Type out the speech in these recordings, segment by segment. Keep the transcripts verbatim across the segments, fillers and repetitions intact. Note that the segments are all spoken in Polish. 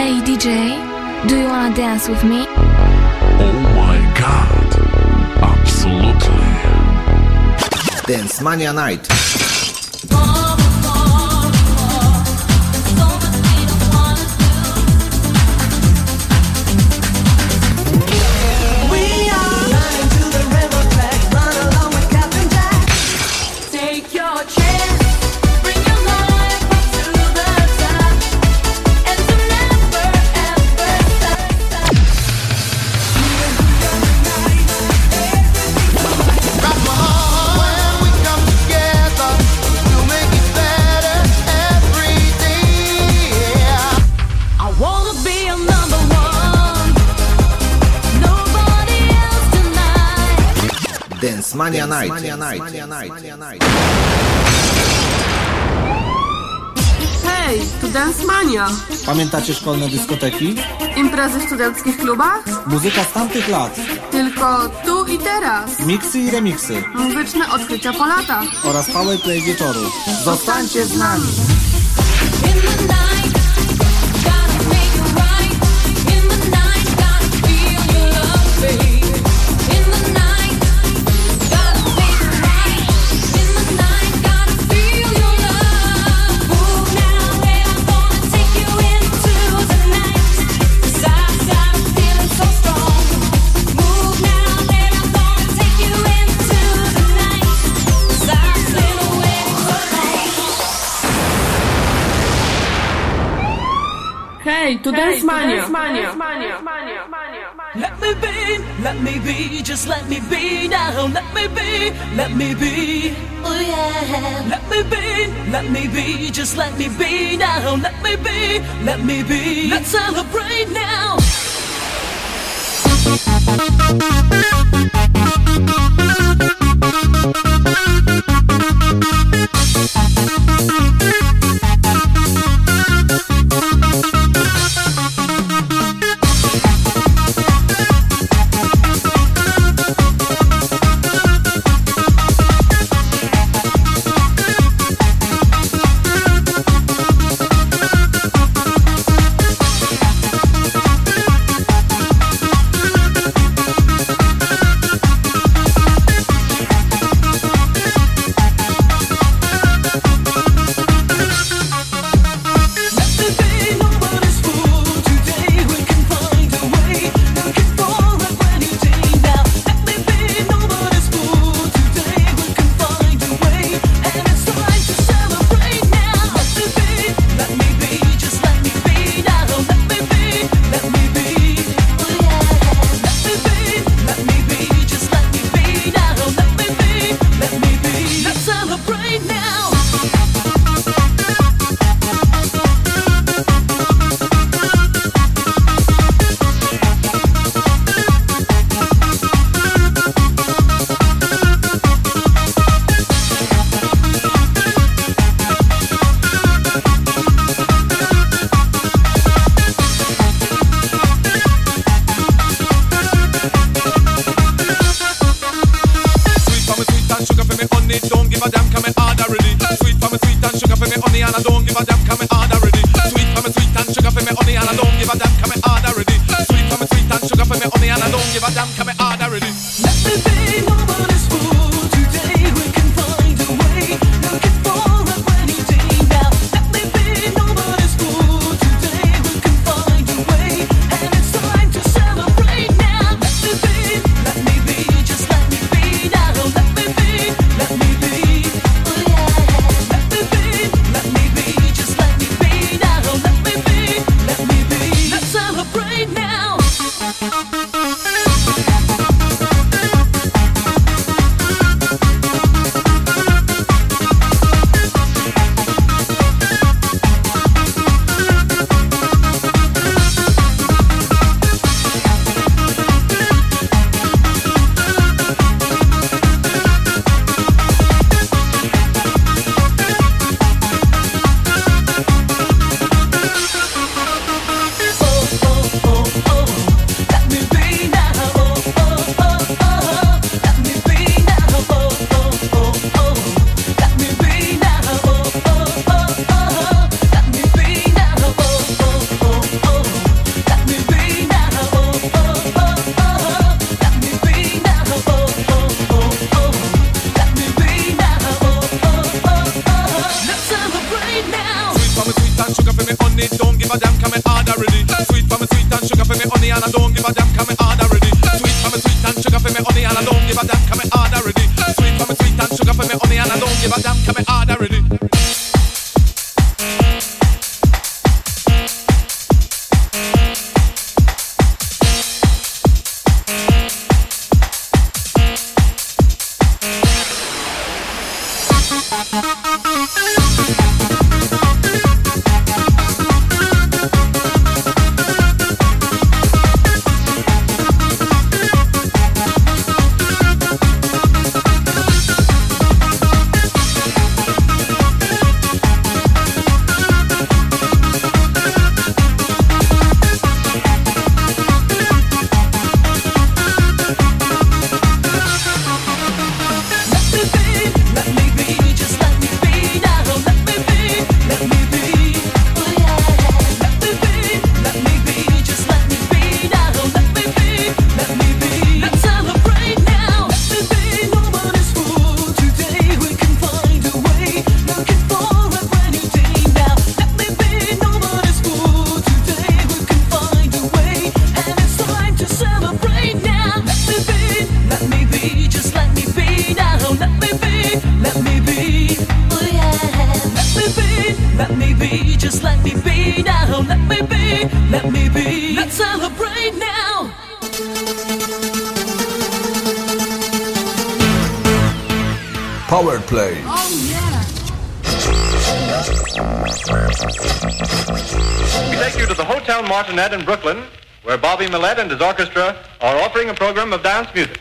Hey D J, do you wanna dance with me? Oh my god, absolutely. Dance Mania Night. Dance Mania Night. Mania Night. Mania Night. Mania Night. Hej, to Dance Mania. Pamiętacie szkolne dyskoteki? Imprezy w studenckich klubach? Muzyka z tamtych lat. Tylko tu i teraz. Miksy i remiksy. Muzyczne odkrycia po latach. Oraz powerplay wieczoru. Zostańcie z nami. Hey, to Dance Mania. Let me be, let me be, just let me be now. Let me be, let me be, oh yeah. Let me be, let me be, just let me be now. Let me be, let me be, let's celebrate now. Let's celebrate now. me honey, don't give a damn, come me hard already. Sweet for me sweet and sugar for me honey, and I don't give a damn, come me hard already. Sweet for me sweet and sugar for me honey, and I don't give a damn, come me hard already. Sweet for me sweet and sugar for me honey, and I don't give a damn, come me hard already. Power Play. Oh yeah. We take you to the Hotel Martinet in Brooklyn, where Bobby Millett and his orchestra are offering a program of dance music.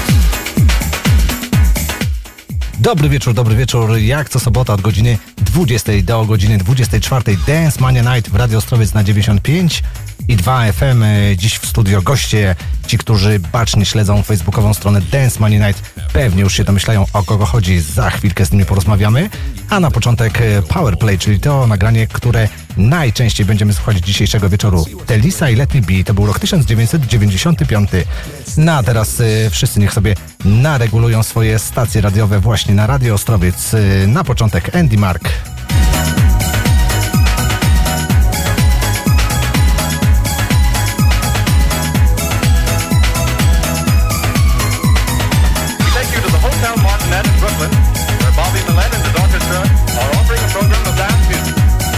Dobry wieczór, dobry wieczór. Jak co sobota od godziny dwudziestej do godziny dwudziestej czwartej Dance Mania Night w Radio Ostrowiec na dziewięćdziesiąt pięć i dwa F M. Dziś w studio goście, ci, którzy bacznie śledzą facebookową stronę Dance Mania Night, pewnie już się domyślają, o kogo chodzi. Za chwilkę z nimi porozmawiamy. A na początek Power Play, czyli to nagranie, które najczęściej będziemy słuchać dzisiejszego wieczoru. Telisa i Let Me Be to był rok tysiąc dziewięćset dziewięćdziesiąty piąty. No a teraz y, wszyscy niech sobie naregulują swoje stacje radiowe właśnie na Radio Ostrowiec. Y, na początek Andy Mark. Brooklyn, where Bobby Millett and his orchestra are offering a program of dance music.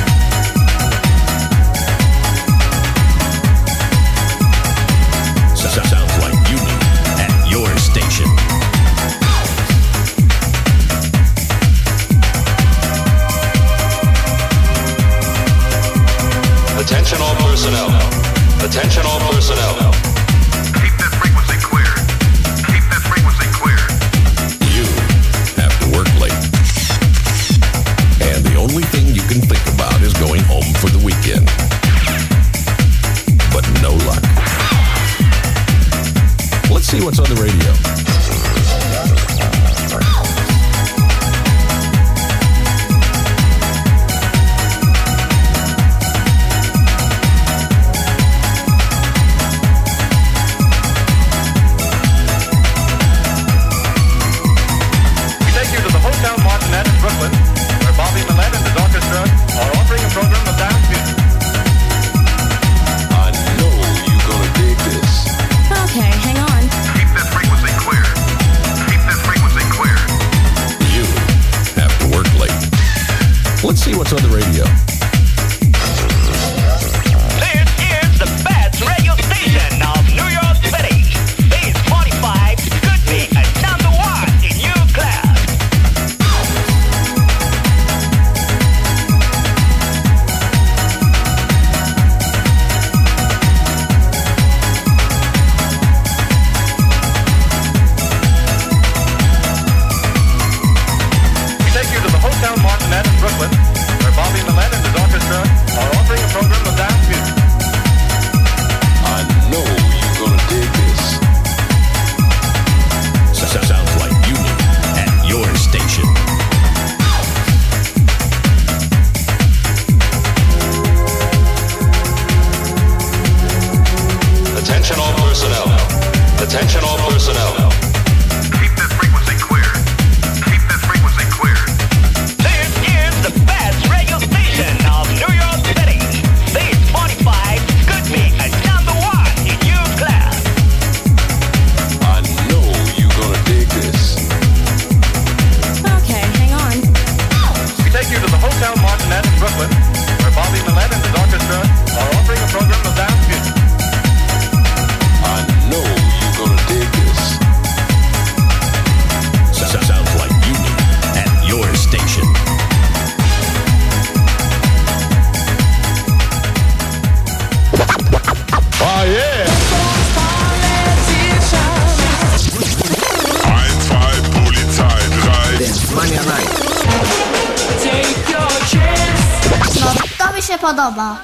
Sounds like union at your station. Attention all personnel. Attention all personnel. Keep that frequency clear. Keep that frequency clear. You have to work late. And the only thing you can think about is going home for the weekend. But no luck. Let's see what's on the radio. Brooklyn, where Bobby Millett and his orchestra are offering a program of dance music. I know you're gonna dig this. Okay, hang on. Keep that frequency clear. Keep that frequency clear. You have to work late. Let's see what's on the radio. This is the best radio station of New York City. This forty-five could be a number one in your class. Hotel Martinet in Brooklyn, where Bobby Millett and his orchestra are offering a program of dance music. I know Hotel Martinet in Brooklyn, where Bobby Millett and his orchestra are offering a program of dance music. I know you're gonna dig this. S- sounds like union at your station. Oh yeah! eins, zwei, Polizei, drei. Dance Mania Night. No, to mi się podoba.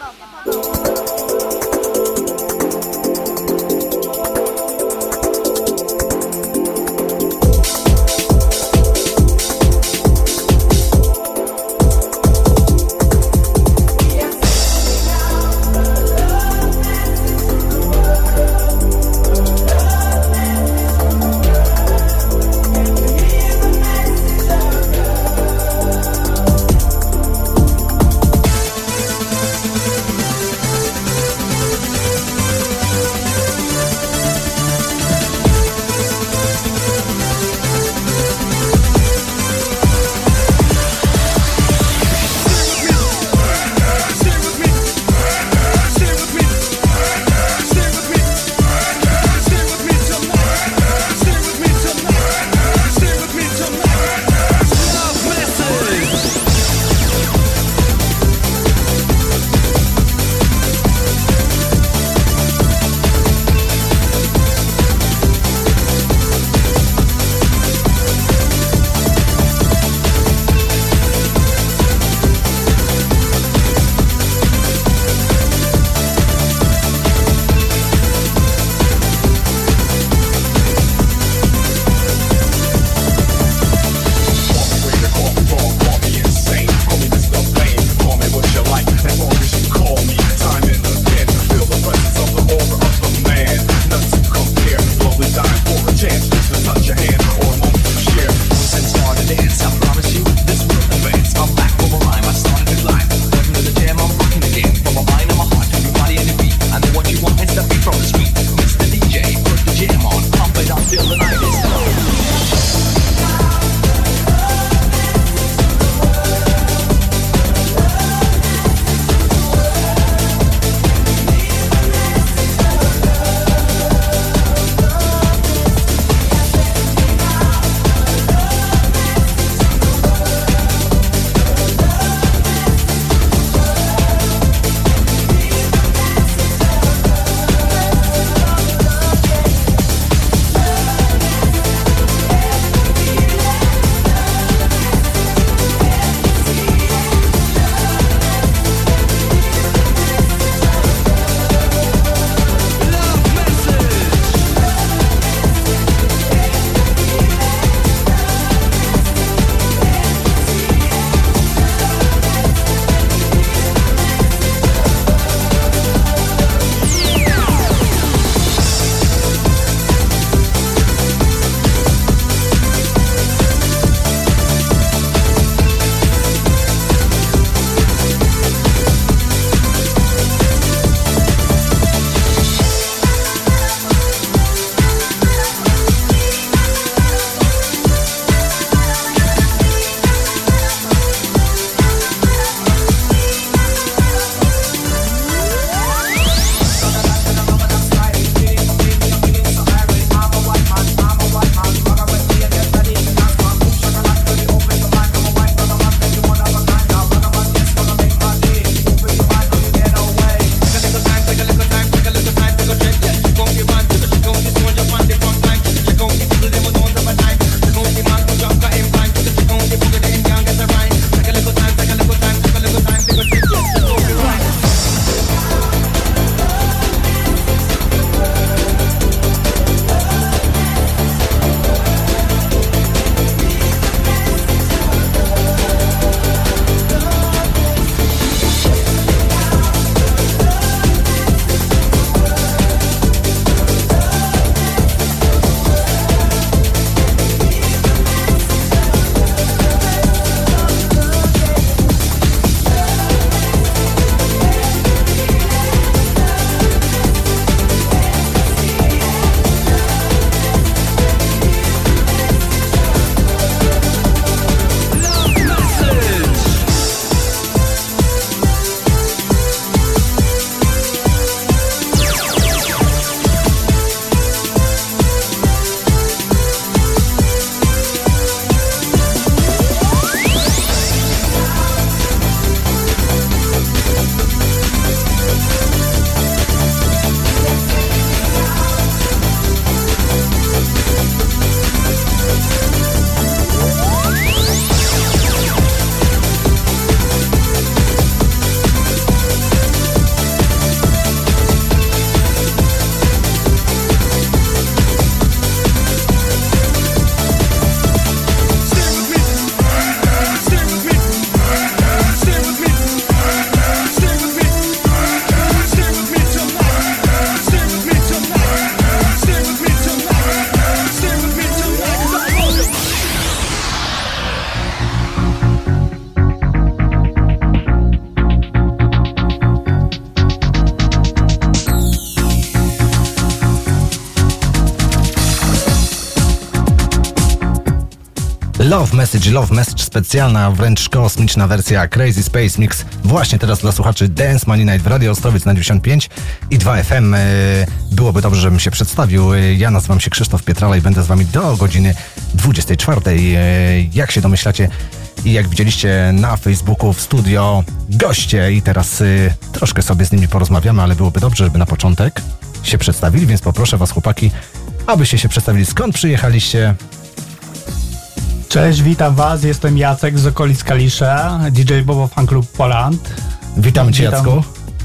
Love Message, Love Message, specjalna, wręcz kosmiczna wersja Crazy Space Mix właśnie teraz dla słuchaczy Dance Money Night w Radio Ostrowiec na dziewięćdziesiąt pięć i dwa F M. Byłoby dobrze, żebym się przedstawił. Ja nazywam się Krzysztof Pietrala i będę z wami do godziny dwudziestej czwartej. Jak się domyślacie i jak widzieliście na Facebooku w studio goście i teraz y, troszkę sobie z nimi porozmawiamy, ale byłoby dobrze, żeby na początek się przedstawili, więc poproszę was, chłopaki, abyście się przedstawili. Skąd przyjechaliście? Cześć, witam was, jestem Jacek z okolic Kalisza, D J Bobo Fan Club Poland. Witam cię, Jacku.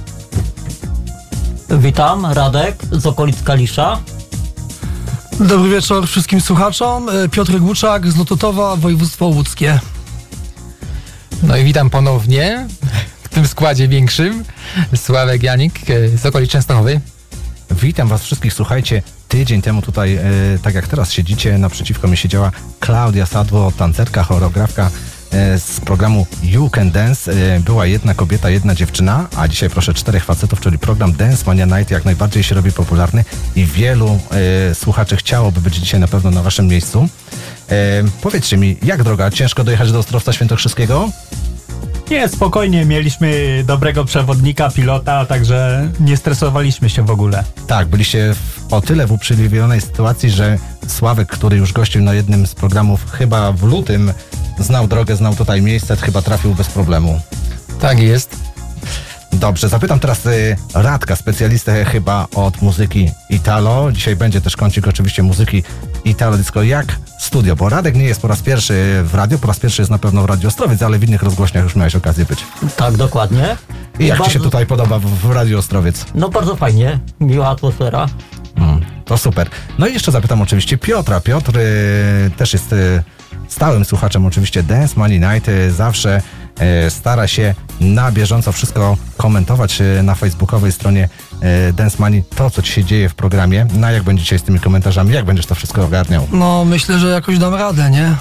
Witam, Radek z okolic Kalisza. Dobry wieczór wszystkim słuchaczom, Piotr Głuczak z Lototowa, województwo łódzkie. No i witam ponownie w tym składzie większym, Sławek Janik z okolic Częstochowy. Witam was wszystkich, słuchajcie, tydzień temu tutaj, e, tak jak teraz siedzicie, naprzeciwko mnie siedziała Klaudia Sadło, tancerka, choreografka e, z programu You Can Dance. E, była jedna kobieta, jedna dziewczyna, a dzisiaj proszę czterech facetów, czyli program Dance Mania Night jak najbardziej się robi popularny i wielu e, słuchaczy chciałoby być dzisiaj na pewno na waszym miejscu. E, powiedzcie mi, jak droga? Ciężko dojechać do Ostrowca Świętokrzyskiego? Nie, spokojnie, mieliśmy dobrego przewodnika, pilota, także nie stresowaliśmy się w ogóle. Tak, byliście w, o tyle w uprzywilejowionej sytuacji, że Sławek, który już gościł na jednym z programów, chyba w lutym, znał drogę, znał tutaj miejsce, chyba trafił bez problemu. Tak jest. Dobrze, zapytam teraz y, Radka, specjalistę chyba od muzyki Italo. Dzisiaj będzie też kącik oczywiście muzyki Italo Disco. Jak studio? Bo Radek nie jest po raz pierwszy w radio, po raz pierwszy jest na pewno w Radio Ostrowiec, ale w innych rozgłośniach już miałeś okazję być. Tak, dokładnie. I jak bardzo... ci się tutaj podoba w, w Radio Ostrowiec? No bardzo fajnie, miła atmosfera. Hmm, to super. No i jeszcze zapytam oczywiście Piotra. Piotr y, też jest y, stałym słuchaczem oczywiście Dance Money Night. Y, zawsze y, stara się na bieżąco wszystko komentować y, na facebookowej stronie y, Dance Money, to co ci się dzieje w programie. No jak będzie dzisiaj z tymi komentarzami? Jak będziesz to wszystko ogarniał? No myślę, że jakoś dam radę, nie?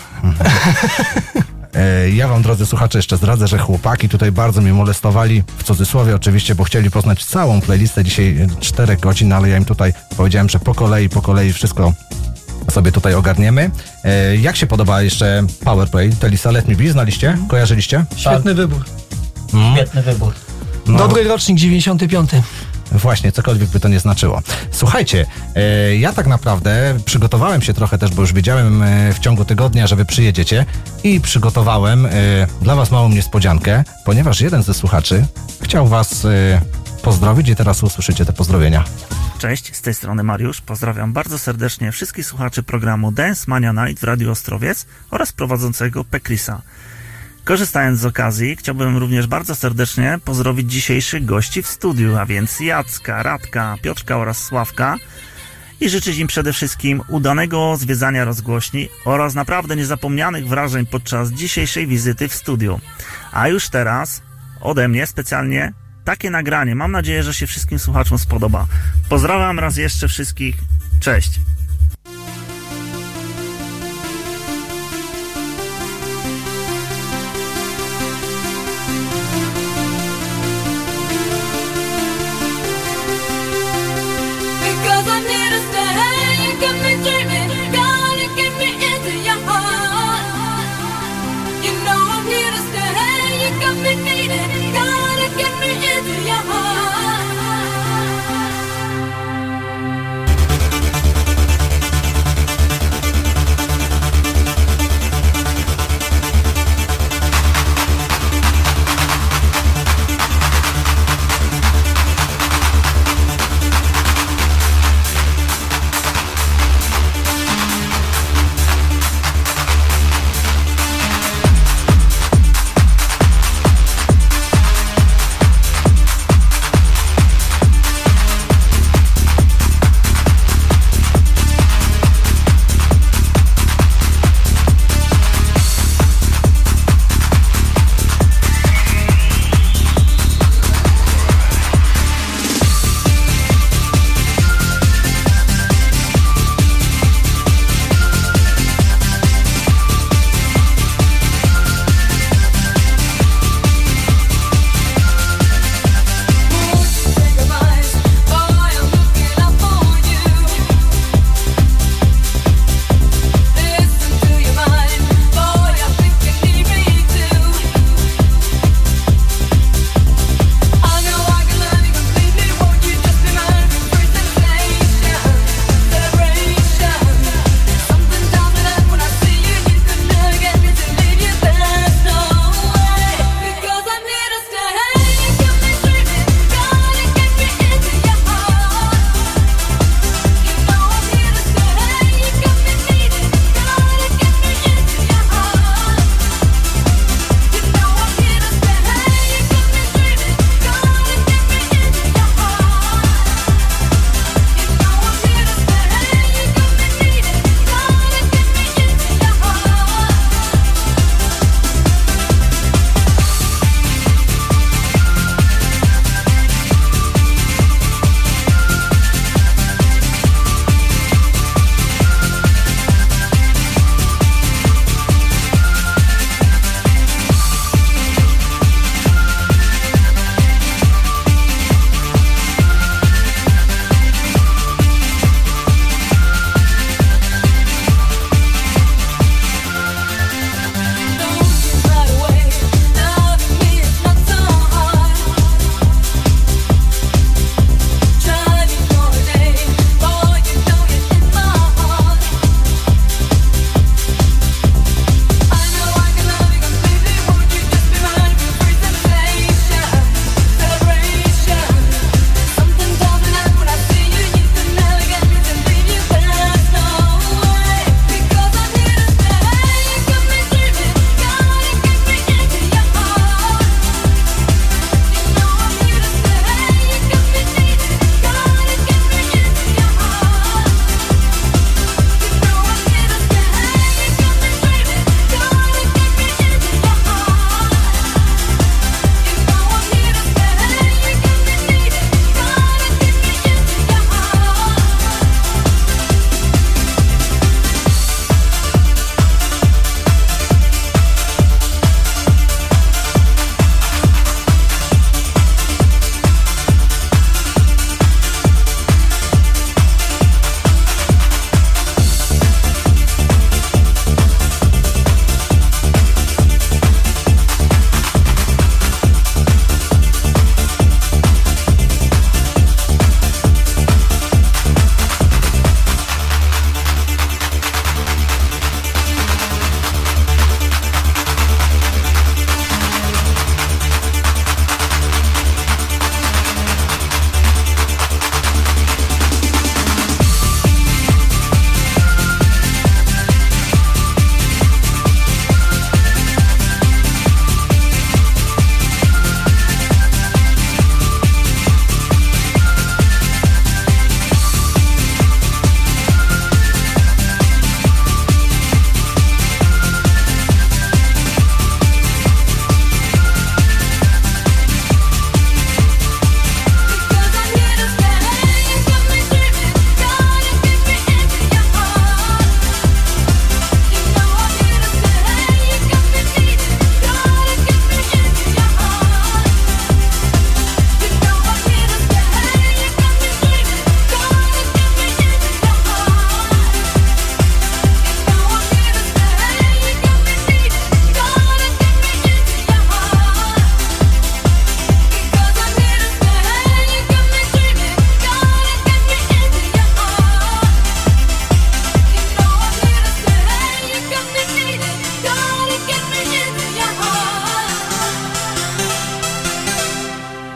Ja wam, drodzy słuchacze, jeszcze zdradzę, że chłopaki tutaj bardzo mnie molestowali, w cudzysłowie oczywiście, bo chcieli poznać całą playlistę dzisiaj czterech godzin, ale ja im tutaj powiedziałem, że po kolei, po kolei wszystko sobie tutaj ogarniemy. Jak się podoba jeszcze Powerplay? Telisa Let Me Be, znaliście? Kojarzyliście? Świetny wybór. Hmm? Świetny wybór. No. Dobry rocznik, dziewięćdziesiąty piąty. Właśnie, cokolwiek by to nie znaczyło. Słuchajcie, e, ja tak naprawdę przygotowałem się trochę też, bo już wiedziałem e, w ciągu tygodnia, że wy przyjedziecie i przygotowałem e, dla was małą niespodziankę, ponieważ jeden ze słuchaczy chciał was e, pozdrowić i teraz usłyszycie te pozdrowienia. Cześć, z tej strony Mariusz. Pozdrawiam bardzo serdecznie wszystkich słuchaczy programu Dance Mania Night w Radiu Ostrowiec oraz prowadzącego Pekrisa. Korzystając z okazji, chciałbym również bardzo serdecznie pozdrowić dzisiejszych gości w studiu, a więc Jacka, Radka, Piotrka oraz Sławka i życzyć im przede wszystkim udanego zwiedzania rozgłośni oraz naprawdę niezapomnianych wrażeń podczas dzisiejszej wizyty w studiu. A już teraz ode mnie specjalnie takie nagranie. Mam nadzieję, że się wszystkim słuchaczom spodoba. Pozdrawiam raz jeszcze wszystkich. Cześć!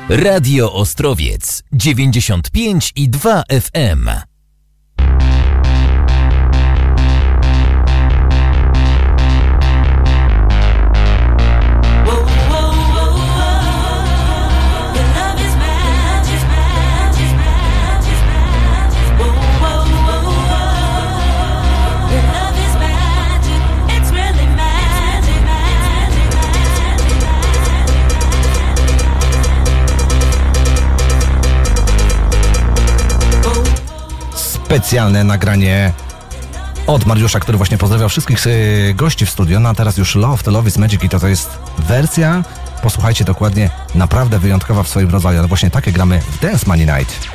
Radio Ostrowiec dziewięćdziesiąt pięć i dwa F M. Specjalne nagranie od Mariusza, który właśnie pozdrawiał wszystkich y, gości w studio. No a teraz już Love to Love is Magic i to, to jest wersja, posłuchajcie dokładnie, naprawdę wyjątkowa w swoim rodzaju, ale właśnie takie gramy w Dance Money Night.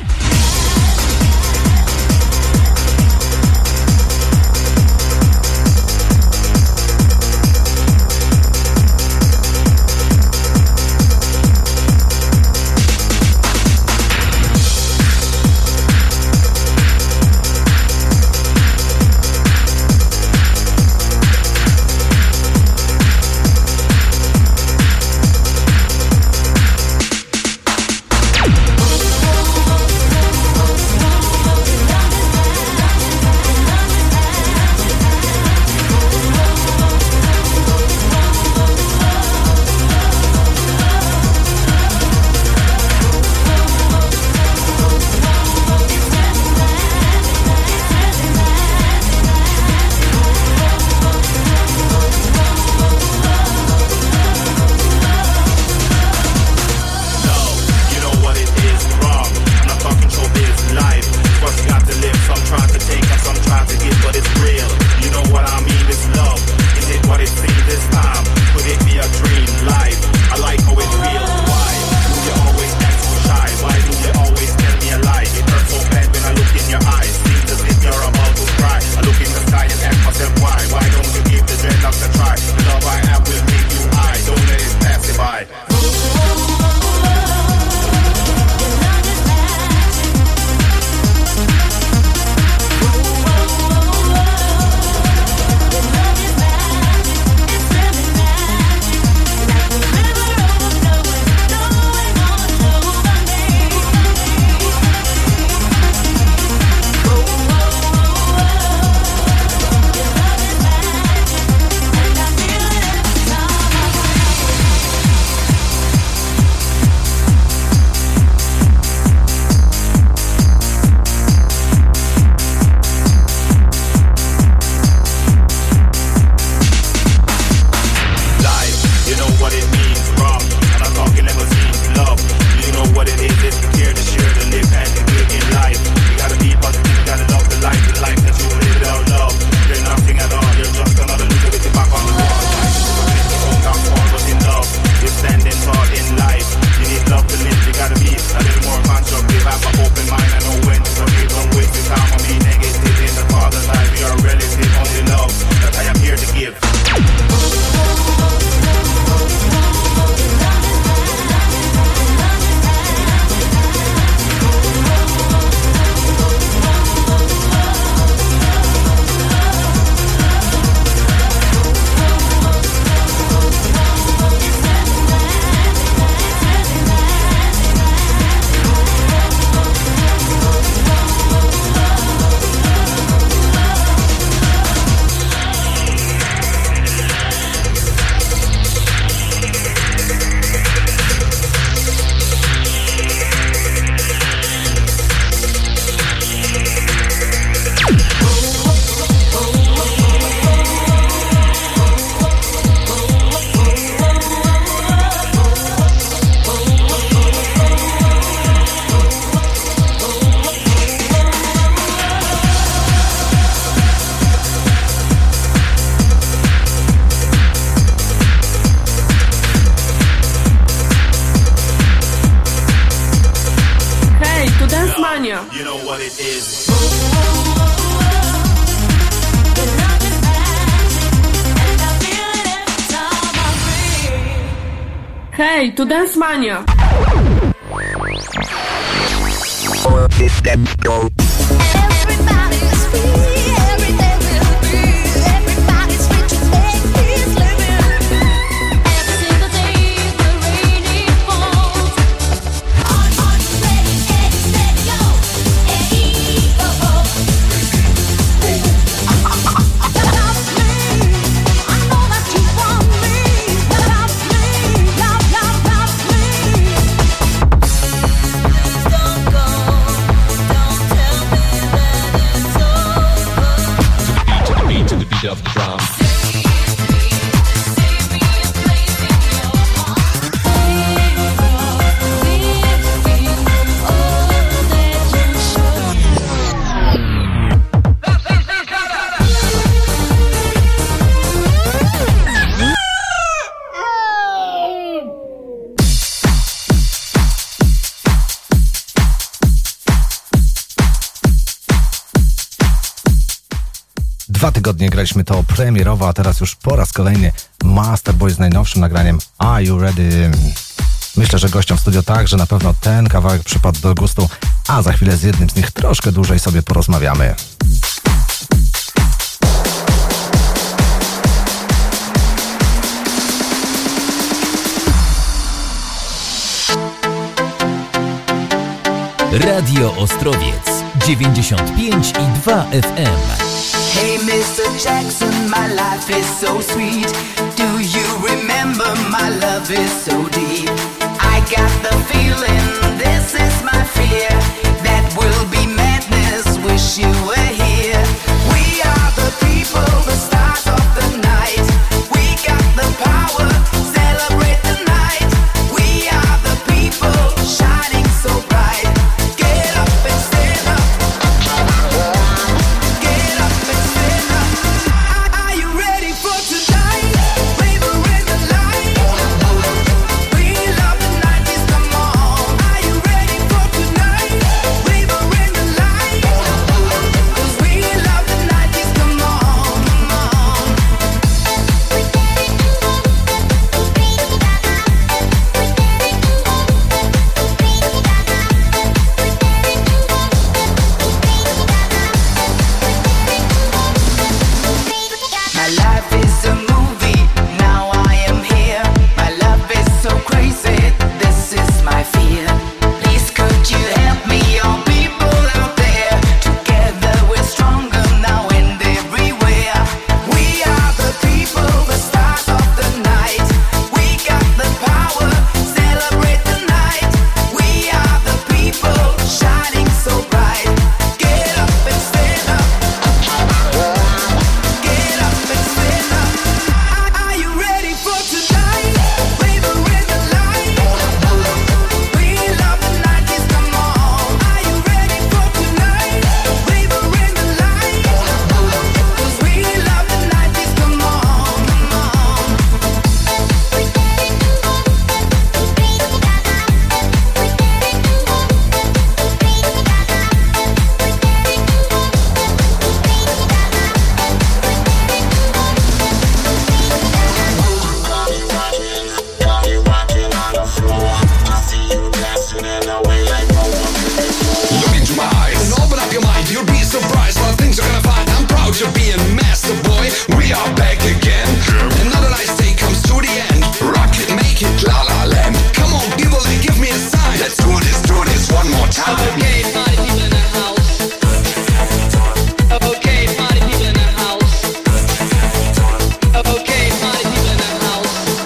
Hej, to Dance Mania! Dwa tygodnie graliśmy to premierowo, a teraz już po raz kolejny Masterboy z najnowszym nagraniem Are You Ready? Myślę, że gościom w studio także na pewno ten kawałek przypadł do gustu, a za chwilę z jednym z nich troszkę dłużej sobie porozmawiamy. Radio Ostrowiec dziewięćdziesiąt pięć i dwa F M. Hey mister Jackson, my life is so sweet. Do you remember my love is so deep? I got the feeling, this is my fear. That will be madness, wish you were here. We are the people, the stars of the night. We got the power, celebrate the night. We are the people, shining so bright. Get up and stand up. Get up and stand up. Are you ready for tonight? Flavor in the light. We love the nineties, come on. Are you ready for tonight? Flavor in the light. 'Cause we love the nineties, come on, come on. My life is a movie, now I am here. My love is so crazy, this is my fear. Please could you help me, all people out there? Together we're stronger now and everywhere. We are the people, the stars of the night. We got the power, celebrate the night. We are the people, shining so bright. Get up and stand up. Get up and stand up. Are you ready for tonight? Flavor in the light. We love the nineties, come on. Are you ready for tonight? Flavor in the light. 'Cause we love the nineties, come on, come on. Look into my eyes and open up your mind. You'll be surprised what things you're gonna find. I'm proud to be a master boy. We are back again. Another nice day comes to the end. Rock it, make it, la la land. Come on, people, and give me a sign. Let's do this, do this one more time. Okay, party people in the house. Okay, party people in the house. Okay, party people in the house.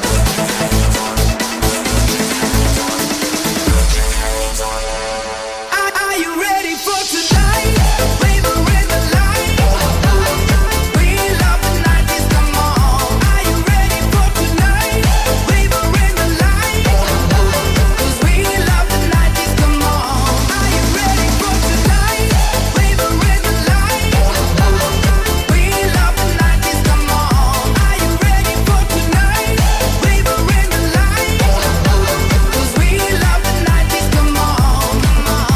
Are are you ready for tonight? Flavor in the light. We love the nineties, come on. Are you ready for tonight? Flavor in the light. 'Cause we love the nineties, come on. Are you ready for tonight? Flavor in the light. We love the nineties, come on. Are you ready for tonight? Flavor in the light. 'Cause we love the nineties, come on, come on.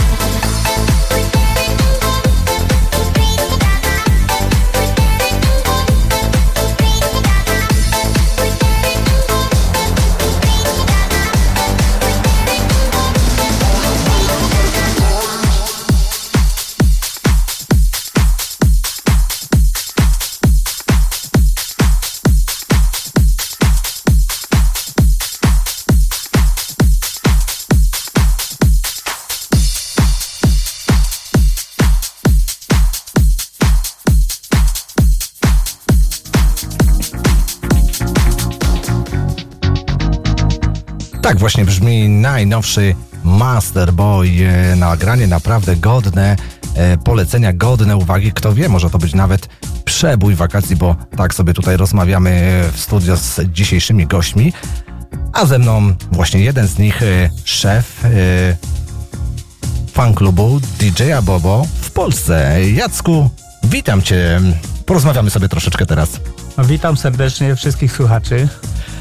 Tak właśnie brzmi najnowszy Masterboy. E, Nagranie naprawdę godne e, polecenia, godne uwagi. Kto wie, może to być nawet przebój wakacji, bo tak sobie tutaj rozmawiamy w studio z dzisiejszymi gośćmi. A ze mną właśnie jeden z nich, e, szef e, fanklubu D J Bobo w Polsce. Jacku, witam Cię. Porozmawiamy sobie troszeczkę teraz. No, witam serdecznie wszystkich słuchaczy.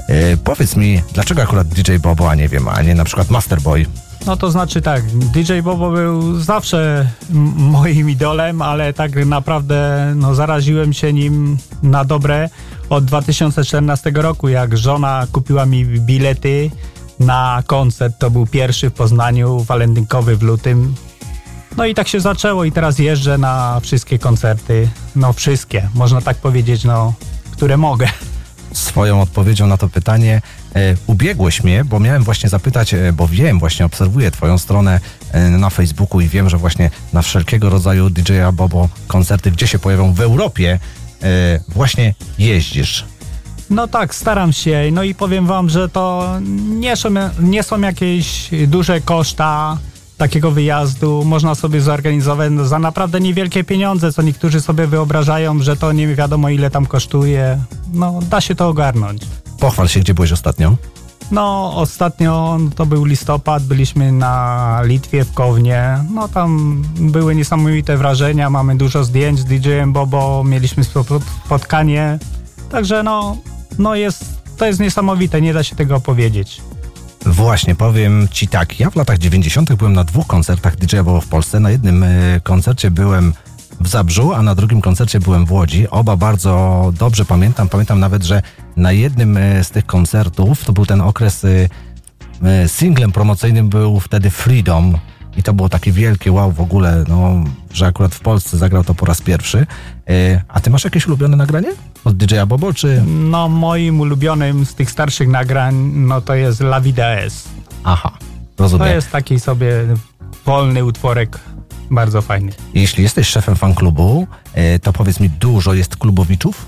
E, powiedz mi, dlaczego akurat D J Bobo, a nie wiem, a nie na przykład Masterboy? No to znaczy tak, D J Bobo był zawsze m- moim idolem, ale tak naprawdę no, zaraziłem się nim na dobre od dwa tysiące czternastego roku, jak żona kupiła mi bilety na koncert. To był pierwszy w Poznaniu, walentynkowy w lutym. No i tak się zaczęło i teraz jeżdżę na wszystkie koncerty, no wszystkie, można tak powiedzieć, no, które mogę. Swoją odpowiedzią na to pytanie e, ubiegłeś mnie, bo miałem właśnie zapytać, e, bo wiem, właśnie obserwuję twoją stronę e, na Facebooku i wiem, że właśnie na wszelkiego rodzaju D J Bobo koncerty, gdzie się pojawią w Europie, e, właśnie jeździsz. No tak, staram się, no i powiem wam, że to nie są, nie są jakieś duże koszta takiego wyjazdu, można sobie zorganizować za naprawdę niewielkie pieniądze, co niektórzy sobie wyobrażają, że to nie wiadomo ile tam kosztuje. No, da się to ogarnąć. Pochwal się, gdzie byłeś ostatnio? No, ostatnio to był listopad, byliśmy na Litwie, w Kownie. No, tam były niesamowite wrażenia, mamy dużo zdjęć z D J-em Bobo, mieliśmy spotkanie. Także no, no jest, to jest niesamowite, nie da się tego opowiedzieć. Właśnie, powiem ci tak, ja w latach dziewięćdziesiątych byłem na dwóch koncertach D J Bobo w Polsce. Na jednym y, koncercie byłem w Zabrzu, a na drugim koncercie byłem w Łodzi. Oba bardzo dobrze pamiętam. Pamiętam nawet, że na jednym y, z tych koncertów, to był ten okres, y, y, singlem promocyjnym był wtedy Freedom. I to było takie wielkie wow w ogóle, no, że akurat w Polsce zagrał to po raz pierwszy. Yy, a ty masz jakieś ulubione nagranie od D J Bobo, czy? No, moim ulubionym z tych starszych nagrań, no to jest La Vida Es. Aha, rozumiem. To jest taki sobie wolny utworek, bardzo fajny. Jeśli jesteś szefem fanklubu, yy, to powiedz mi, dużo jest klubowiczów?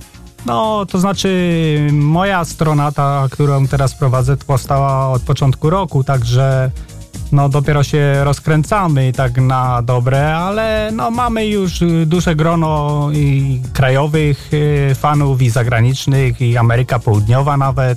No, to znaczy moja strona, ta, którą teraz prowadzę, powstała od początku roku, także no dopiero się rozkręcamy tak na dobre, ale no mamy już duże grono i krajowych y, fanów i zagranicznych i Ameryka Południowa nawet,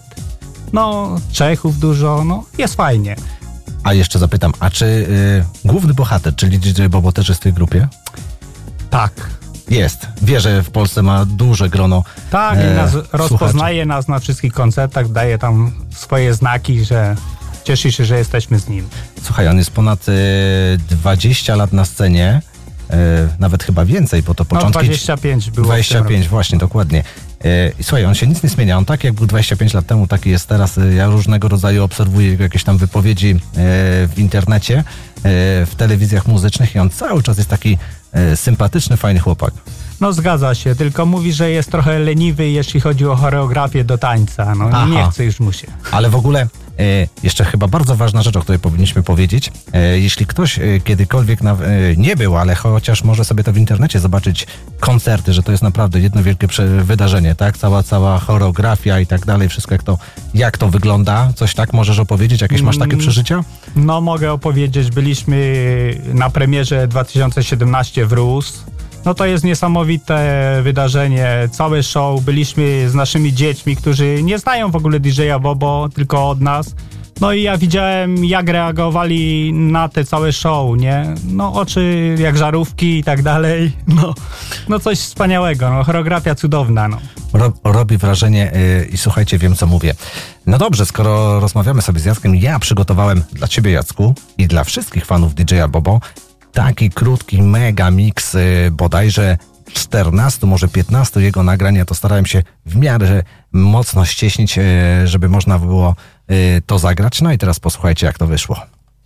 no Czechów dużo, no jest fajnie. A jeszcze zapytam, a czy y, główny bohater, czyli D J Bobo też jest w tej grupie? Tak. Jest. Wie, że w Polsce ma duże grono Tak, e, i nas słuchaczy. rozpoznaje nas na wszystkich koncertach, daje tam swoje znaki, że cieszy się, że jesteśmy z nim. Słuchaj, on jest ponad y, dwadzieścia lat na scenie, y, nawet chyba więcej, bo to początki... No dwadzieścia pięć było. dwadzieścia pięć, właśnie, dokładnie. Y, I słuchaj, on się nic nie zmienia, on tak jak był dwadzieścia pięć lat temu, taki jest teraz. Y, ja różnego rodzaju obserwuję jego jakieś tam wypowiedzi y, w internecie, y, w telewizjach muzycznych i on cały czas jest taki y, sympatyczny, fajny chłopak. No zgadza się, tylko mówi, że jest trochę leniwy, jeśli chodzi o choreografię do tańca. No Aha. nie chce już mu się. Ale w ogóle e, jeszcze chyba bardzo ważna rzecz, o której powinniśmy powiedzieć. E, jeśli ktoś e, kiedykolwiek na, e, nie był, ale chociaż może sobie to w internecie zobaczyć, koncerty, że to jest naprawdę jedno wielkie prze- wydarzenie, tak? Cała, cała choreografia i tak dalej, wszystko jak to, jak to wygląda. Coś tak możesz opowiedzieć? Jakieś masz takie przeżycia? No mogę opowiedzieć, byliśmy na premierze dwa tysiące siedemnaście w Rus. No to jest niesamowite wydarzenie, całe show, byliśmy z naszymi dziećmi, którzy nie znają w ogóle D J-a Bobo, tylko od nas. No i ja widziałem, jak reagowali na te całe show, nie? No oczy jak żarówki i tak dalej, no, no coś wspaniałego, no choreografia cudowna, no. Ro- robi wrażenie yy, i słuchajcie, wiem co mówię. No dobrze, skoro rozmawiamy sobie z Jackiem, ja przygotowałem dla ciebie, Jacku, i dla wszystkich fanów D J-a Bobo taki krótki mega mix, yy, bodajże czternastu, może piętnastu jego nagrań. Ja to starałem się w miarę mocno ścieśnić, yy, żeby można było yy, to zagrać. No i teraz posłuchajcie, jak to wyszło.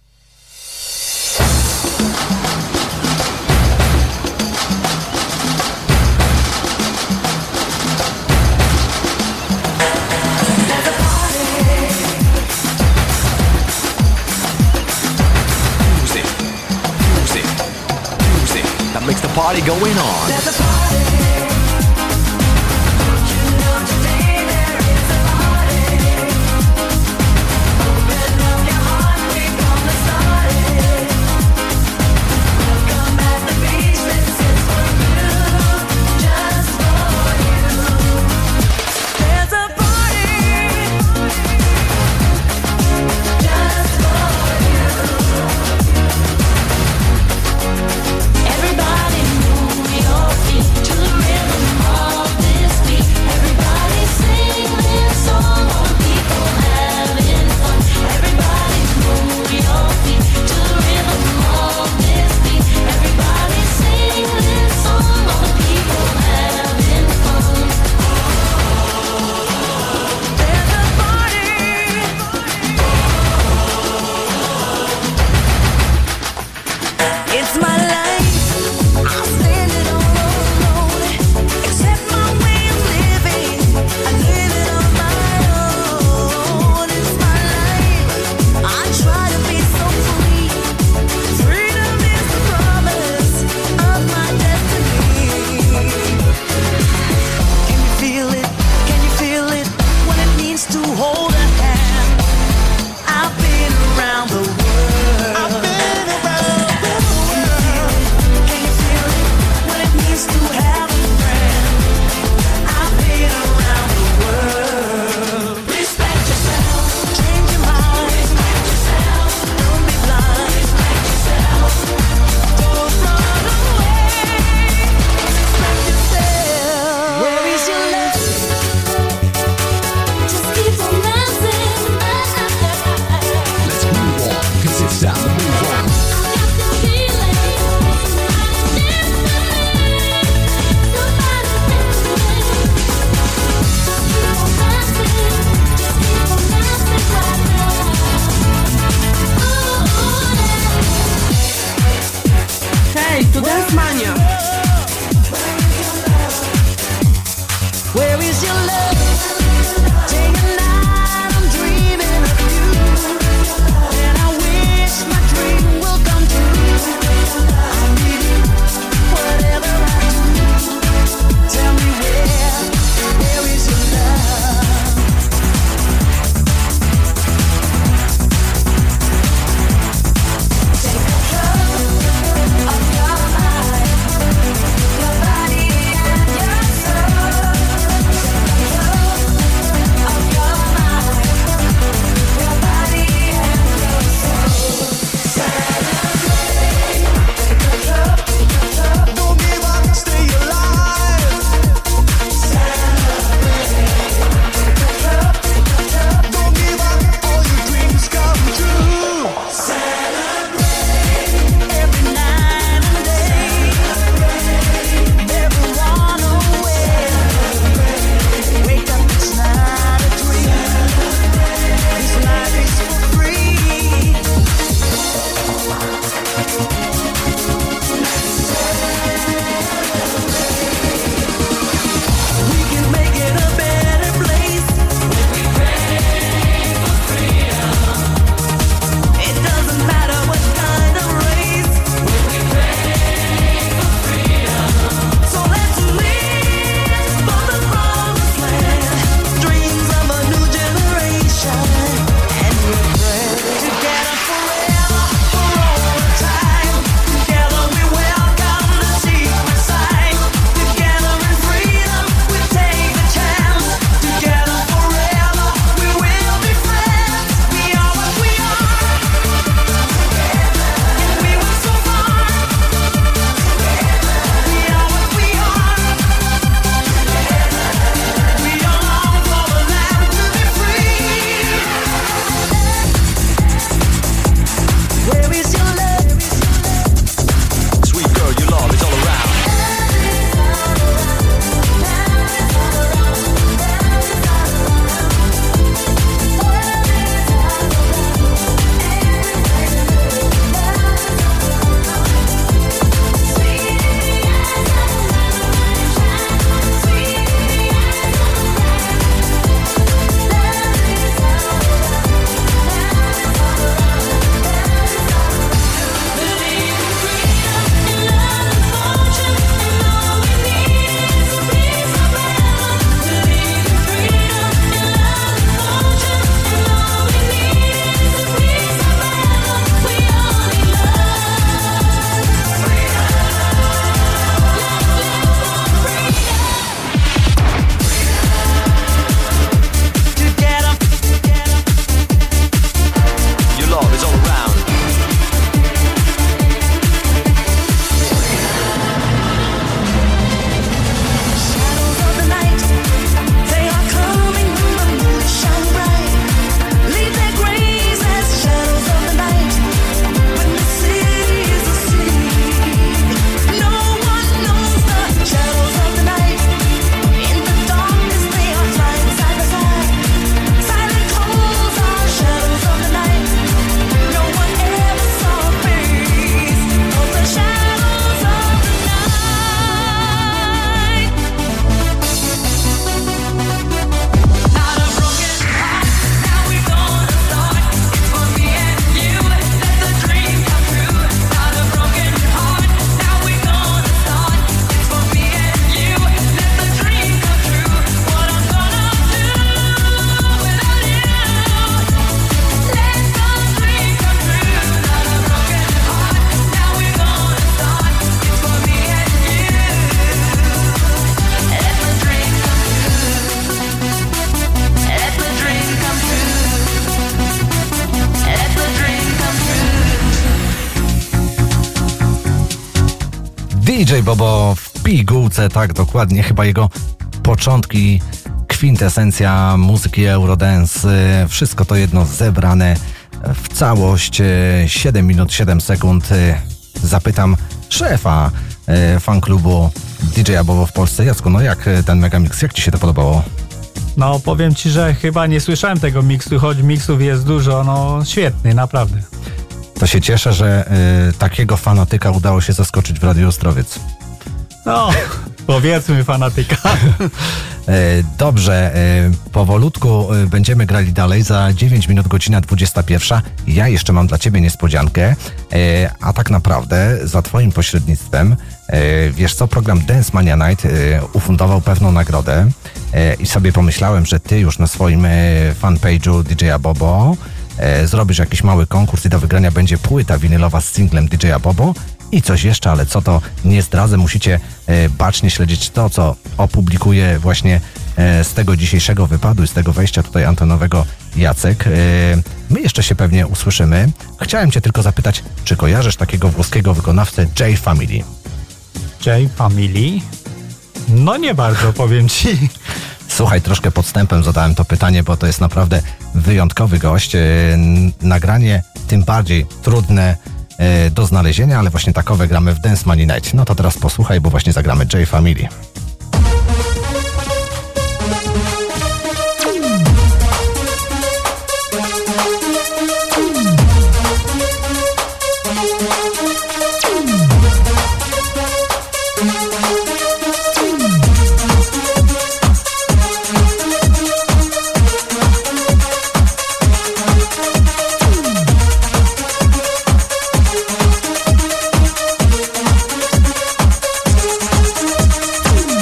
Makes the party going on. Everybody move your feet to the Dance Mania. Where is your love? Day and night I'm dreaming of you, and I wish my dream will come true. I need you, whatever I do. Tell me where, where is your love? Take control of your mind, your body and your soul. D J Bobo w pigułce, tak dokładnie, chyba jego początki, kwintesencja muzyki Eurodance, wszystko to jedno zebrane w całość, siedem minut siedem sekund. Zapytam szefa fanklubu D J Bobo w Polsce. Jacku, no jak ten megamix, jak ci się to podobało? No powiem ci, że chyba nie słyszałem tego miksu, choć miksów jest dużo, no świetny, naprawdę. To się cieszę, że y, takiego fanatyka udało się zaskoczyć w Radiu Ostrowiec. No, powiedzmy fanatyka. E, Dobrze, e, powolutku e, będziemy grali dalej. Za dziewięć minut godzina dwudziesta pierwsza. Ja jeszcze mam dla ciebie niespodziankę, e, a tak naprawdę za twoim pośrednictwem, e, wiesz co, program Dance Mania Night e, ufundował pewną nagrodę e, i sobie pomyślałem, że ty już na swoim e, fanpage'u D J a Bobo e, zrobisz jakiś mały konkurs i do wygrania będzie płyta winylowa z singlem D J a Bobo i coś jeszcze, ale co to nie zdradzę, musicie e, bacznie śledzić to, co opublikuje właśnie e, z tego dzisiejszego wypadu i z tego wejścia tutaj antenowego Jacek. E, my jeszcze się pewnie usłyszymy. Chciałem cię tylko zapytać, czy kojarzysz takiego włoskiego wykonawcę J Family? J Family? No nie bardzo, powiem ci. Słuchaj, troszkę podstępem zadałem to pytanie, bo to jest naprawdę wyjątkowy gość. E, nagranie tym bardziej trudne e, do znalezienia, ale właśnie takowe gramy w Dance Money Night. No to teraz posłuchaj, bo właśnie zagramy J Family. Thank you.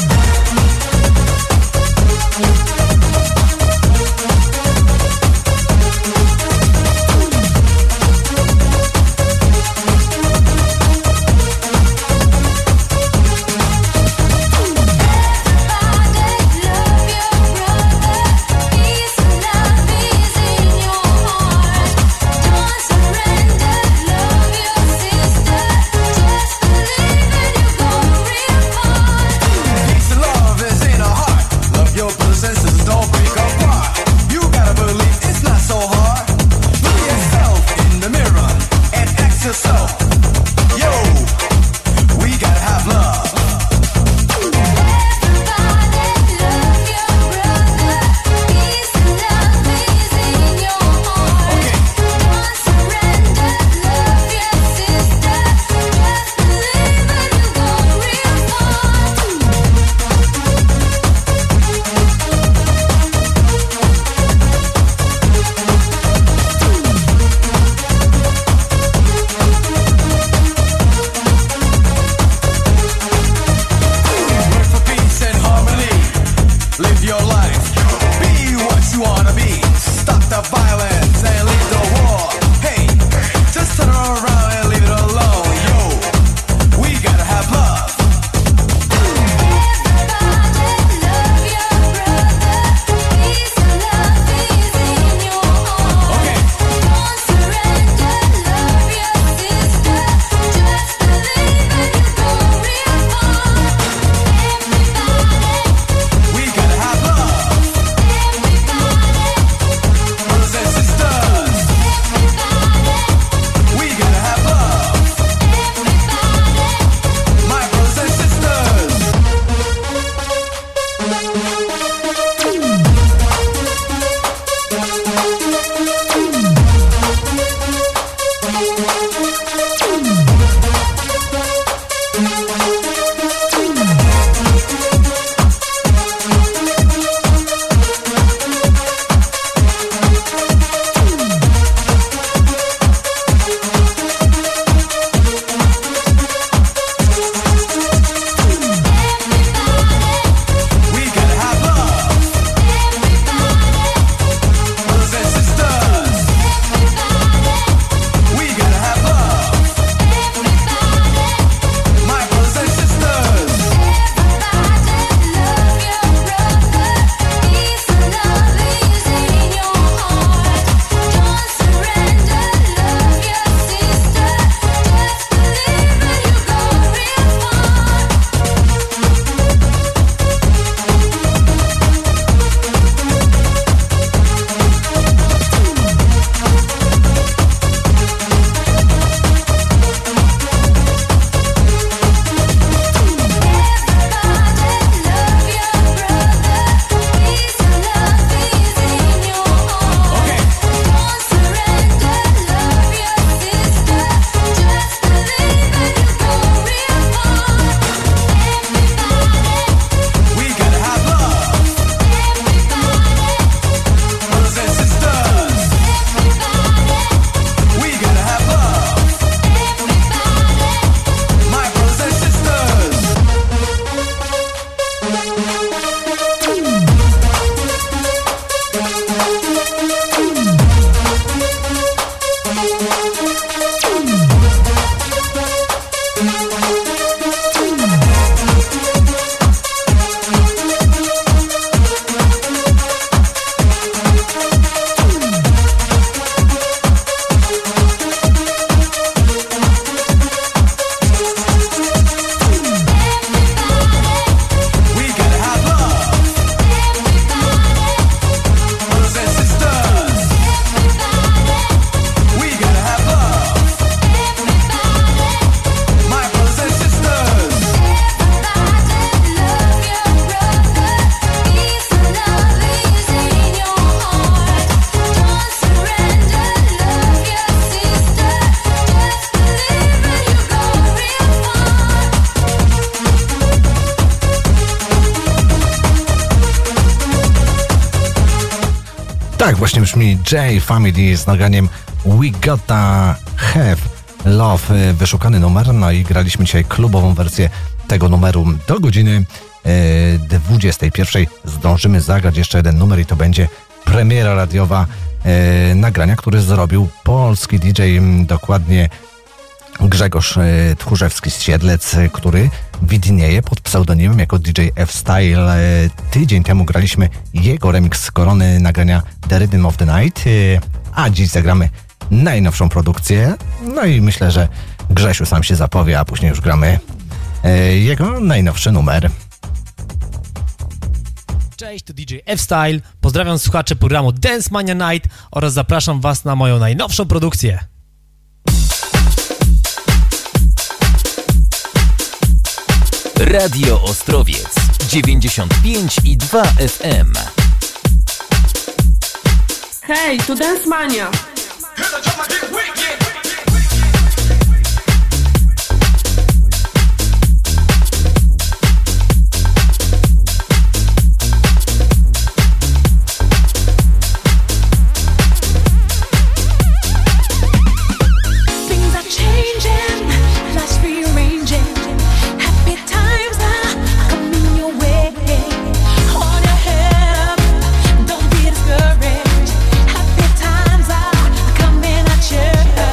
Tak właśnie brzmi J Family z nagraniem We Gotta Have Love, wyszukany numer. No i graliśmy dzisiaj klubową wersję tego numeru do godziny e, dwudziestej pierwszej. Zdążymy zagrać jeszcze jeden numer i to będzie premiera radiowa e, nagrania, który zrobił polski D J, dokładnie Grzegorz e, Tchórzewski z Siedlec, który widnieje pod pseudonimem jako D J F-Style. E, tydzień temu graliśmy jego remix z Korony nagrania The Rhythm of the Night, e, a dziś zagramy najnowszą produkcję. No i myślę, że Grzesiu sam się zapowie, a później już gramy e, jego najnowszy numer. Cześć, to D J F-Style. Pozdrawiam słuchaczy programu Dance Mania Night oraz zapraszam Was na moją najnowszą produkcję. Radio Ostrowiec dziewięćdziesiąt pięć i dwa F M. Hej, tu Dance Mania. Things are changing, life's rearranging. Happy times are coming your way. Hold your head up, don't be discouraged. Happy times are coming at you.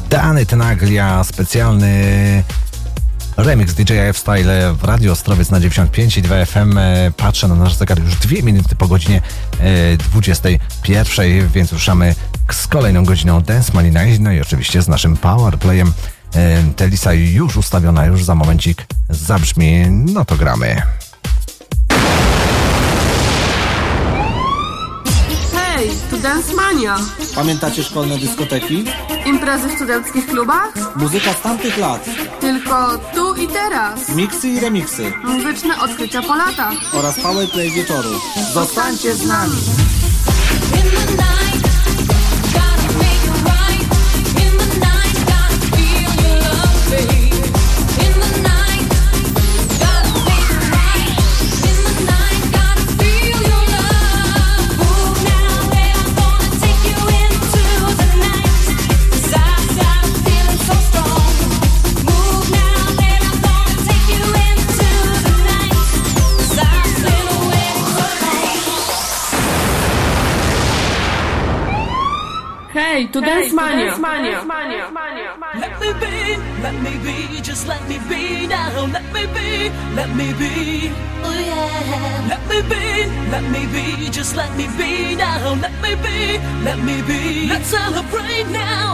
Dany Tenaglia, specjalny remix D J F-Style w Radio Ostrowiec na dziewięćdziesiąt pięć i dwa F M. Patrzę na nasz zegar, już dwie minuty po godzinie dwudziestej pierwszej, więc ruszamy z kolejną godziną Dance Money Night, no i oczywiście z naszym powerplayem. Te lista już ustawiona, już za momencik zabrzmi, no to gramy. Hej, tu Dance Mania. Pamiętacie szkolne dyskoteki? Imprezy w studenckich klubach? Muzyka z tamtych lat. Tylko tu i teraz. Miksy i remiksy. Muzyczne odkrycia po latach. Oraz powerplay wieczoru. Zostańcie z nami. Hey, to Dance Mania. Let me be, let me be, just let me be now. Let me be, let me be, oh yeah. Let me be, let me be, just let me be now. Let me be, let me be, let's celebrate now.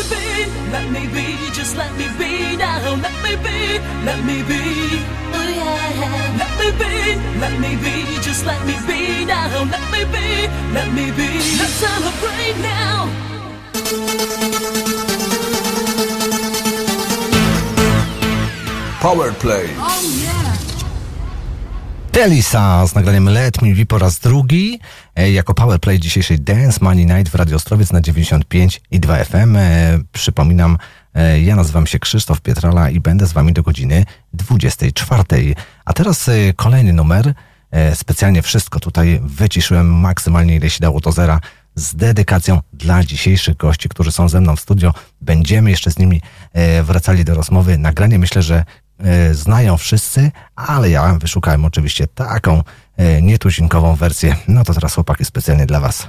be, let me be, just let me be now. Let me be, let me be, oh yeah. Let me be, let me be, just let me be now. Let me be, let me be. Let's celebrate now. Power Play. Oh yeah. Telisa z nagraniem Let Me Be po raz drugi e, jako powerplay dzisiejszej Dance Money Night w Radio Ostrowiec na dziewięćdziesiąt pięć i dwa F M. E, przypominam, e, ja nazywam się Krzysztof Pietrala i będę z wami do godziny dwudziestej czwartej. A teraz e, kolejny numer. E, specjalnie wszystko tutaj wyciszyłem maksymalnie ile się dało do zera z dedykacją dla dzisiejszych gości, którzy są ze mną w studio. Będziemy jeszcze z nimi e, wracali do rozmowy. Nagranie myślę, że e, znają wszyscy, ale ja wyszukałem oczywiście taką e, nietuzinkową wersję. No to teraz chłopaki specjalnie dla was.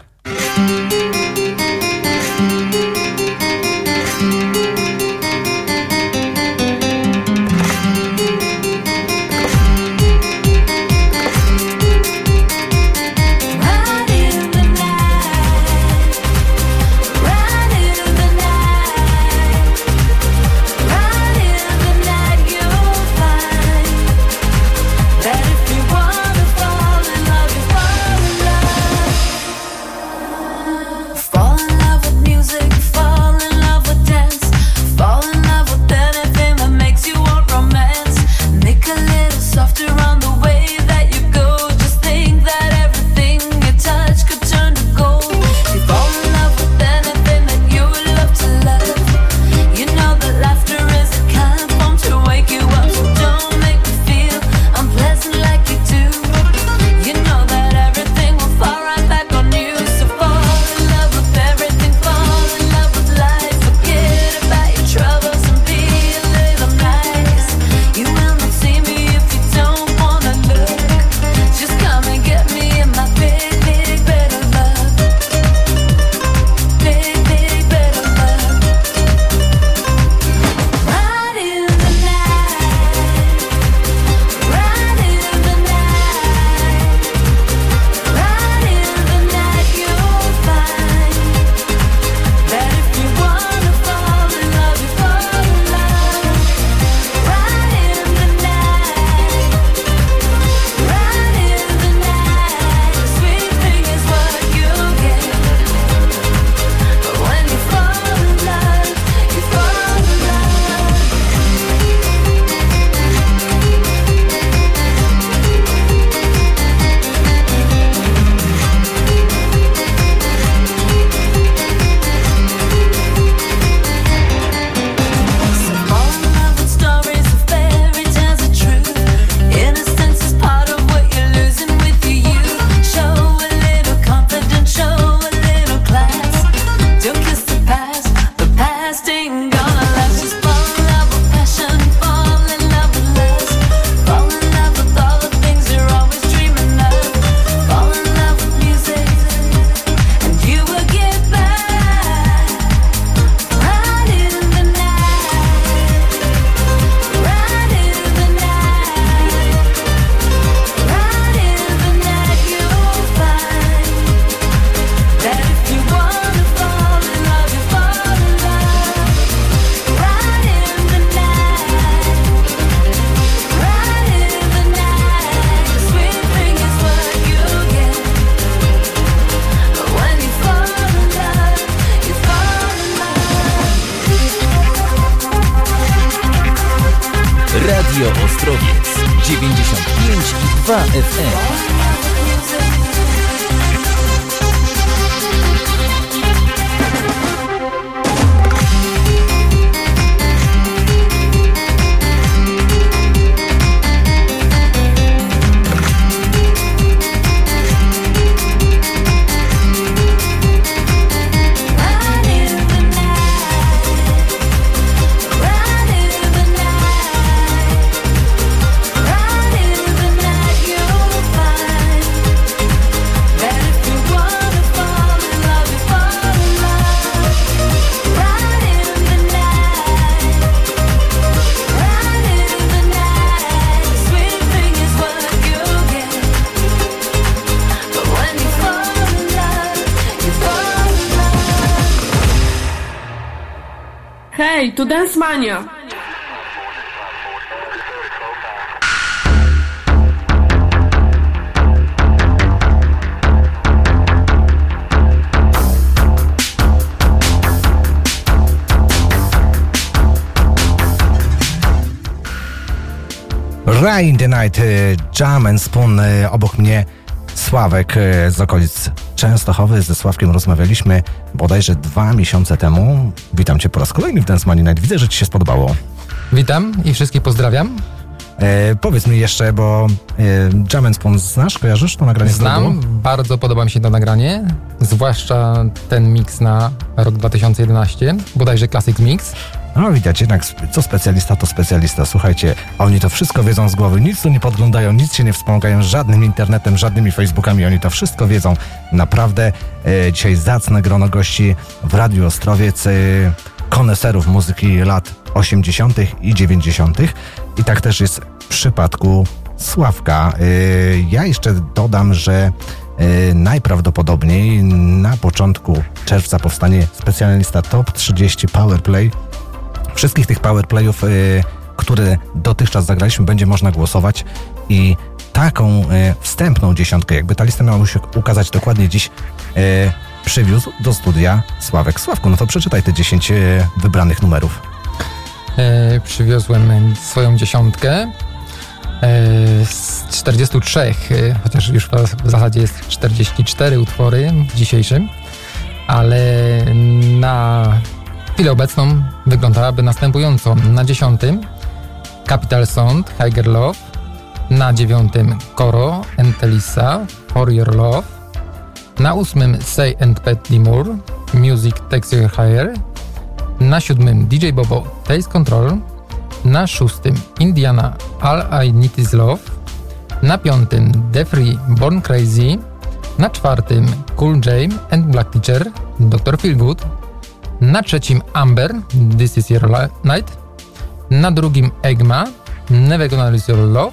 Radio Ostrowiec dziewięćdziesiąt pięć i dwa F M. Right in the night, you'll find Hej, tu Dance Mania. Rain the Night, Jam and Spoon, obok mnie Sławek z okolic Częstochowy. Ze Sławkiem rozmawialiśmy bodajże dwa miesiące temu. Witam Cię po raz kolejny w Dance Money Night. Widzę, że Ci się spodobało. Witam i wszystkich pozdrawiam. E, powiedz mi jeszcze, bo e, Jam and Spoon znasz, kojarzysz to nagranie? Znam, bardzo podoba mi się to nagranie, zwłaszcza ten mix na rok dwa tysiące jedenasty, bodajże Classic Mix. No widać, jednak co specjalista, to specjalista. Słuchajcie, oni to wszystko wiedzą z głowy, nic tu nie podglądają, nic się nie wspomagają żadnym internetem, żadnymi facebookami, oni to wszystko wiedzą. Naprawdę e, dzisiaj zacne grono gości w Radiu Ostrowiec, e, koneserów muzyki lat osiemdziesiątych i dziewięćdziesiątych. I tak też jest w przypadku Sławka. E, ja jeszcze dodam, że e, najprawdopodobniej na początku czerwca powstanie specjalna lista Top trzydzieści Powerplay. Wszystkich tych powerplayów, y, które dotychczas zagraliśmy, będzie można głosować i taką y, wstępną dziesiątkę, jakby ta lista miała się ukazać dokładnie dziś, y, przywiózł do studia Sławek. Sławku, no to przeczytaj te dziesięć y, wybranych numerów. E, przywiozłem swoją dziesiątkę e, z czterdziestu trzech, e, chociaż już w zasadzie jest czterdzieści cztery utwory w dzisiejszym, ale na chwilę obecną wyglądałaby następująco. Na dziesiątym Capital Sound, Higher Love. Na dziewiątym Koro, Entelisa, For Your Love. Na ósmym Say and Pat Limur, Music Takes You Higher. Na siódmym D J Bobo, Taste Control. Na szóstym Indiana, All I Need Is Love. Na piątym The Free, Born Crazy. Na czwartym Cool Jame and Black Teacher, doktor Feelgood. Na trzecim Amber, This Is Your Night. Na drugim Egma, Never Gonna Lose Your Love.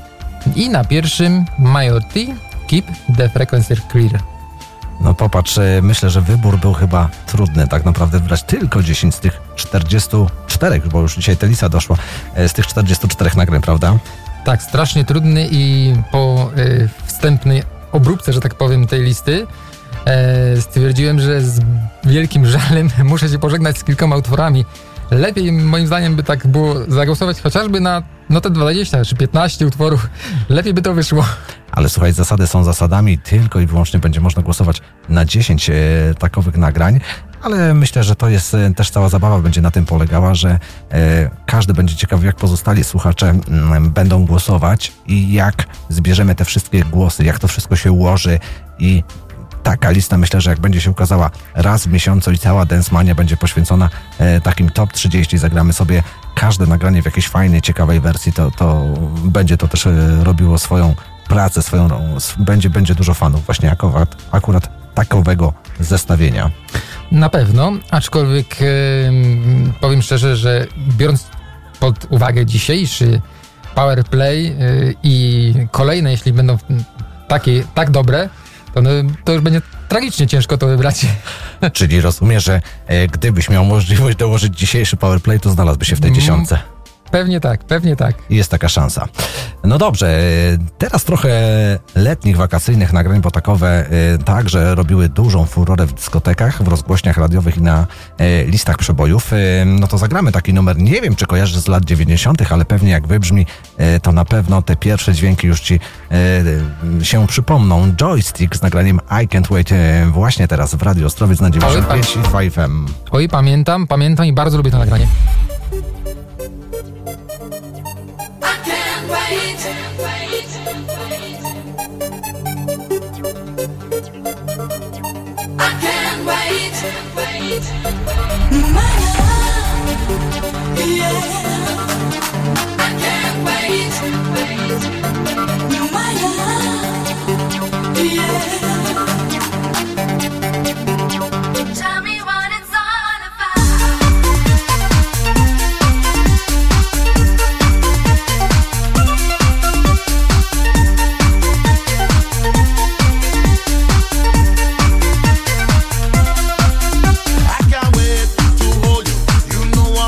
I na pierwszym Majority, Keep the Frequency Clear. No popatrz, myślę, że wybór był chyba trudny. Tak naprawdę wybrać tylko dziesięć z tych czterdziestu czterech, bo już dzisiaj Telisa doszła, z tych czterdziestu czterech nagrań, prawda? Tak, strasznie trudny i po y, wstępnej obróbce, że tak powiem, tej listy e, stwierdziłem, że z wielkim żalem muszę się pożegnać z kilkoma utworami. Lepiej moim zdaniem by tak było zagłosować chociażby na no te dwadzieścia czy piętnaście utworów. Lepiej by to wyszło. Ale słuchaj, zasady są zasadami, tylko i wyłącznie będzie można głosować na dziesięć e, takowych nagrań, ale myślę, że to jest e, też cała zabawa będzie na tym polegała, że e, każdy będzie ciekawy, jak pozostali słuchacze m, będą głosować i jak zbierzemy te wszystkie głosy, jak to wszystko się ułoży i taka lista, myślę, że jak będzie się ukazała raz w miesiącu i cała Dance Mania będzie poświęcona e, takim top trzydzieści, zagramy sobie każde nagranie w jakiejś fajnej, ciekawej wersji, to, to będzie to też e, robiło swoją pracę, swoją, będzie, będzie dużo fanów właśnie akurat, akurat takowego zestawienia. Na pewno, aczkolwiek yy, powiem szczerze, że biorąc pod uwagę dzisiejszy Powerplay yy, i kolejne, jeśli będą takie, tak dobre, to, no, to już będzie tragicznie ciężko to wybrać. Czyli rozumiem, że e, gdybyś miał możliwość dołożyć dzisiejszy Powerplay, to znalazłby się w tej dziesiątce. Pewnie tak, pewnie tak. Jest taka szansa. No dobrze, teraz trochę letnich, wakacyjnych nagrań, bo takowe także robiły dużą furorę w dyskotekach, w rozgłośniach radiowych i na listach przebojów. No to zagramy taki numer, nie wiem czy kojarzysz z lat dziewięćdziesiątych, ale pewnie jak wybrzmi, to na pewno te pierwsze dźwięki już ci się przypomną. Joystick z nagraniem I Can't Wait właśnie teraz w Radiu Ostrowiec na dziewięćdziesiąt pięć i dwa F M. Oj, pamiętam, pamiętam i bardzo lubię to nagranie. Tell me what it's all about. I can't wait to hold you. You know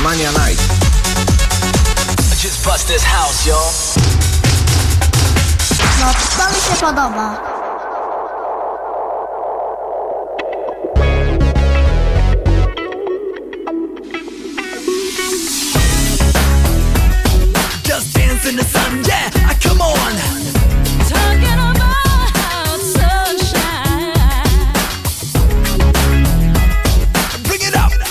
Mania Night. Just bust this house, y'all. No, to mi się podoba. Just dance in the sun, yeah, come on. Talking about sunshine. Bring it up.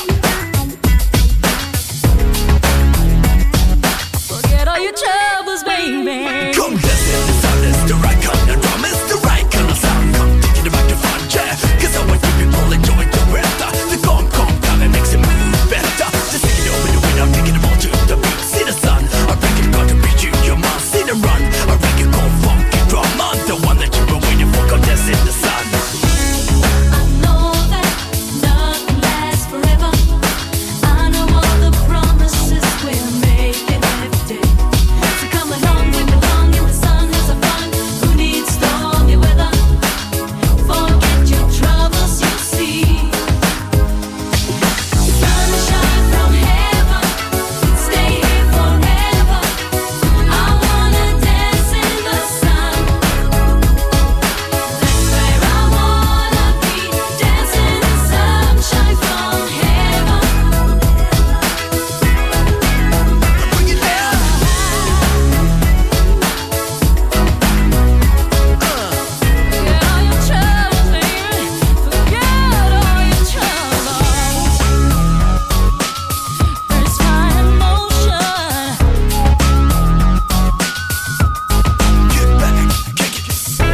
Forget all your troubles, baby. Come dance in the sun, it's the right kind of drum, it's the right kind of sound. Come taking it back to fun, yeah. Cause I want you people enjoying the rhythm. The gong gong come and makes it move better. Just take it over the wind, I'm taking them all to the beat. See the sun, I break it, got to beat you, your mom. See them run, I break it, cold funky drum. I'm the one that you were waiting for, come dance in the sun. I know that nothing lasts forever. I know all the promises we're making every day. So come along, we belong in the sun, has a fun. Who needs stormy weather? Forget your troubles, you see. Sunshine from heaven, stay here forever. I wanna dance in the sun. That's where I wanna be, dancing in sunshine from heaven. Bring it down. Forget all your troubles, baby. Forget all your troubles. There's fine emotion. Get back, kick it.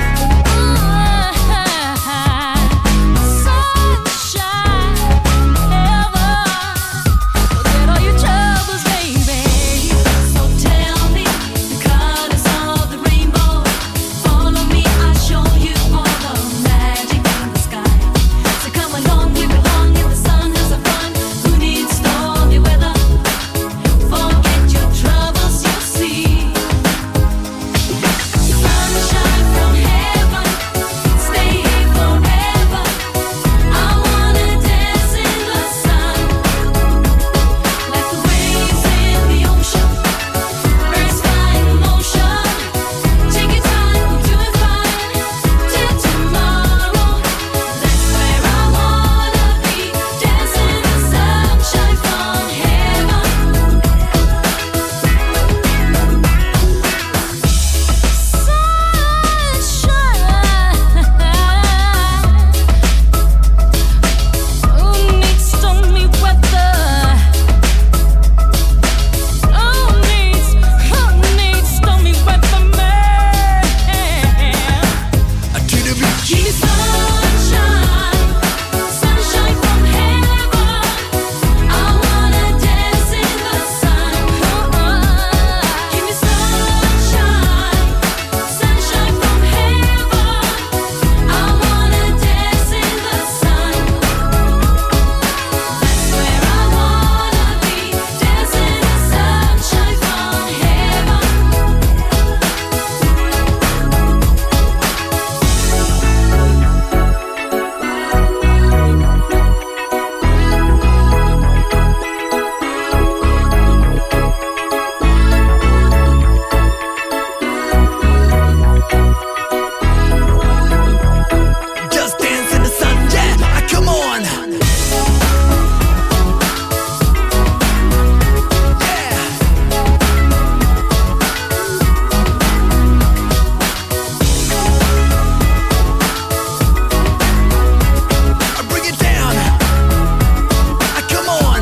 Sunshine, ever. Forget all your troubles, baby. So tell me the colors of the rainbow. Follow me, I'll show you all the magic in the sky. So come along, we belong in the sun, has a fun. Who needs stormy weather? Forget your troubles, you see. Sunshine from heaven, stay here forever. I wanna dance in the sun, like the waves in the ocean. Birds fly in motion. Take your time, we'll do it fine till tomorrow. That's where I wanna be, dancing in sunshine from heaven. Sunshine. Who needs stormy weather? Who needs, who needs stormy weather, man? To the beach. Give me sunshine, sunshine from heaven. I wanna dance in the sun. Give me sunshine, sunshine from heaven. I wanna dance in the sun. That's where I wanna be, dancing in sunshine from heaven. Just dance in the sun, yeah, come on. Bring it down. Come on.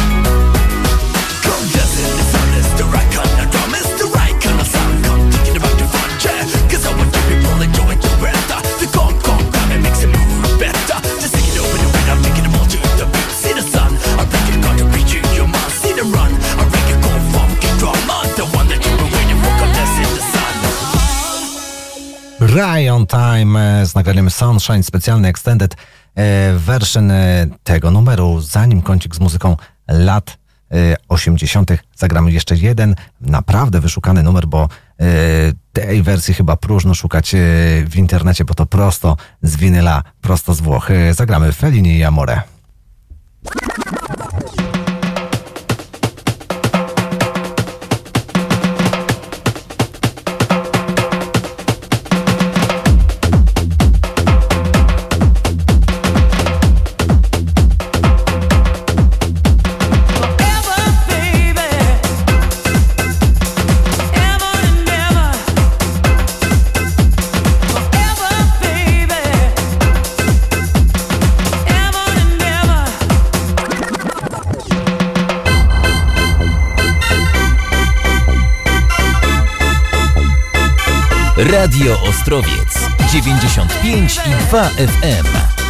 Come dance in the sun, it's the right kind of drum, it's the right kind of sound. Come taking it back to fun, yeah. Cause I want you people enjoying the rhythm. The gong gong come and makes it move better. Just take it over the wind, I'm taking them all to the beat. See the sun, I break it, got to reach you, your mom. See them run, I break it, cold funky drum. I'm the one that you were waiting for, come dance in the sun. Ryan Time e, z nagraniem Sunshine, specjalny extended e, version e, tego numeru. Zanim kącik z muzyką lat e, osiemdziesiątych zagramy jeszcze jeden naprawdę wyszukany numer, bo e, tej wersji chyba próżno szukać e, w internecie, bo to prosto z winyla, prosto z Włoch. E, zagramy Fellini i Amore. Radio Ostrowiec dziewięćdziesiąt pięć i dwa F M.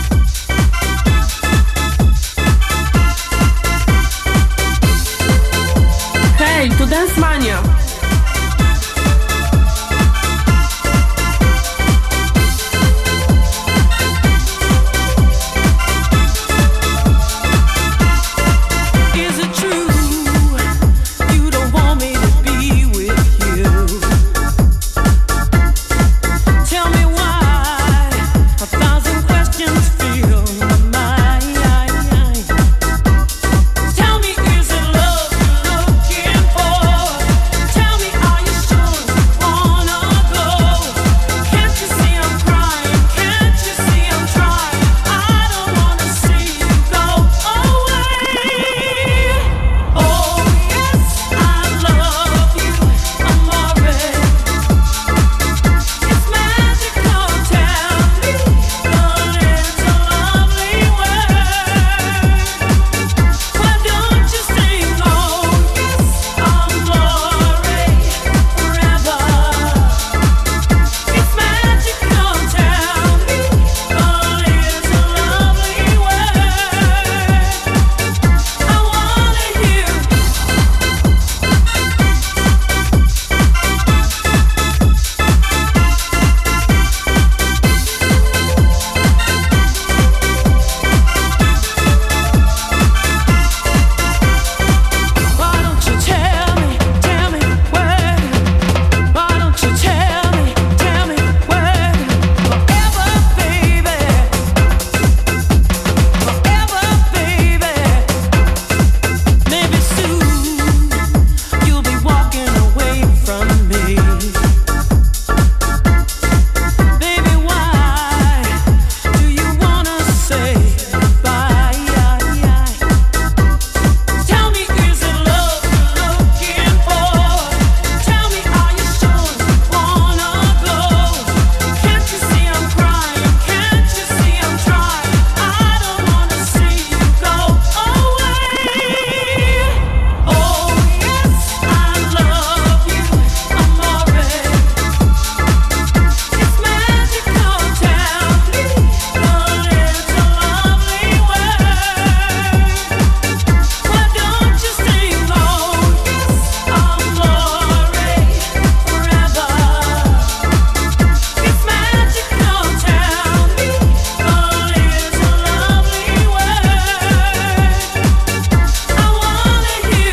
Hej, tu Dance Mania. Is it true you don't want me to be with you? Tell me why a thousand questions fill my mind. Tell me, is it love you're looking for? Tell me, are you sure you wanna go? Can't you see I'm crying? Can't you see I'm trying? I don't wanna see you go away. Oh yes, I love you, amore. It's magical, tell me, but it's a lovely word. Why don't you sing, oh yes, amore, forever? It's magical, tell me, but it's a lovely word. I wanna hear. Why don't you tell me, tell me where? Why don't you tell me, tell me where? Forever, baby. Forever, baby. Maybe soon you'll be walking away from me. Baby, why do you wanna say goodbye? Tell me, is it love you're looking for? Tell me, are you sure you wanna go? Can't you see I'm crying? Can't you see I'm trying? I don't wanna see you go away. Oh yes, I love you, amore. It's magical, tell me, but it's a lovely word. Why don't you sing, oh yes, amore, forever? It's magical, tell me, but it's a lovely word. I wanna hear.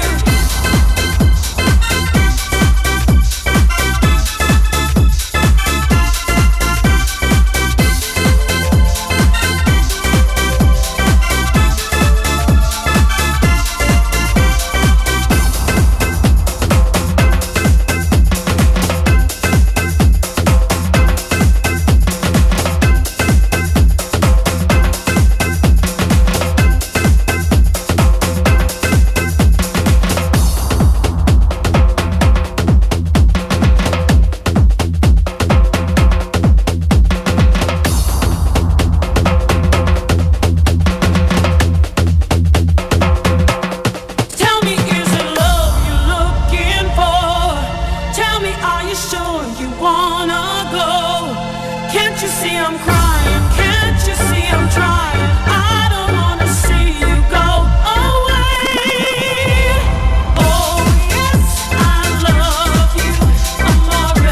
Tell me, is it love you're looking for? Tell me, are you sure you wanna go? Can't you see I'm crying? Can't you see I'm trying? I don't wanna see you go away. Oh yes, I love you, amore.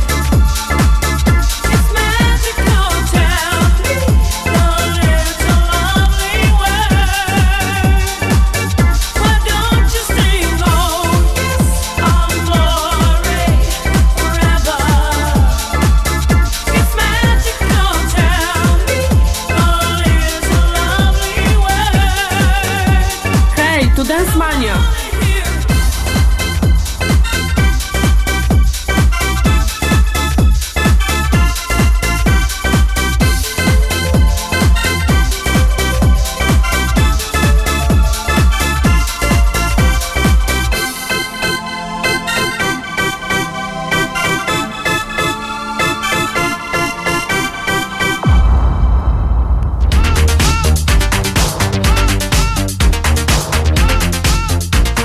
It's magical, tell me, but it's a lovely word. Why don't you sing, oh yes, amore, forever? It's magical, tell me, but it's a lovely word. Hej, tu Dance Mania.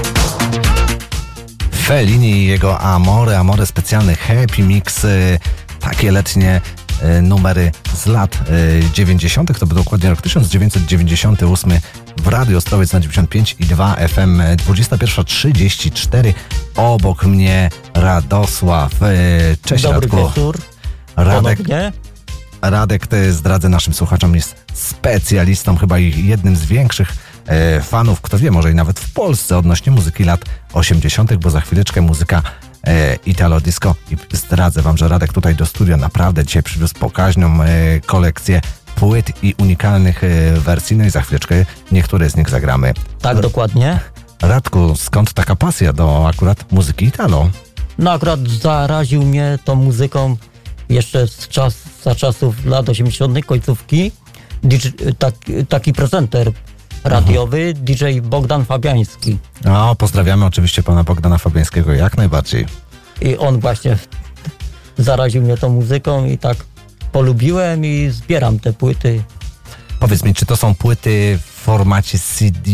Fellini i jego Amore, Amore specjalny Happy Mix. takie letnie e, numery z lat e, dziewięćdziesiątych. To był dokładnie rok tysiąc dziewięćset dziewięćdziesiąty ósmy w Radiu Ostrowiec na dziewięćdziesiąt pięć i dwa F M. dwudziesta pierwsza trzydzieści cztery. Obok mnie Radosław. E, cześć Dobry Radku. wieczór. Radek. Ponownie. Radek, ty zdradzę naszym słuchaczom, jest specjalistą, chyba i jednym z większych e, fanów, kto wie, może i nawet w Polsce odnośnie muzyki lat osiemdziesiątych, bo za chwileczkę muzyka e, Italo Disco i zdradzę wam, że Radek tutaj do studia naprawdę dzisiaj przywiózł pokaźną e, kolekcję płyt i unikalnych e, wersji, no i za chwileczkę niektóre z nich zagramy. Tak, dokładnie. Radku, skąd taka pasja do akurat muzyki Italo? No akurat zaraził mnie tą muzyką jeszcze z czas, za czasów lat osiemdziesiątych, końcówki. D J, tak, taki prezenter radiowy, D J Bogdan Fabiański. O, pozdrawiamy oczywiście pana Bogdana Fabiańskiego, jak najbardziej. I on właśnie zaraził mnie tą muzyką i tak polubiłem i zbieram te płyty. Powiedz mi, czy to są płyty w formacie C D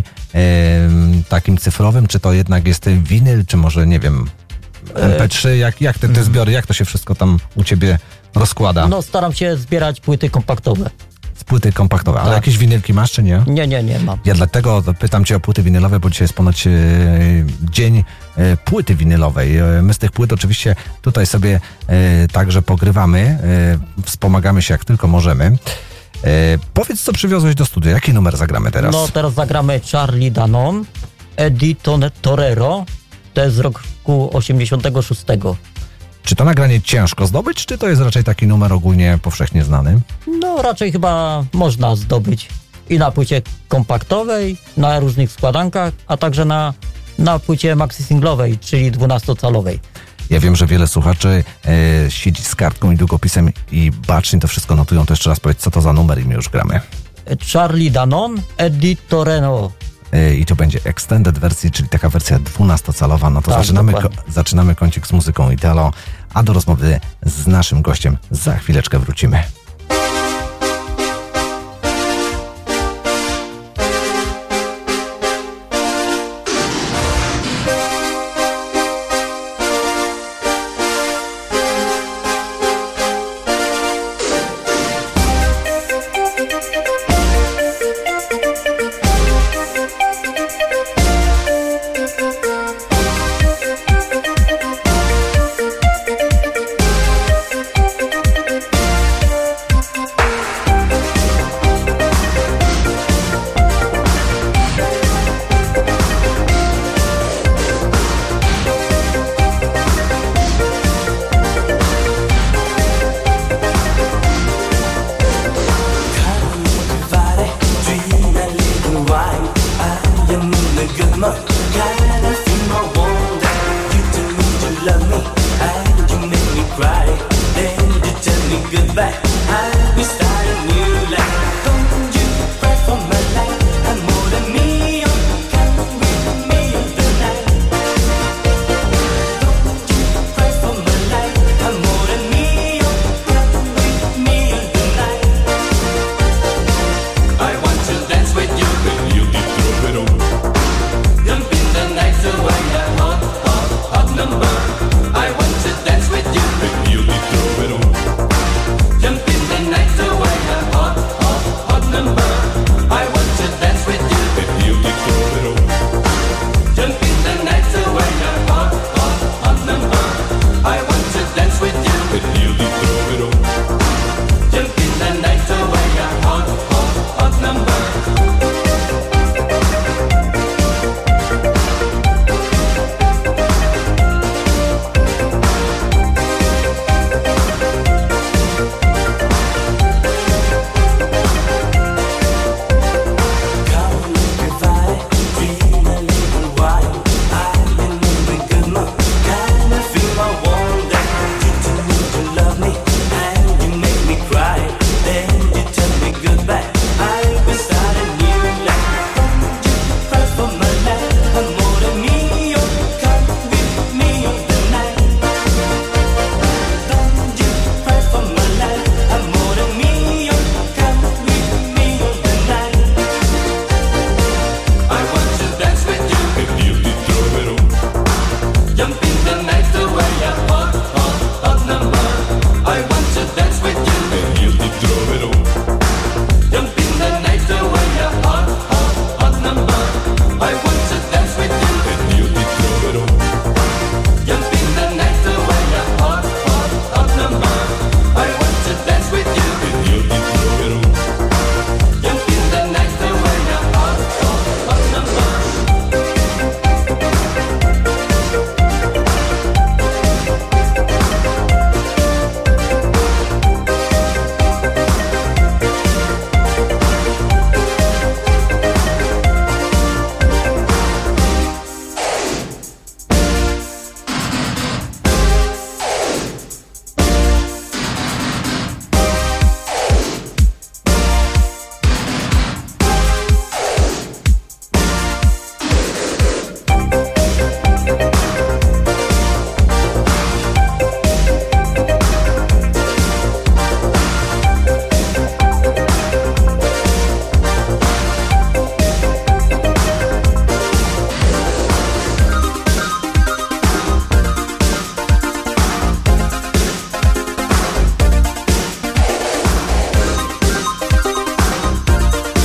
em, takim cyfrowym, czy to jednak jest winyl, czy może, nie wiem, M P trzy, jak, jak te, te zbiory, jak to się wszystko tam u ciebie rozkłada? No staram się zbierać płyty kompaktowe. Z płyty kompaktowe, ale Tak. jakieś winylki masz, czy nie? Nie, nie, nie mam. Ja dlatego pytam cię o płyty winylowe, bo dzisiaj jest ponoć e, dzień e, płyty winylowej. E, my z tych płyt oczywiście tutaj sobie e, także pogrywamy, e, wspomagamy się jak tylko możemy. E, powiedz, co przywiozłeś do studia, jaki numer zagramy teraz? No teraz zagramy Charlie Danon, Eddie Ton- Torero, to jest z roku osiemdziesiątego szóstego. Czy to nagranie ciężko zdobyć, czy to jest raczej taki numer ogólnie powszechnie znany? No raczej chyba można zdobyć i na płycie kompaktowej, na różnych składankach, a także na, na płycie maxi singlowej, czyli dwunastocalowej. Ja wiem, że wiele słuchaczy e, siedzi z kartką i długopisem i bacznie to wszystko notują. To jeszcze raz powiedz, co to za numer i my już gramy. Charlie Danon, Eddie Toreno. E, I to będzie extended wersji, czyli taka wersja dwunastocalowa. No to Tak, zaczynamy, ko- dokładnie. zaczynamy kącik z muzyką Italo, a do rozmowy z naszym gościem za chwileczkę wrócimy.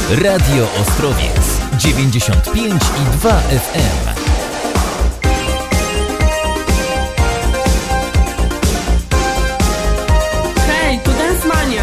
Radio Ostrowiec dziewięćdziesiąt pięć i dwa F M. Hej, tu Dance Mania.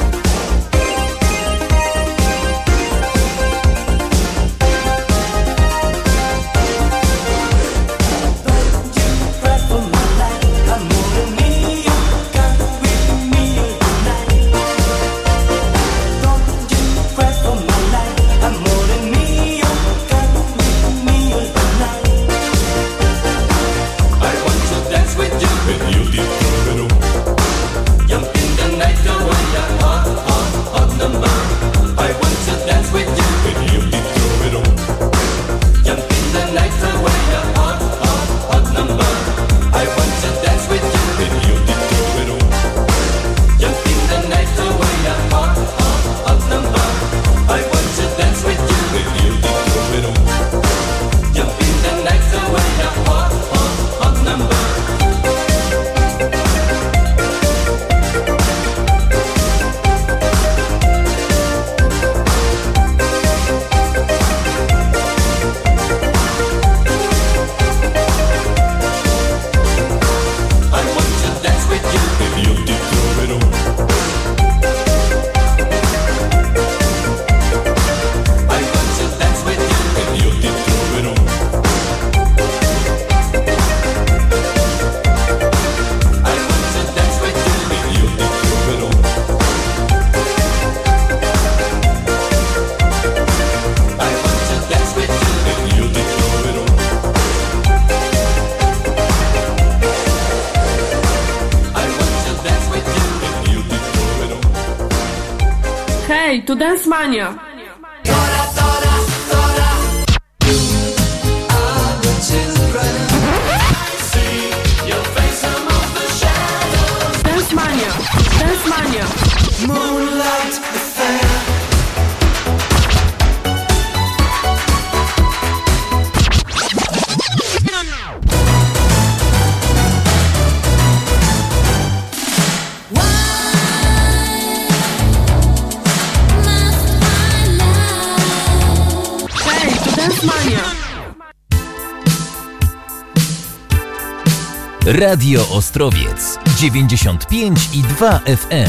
Hej, tu Dance Mania. Dance Mania, Dance Mania. Moonlight affair. Hej, tu Dance Mania. Radio Ostrowiec dziewięćdziesiąt pięć i dwa F M.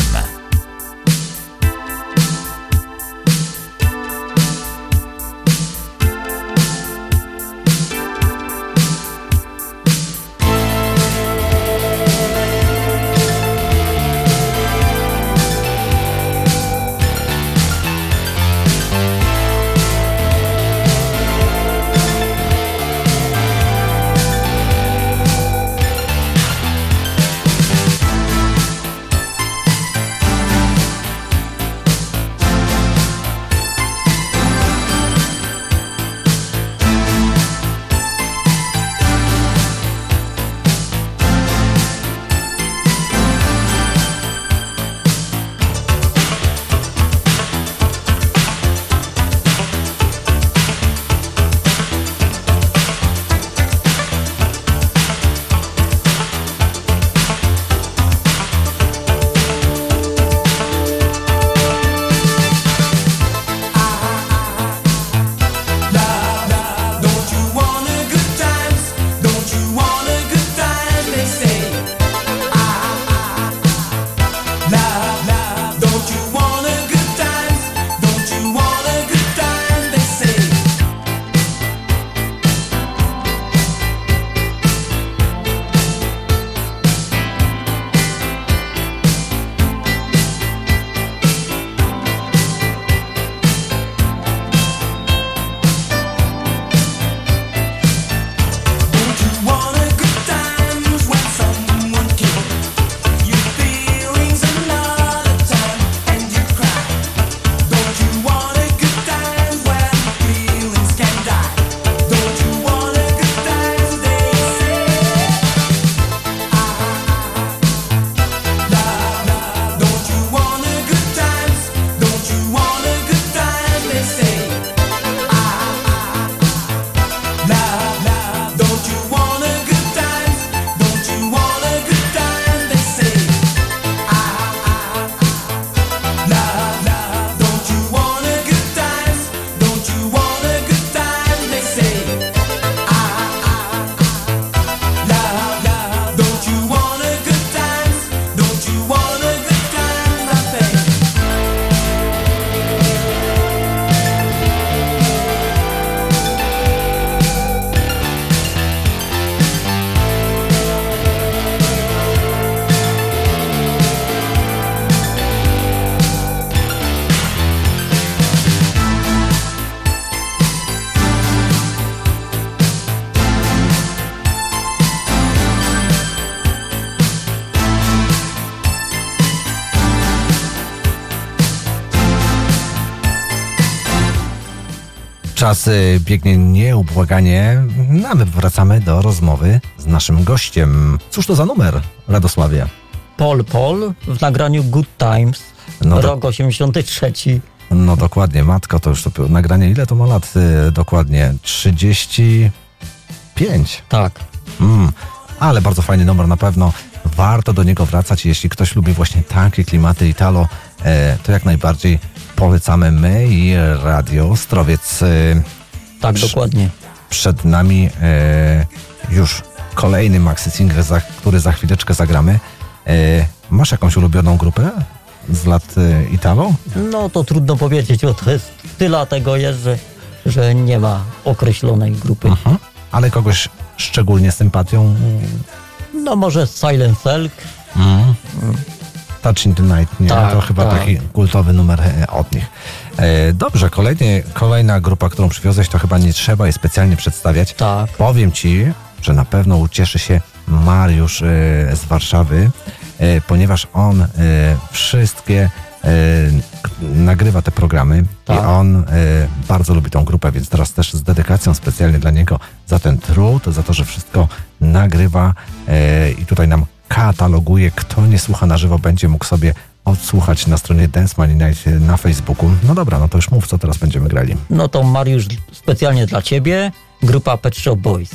Czas y, biegnie nieubłaganie, no a my wracamy do rozmowy z naszym gościem. Cóż to za numer, Radosławie? Paul Paul w nagraniu Good Times, No to- rok osiemdziesiąty trzeci. No dokładnie, matko, to już to nagranie, ile to ma lat y, dokładnie? trzydzieści pięć. Tak. Mm, ale bardzo fajny numer, na pewno warto do niego wracać. Jeśli ktoś lubi właśnie takie klimaty Italo, e, to jak najbardziej polecamy my i Radio Ostrowiec. E, tak, przy- dokładnie. Przed nami e, już kolejny maxi single, za, który za chwileczkę zagramy. E, masz jakąś ulubioną grupę z lat e, Italo? No to trudno powiedzieć, bo to jest tyle tego jest, że, że nie ma określonej grupy. Mhm. Ale kogoś szczególnie sympatią? No może Silent Elk. Mm. Touching the Night, nie? Tak, to chyba tak. taki kultowy numer e, od nich. E, dobrze, kolejny, kolejna grupa, którą przywiozłeś, to chyba nie trzeba jej specjalnie przedstawiać. Tak. Powiem ci, że na pewno ucieszy się Mariusz e, z Warszawy, e, ponieważ on e, wszystkie e, k- nagrywa te programy Tak. i on e, bardzo lubi tą grupę, więc teraz też z dedykacją specjalnie dla niego za ten trud, za to, że wszystko nagrywa e, i tutaj nam kataloguje. Kto nie słucha na żywo, będzie mógł sobie odsłuchać na stronie Dance Money Night na Facebooku. No dobra, no to już mów, co teraz będziemy grali. No to Mariusz, specjalnie dla ciebie, grupa Pet Shop Boys.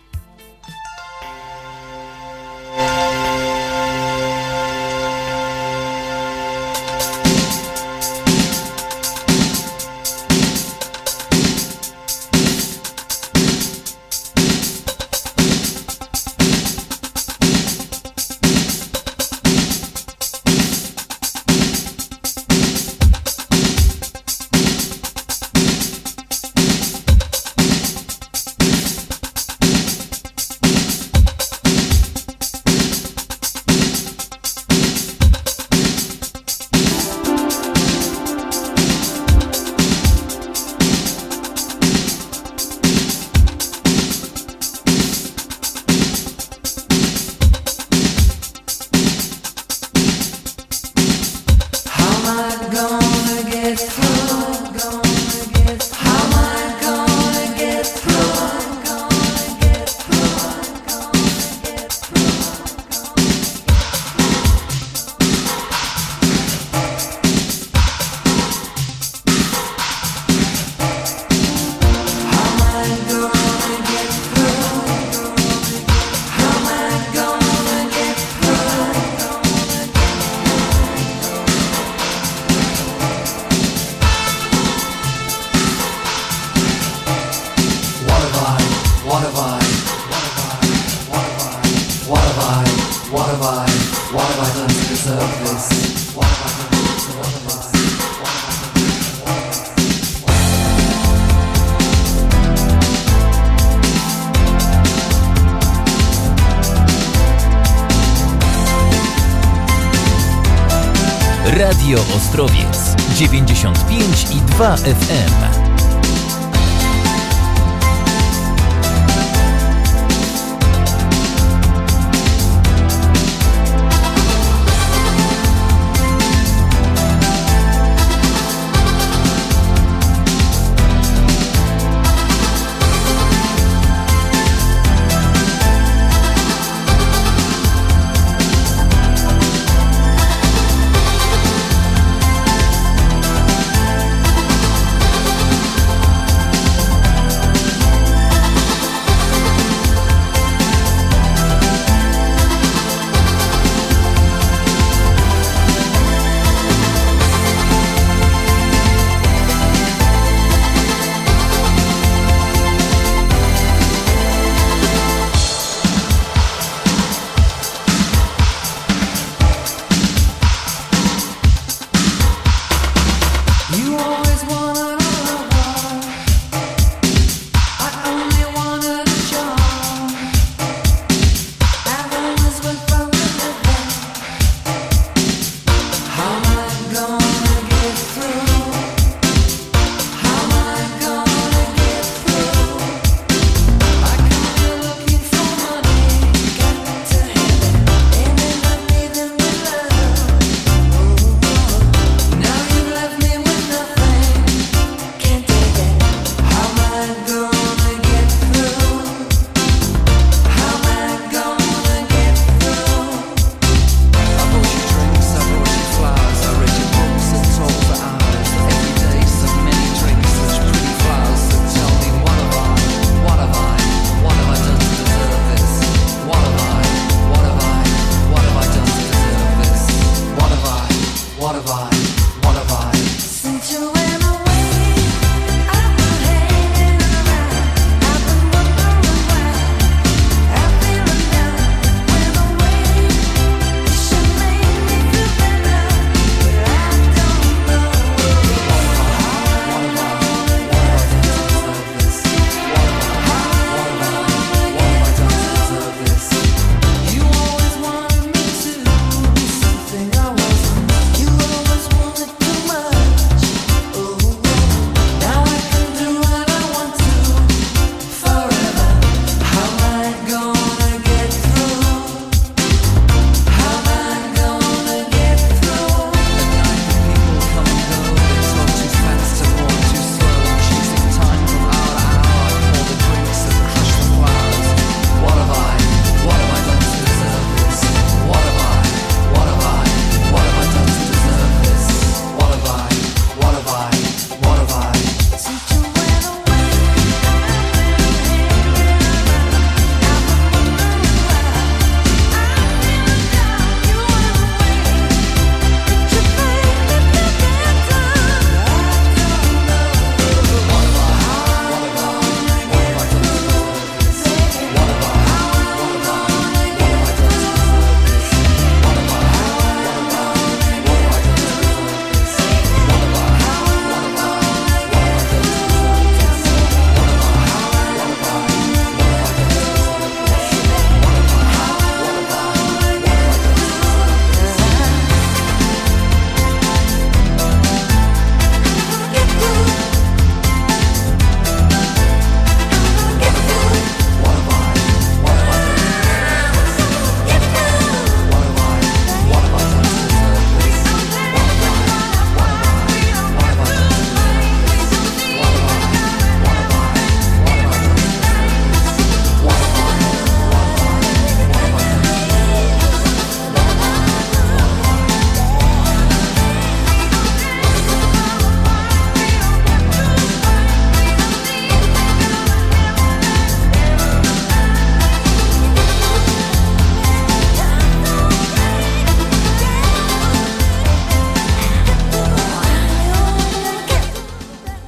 Radio Ostrowiec dziewięćdziesiąt pięć i dwa F M.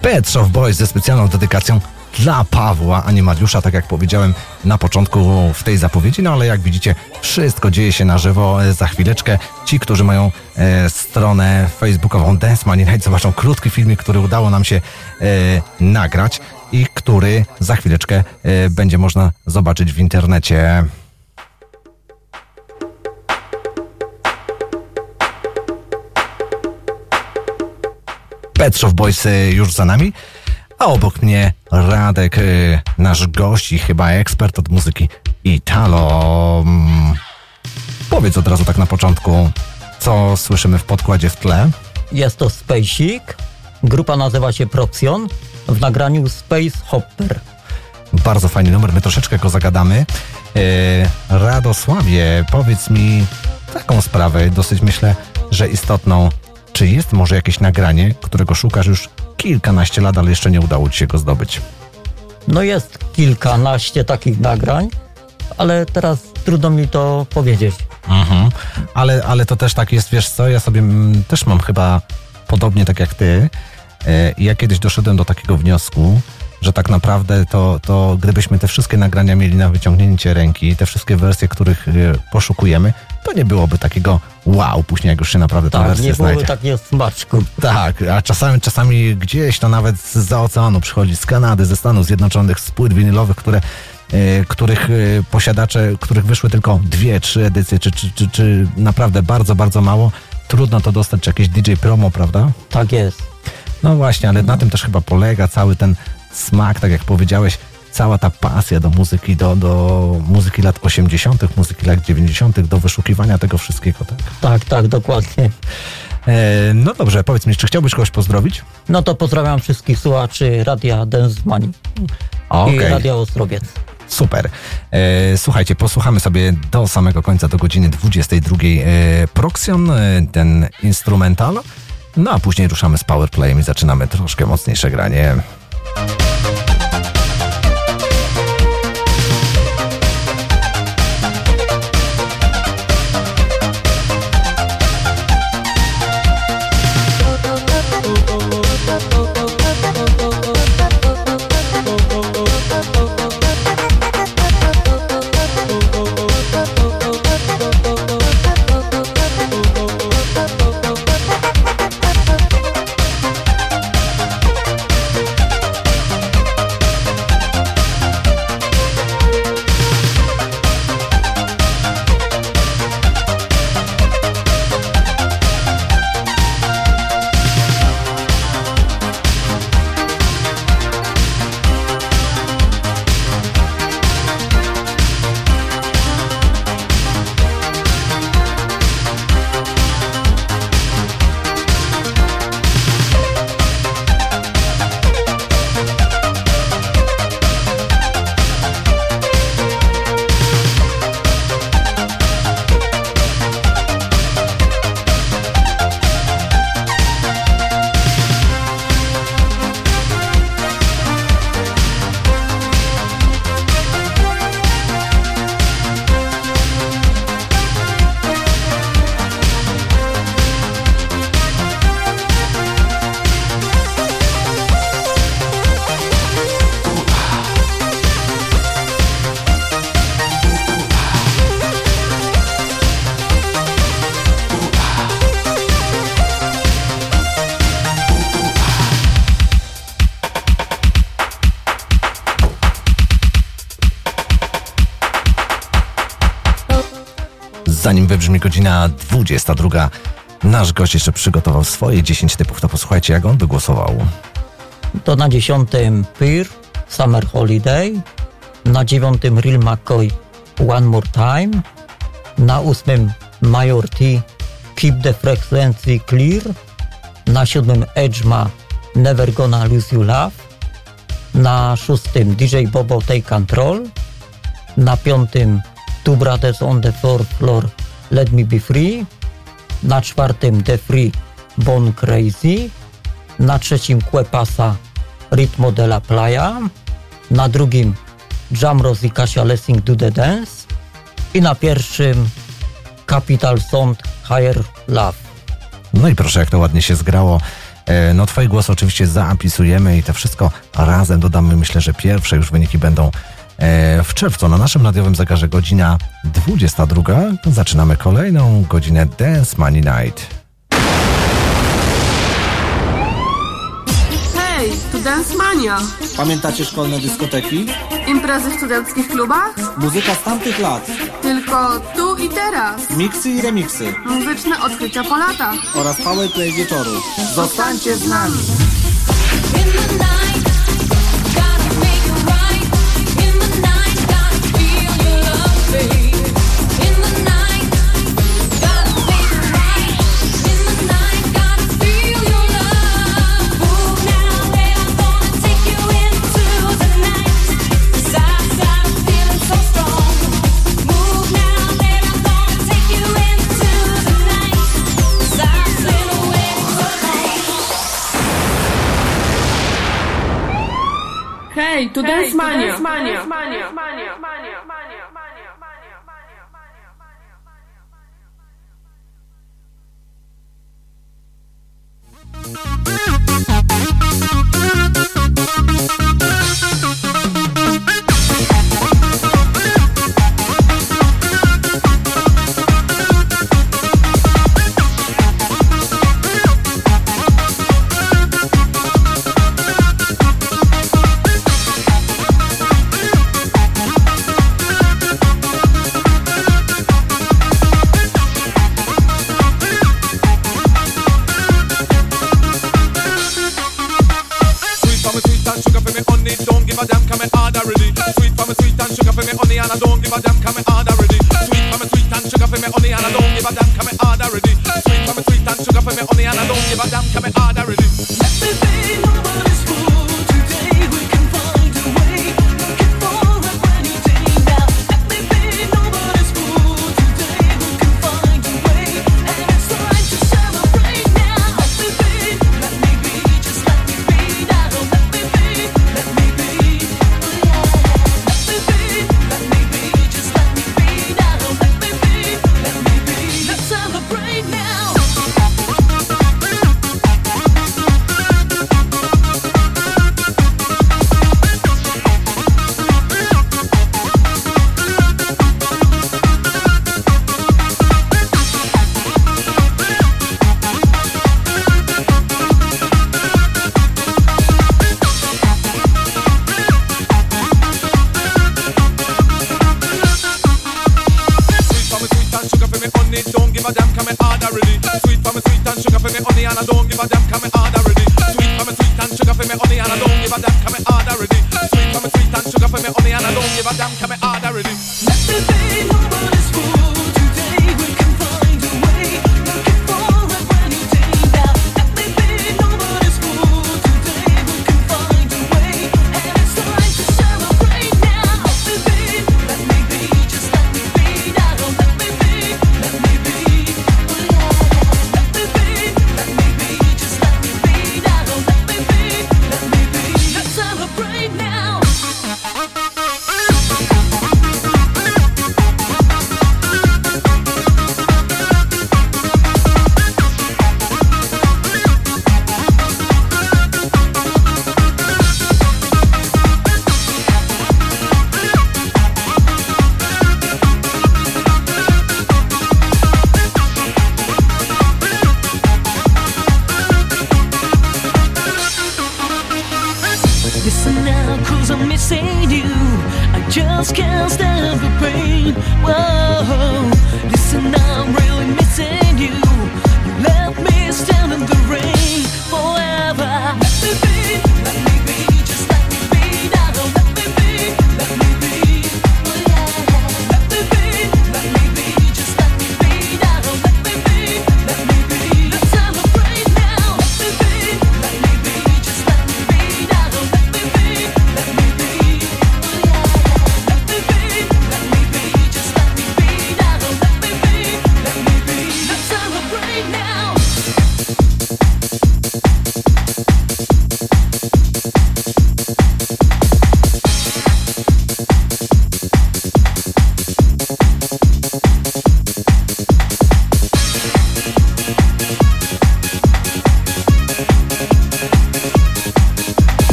Pet Shop Boys ze specjalną dedykacją dla Pawła, a nie Mariusza, tak jak powiedziałem na początku w tej zapowiedzi, no ale jak widzicie, wszystko dzieje się na żywo. Za chwileczkę ci, którzy mają e, stronę facebookową Dance Mania Night, zobaczą krótki filmik, który udało nam się e, nagrać i który za chwileczkę e, będzie można zobaczyć w internecie. Pet Shop Boys już za nami, a obok mnie Radek, nasz gość i chyba ekspert od muzyki Italo. Powiedz od razu tak na początku, co słyszymy w podkładzie w tle. Jest to Spacek, grupa nazywa się Proxion, w nagraniu Space Hopper. Bardzo fajny numer, my troszeczkę go zagadamy. Radosławie, powiedz mi taką sprawę, dosyć myślę, że istotną. Czy jest może jakieś nagranie, którego szukasz już kilkanaście lat, ale jeszcze nie udało ci się go zdobyć? No jest kilkanaście takich nagrań, ale teraz trudno mi to powiedzieć. Mhm. Ale, ale to też tak jest, wiesz co, ja sobie mm, też mam chyba podobnie tak jak ty. E, ja kiedyś doszedłem do takiego wniosku, że tak naprawdę to, to gdybyśmy te wszystkie nagrania mieli na wyciągnięcie ręki, te wszystkie wersje, których e, poszukujemy, to nie byłoby takiego wow, później jak już się naprawdę ta tak, wersja nie znajdzie. byłoby takiego smaczku. Tak, a czasami, czasami gdzieś to nawet zza oceanu przychodzi, z Kanady, ze Stanów Zjednoczonych, z płyt winylowych, które, e, których e, posiadacze, których wyszły tylko dwie, trzy edycje, czy, czy, czy, czy naprawdę bardzo, bardzo mało. Trudno to dostać, czy jakieś D J promo, prawda? Tak jest. No właśnie, ale na tym też chyba polega cały ten smak, tak jak powiedziałeś, cała ta pasja do muzyki, do, do muzyki lat osiemdziesiątych, muzyki lat dziewięćdziesiątych, do wyszukiwania tego wszystkiego, tak? Tak, tak, dokładnie. E, no dobrze, powiedz mi, czy chciałbyś kogoś pozdrowić? No to pozdrawiam wszystkich słuchaczy Radia Dance Mania Okay. i Radia Ostrowiec. Super. E, słuchajcie, posłuchamy sobie do samego końca, do godziny dwudziestej drugiej e, Proxion, e, ten instrumental, no a później ruszamy z Powerplayem i zaczynamy troszkę mocniejsze granie. Zanim wybrzmi godzina dwudziesta druga, nasz gość jeszcze przygotował swoje dziesięć typów. To posłuchajcie, jak on by głosował. To na dziesiątym Peer, Summer Holiday, na dziewiątym Real McCoy, One More Time, na ósmym Major T, Keep the Frequency Clear, na siódmym Edge ma Never Gonna Lose You Love, na szóstym D J Bobo Take Control, na piątym Two Brothers on the Fourth Floor, Let Me Be Free, na czwartym The Free, Born Crazy, na trzecim Quepasa, Ritmo de la Playa, na drugim Jamroz i Kasia Lessing Do The Dance i na pierwszym Capital Sound Higher Love. No i proszę, jak to ładnie się zgrało. E, no twoje głosy oczywiście zapisujemy i to wszystko razem dodamy. Myślę, że pierwsze już wyniki będą e, w czerwcu. Na naszym radiowym zegarze godzina dwudziesta druga. Zaczynamy kolejną godzinę Dance Money Night. Hej, tu Dance Mania. Pamiętacie szkolne dyskoteki? Imprezy w studenckich klubach? Muzyka z tamtych lat. Tylko tu i teraz. Miksy i remiksy. Muzyczne odkrycia po latach. Oraz powerplay wieczoru. Zostańcie z nami. Hej, tu Dance Mania. and I don't give a damn, come me hard already. Sweet for me sweet and sugar for me honey, and I don't give a damn, come me hard already. Sweet for me sweet and sugar for me honey, and I don't give a damn, come me hard already. Let me be nobody's fool today. We can find a way. Looking for a brand new day now. Let me be nobody's fool today. We can find a way, and it's time to celebrate now. Let me be, let me be, just let me be now. Let me be, let me be.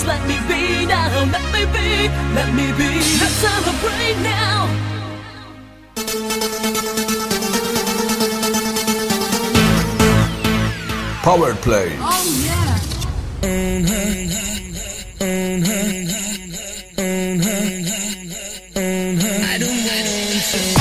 just let me be now. Let me be, let me be. Let's celebrate now. Power play. Oh yeah. I don't want to.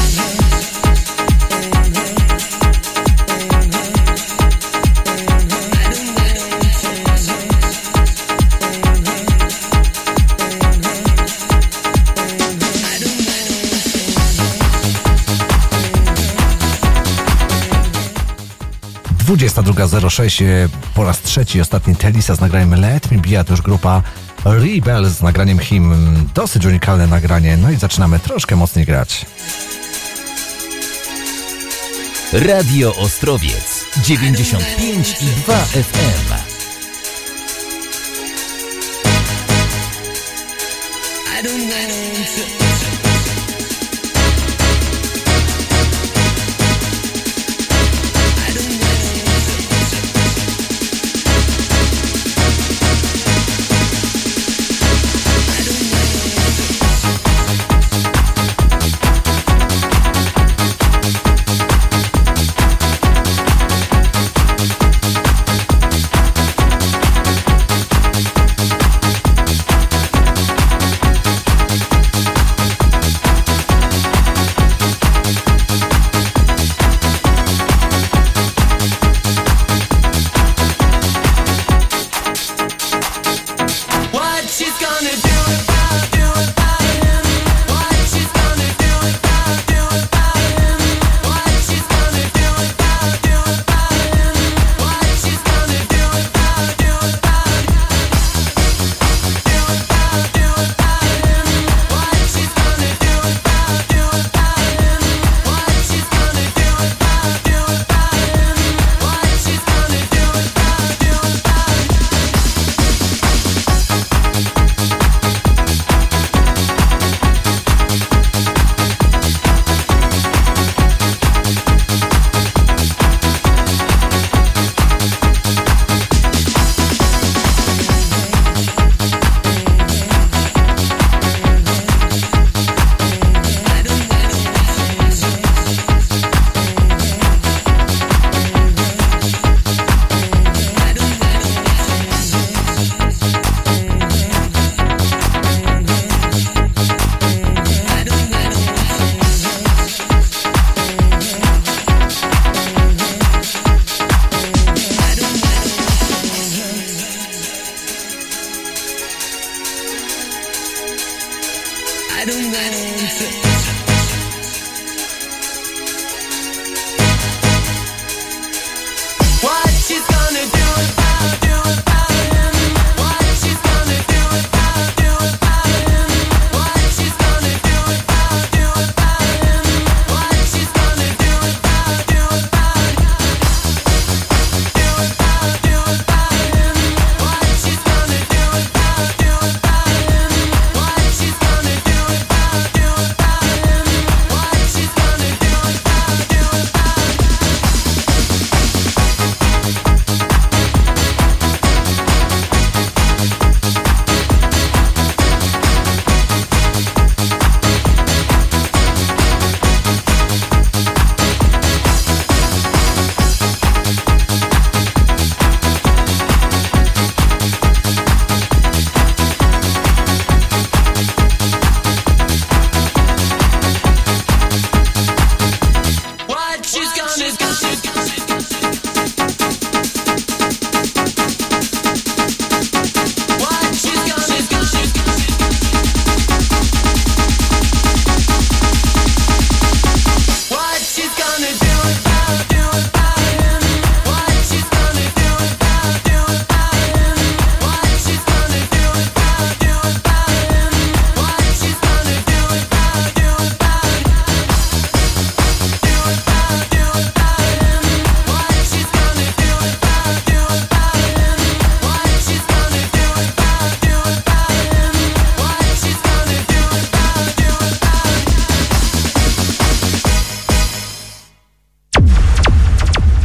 dwudziesta druga zero sześć, e, po raz trzeci, ostatni Telisa z nagraniem Let Me Be, a to już grupa Rebel z nagraniem Him. Dosyć unikalne nagranie, no i zaczynamy troszkę mocniej grać. Radio Ostrowiec dziewięćdziesiąt pięć i dwa F M. I don't want to.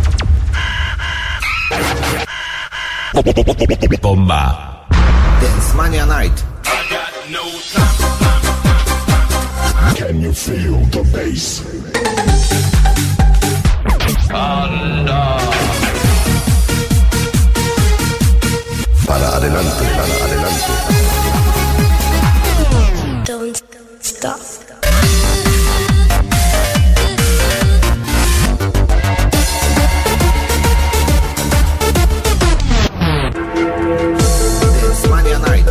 Bomba. Dance Mania Night. Can you feel the bass? Para adelante, para adelante. Don't stop. Dance Mania Night.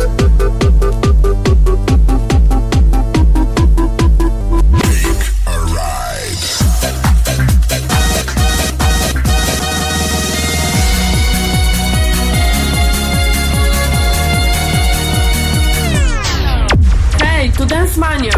Hej, tu Dance Mania.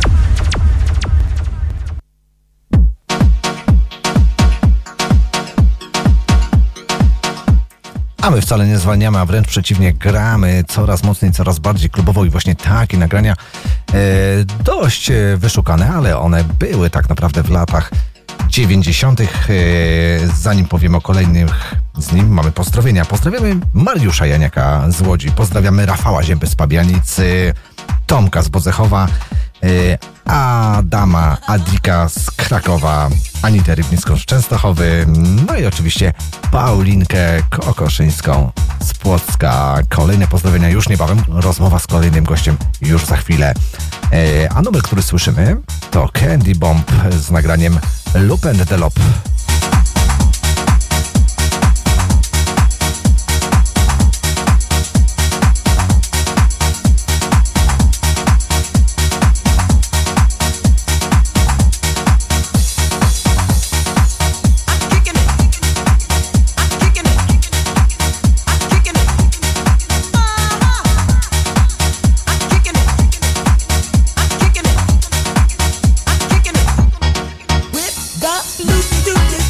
A my wcale nie zwalniamy, a wręcz przeciwnie, gramy coraz mocniej, coraz bardziej klubowo i właśnie takie nagrania e, dość e, wyszukane, ale one były tak naprawdę w latach dziewięćdziesiątych. E, zanim powiem o kolejnych z nim, mamy pozdrowienia. Pozdrawiamy Mariusza Janiaka z Łodzi, pozdrawiamy Rafała Zięby z Pabianicy, Tomka z Bodzechowa, e, Adama Adrika z Krakowa, Anitę Rybnicką z Częstochowy, no i oczywiście Paulinkę Kokoszyńską z Płocka. Kolejne pozdrowienia już niebawem, rozmowa z kolejnym gościem już za chwilę. E, a numer, który słyszymy, to Candy Bomb z nagraniem Loop and the Lop. With the loop, loop, loop.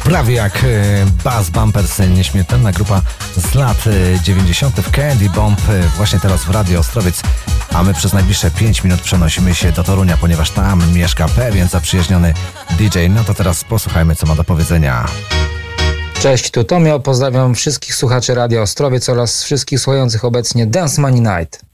prawie jak e, Bass Bumpers, nieśmiertelna grupa z lat e, dziewięćdziesiątych. Candy Bomb e, właśnie teraz w Radio Ostrowiec, a my przez najbliższe pięć minut przenosimy się do Torunia, ponieważ tam mieszka pewien zaprzyjaźniony D J. No to teraz posłuchajmy, co ma do powiedzenia. Cześć, tu Tomio, pozdrawiam wszystkich słuchaczy Radia Ostrowiec oraz wszystkich słuchających obecnie Dance Money Night.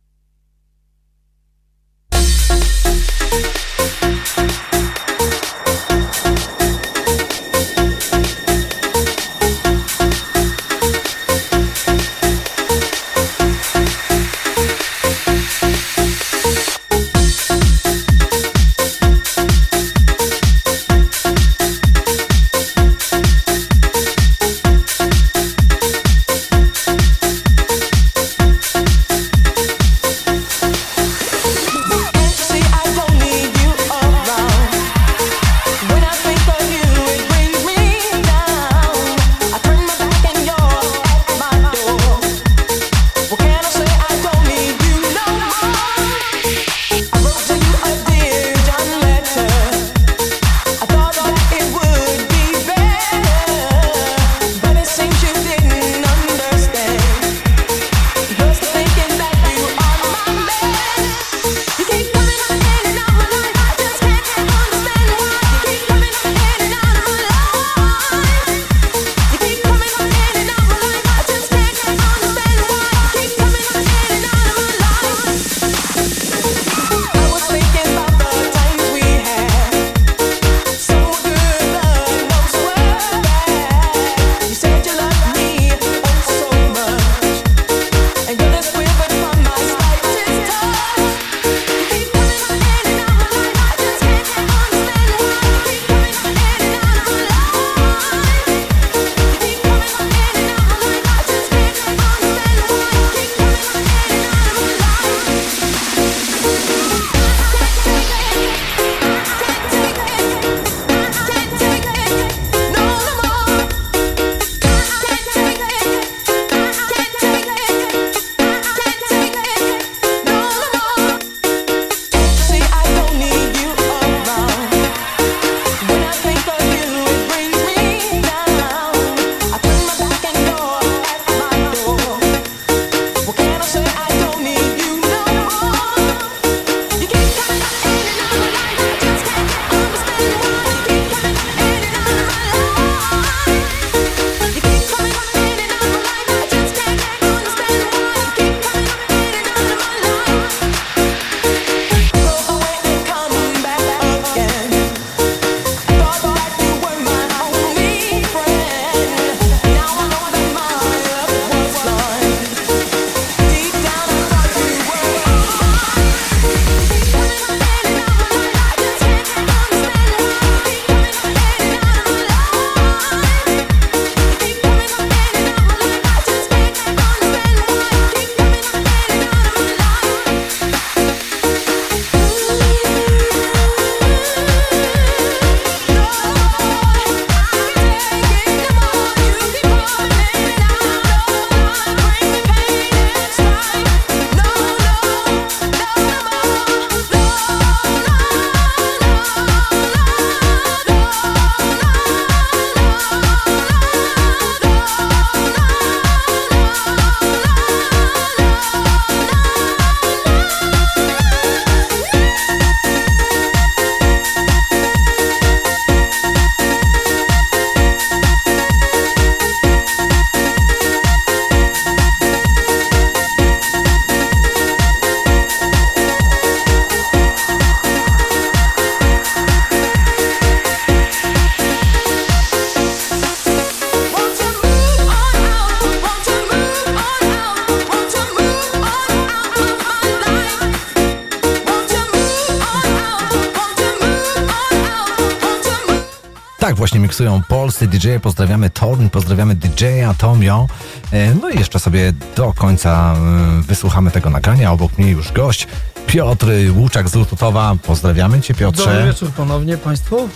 Tak właśnie miksują polscy D J. Pozdrawiamy Torn, pozdrawiamy D J-a Tomio. No i jeszcze sobie do końca wysłuchamy tego nagrania. Obok mnie już gość Piotr Łuczak z Lututowa. Pozdrawiamy Cię, Piotrze. Dobry wieczór ponownie Państwu.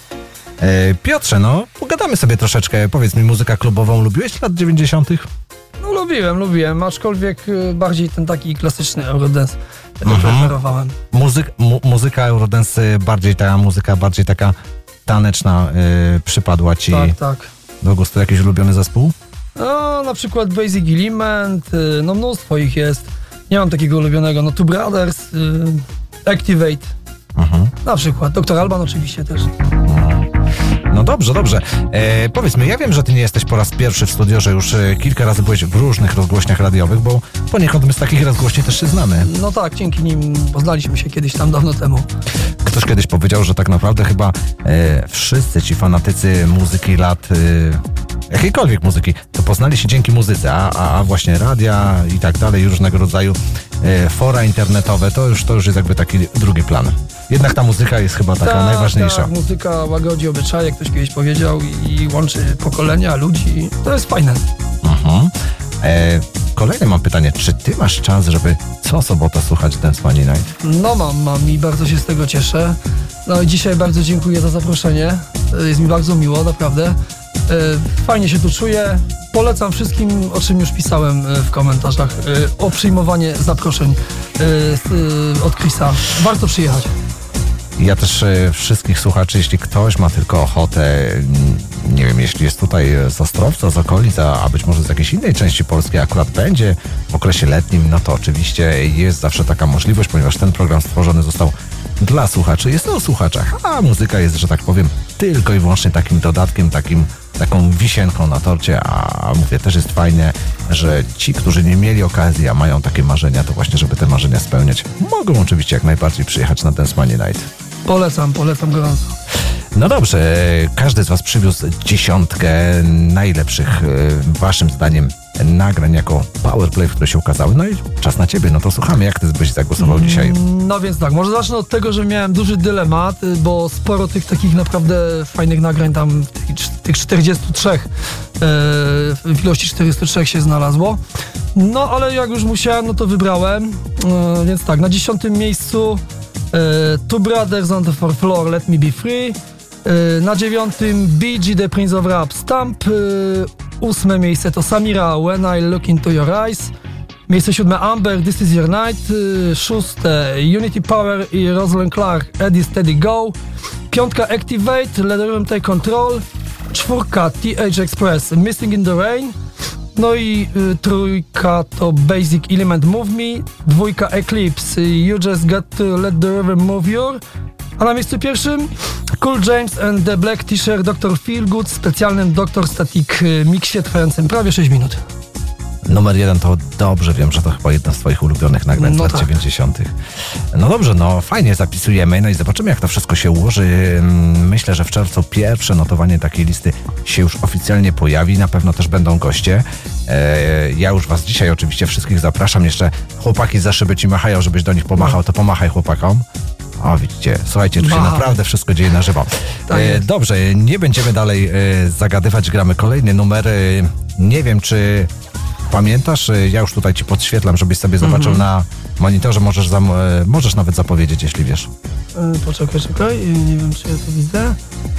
Piotrze, no pogadamy sobie troszeczkę. Powiedz mi, muzykę klubową lubiłeś lat dziewięćdziesiątych? No lubiłem, lubiłem, aczkolwiek bardziej ten taki klasyczny Eurodance tego Mhm. preferowałem. Muzyk, mu, muzyka Eurodance, bardziej ta muzyka, bardziej taka taneczna y, przypadła ci Tak, tak. do gustu. Jakiś ulubiony zespół? No, na przykład Basic Element, y, no mnóstwo ich jest. Nie mam takiego ulubionego. No Two Brothers, y, Activate, Mhm. na przykład. doktor Alban oczywiście też. No dobrze, dobrze. E, powiedz mi, ja wiem, że ty nie jesteś po raz pierwszy w studio, że już e, kilka razy byłeś w różnych rozgłośniach radiowych, bo poniekąd my z takich rozgłośni też się znamy. No tak, dzięki nim poznaliśmy się kiedyś tam dawno temu. Ktoś kiedyś powiedział, że tak naprawdę chyba e, wszyscy ci fanatycy muzyki lat, e, jakiejkolwiek muzyki, to poznali się dzięki muzyce, a, a, a właśnie radia i tak dalej, różnego rodzaju e, fora internetowe, to już, to już jest jakby taki drugi plan. Jednak ta muzyka jest chyba taka tak, najważniejsza. Tak, muzyka łagodzi obyczaje, ktoś kiedyś powiedział, i łączy pokolenia, ludzi. To jest fajne. Mhm. E, kolejne mam pytanie, czy ty masz czas, żeby co sobotę słuchać Dance Money Night? No mam, mam i bardzo się z tego cieszę. No i dzisiaj bardzo dziękuję za zaproszenie. Jest mi bardzo miło, naprawdę. E, Fajnie się tu czuję. Polecam wszystkim, o czym już pisałem e, w komentarzach, e, o przyjmowanie zaproszeń e, z, e, od Chrisa. Warto przyjechać. Ja też e, wszystkich słuchaczy, jeśli ktoś ma tylko ochotę, m, nie wiem, jeśli jest tutaj z Ostrowca, z okolic, a, a być może z jakiejś innej części Polski akurat będzie w okresie letnim, no to oczywiście jest zawsze taka możliwość, ponieważ ten program stworzony został dla słuchaczy. Jest to o słuchaczach, a muzyka jest, że tak powiem, tylko i wyłącznie takim dodatkiem, takim, taką wisienką na torcie, a mówię, też jest fajne, że ci, którzy nie mieli okazji, a mają takie marzenia, to właśnie, żeby te marzenia spełniać, mogą oczywiście jak najbardziej przyjechać na Dance Money Night. Polecam, polecam gorąco. No dobrze, każdy z was przywiózł dziesiątkę najlepszych, e, waszym zdaniem, nagrań jako powerplay, które się ukazały. No i czas na ciebie, no to słuchamy, jak ty byś zagłosował dzisiaj. No więc tak, może zacznę od tego, że miałem duży dylemat, y, bo sporo tych takich naprawdę fajnych nagrań tam, tych, tych czterdziestu trzech, e, w ilości czterystu trzech się znalazło. No ale jak już musiałem, no to wybrałem. E, więc tak, na dziesiątym miejscu e, Two Brothers on the Fourth Floor, Let Me Be Free. E, na dziewiątym Bee Gee, The Prince of Rap, Stamp. E, ósme miejsce to Samira, When I Look Into Your Eyes. Miejsce siódme Amber, This Is Your Night. E, szóste Unity Power i Rosalind Clark, Eddie Steady Go. Piątka Activate, Let the Room Take Control. Czwórka T H Express, Missing in the Rain. No i y, trójka to Basic Element Move Me. Dwójka Eclipse, You Just Got to Let the River Move You. A na miejscu pierwszym Cool James and the Black T-shirt doktor Feelgood w specjalnym doktor Static mixie trwającym prawie sześć minut. Numer jeden to dobrze wiem, że to chyba jedno z twoich ulubionych nagrań z No lat tak. dziewięćdziesiątych. No dobrze, no fajnie zapisujemy, no i zobaczymy, jak to wszystko się ułoży. Myślę, że w czerwcu pierwsze notowanie takiej listy się już oficjalnie pojawi, na pewno też będą goście. E, ja już was dzisiaj oczywiście wszystkich zapraszam, jeszcze chłopaki za szyby ci machają, żebyś do nich pomachał, to pomachaj chłopakom. O, widzicie, słuchajcie, tu się Machaj. naprawdę wszystko dzieje na żywo. Tak E, jest. dobrze, nie będziemy dalej e, zagadywać, gramy kolejny numer. E, nie wiem, czy pamiętasz, e, ja już tutaj ci podświetlam, żebyś sobie zobaczył Mhm. na monitorze, możesz, zam, e, możesz nawet zapowiedzieć, jeśli wiesz. E, poczekaj, czekaj, nie wiem, czy ja to widzę.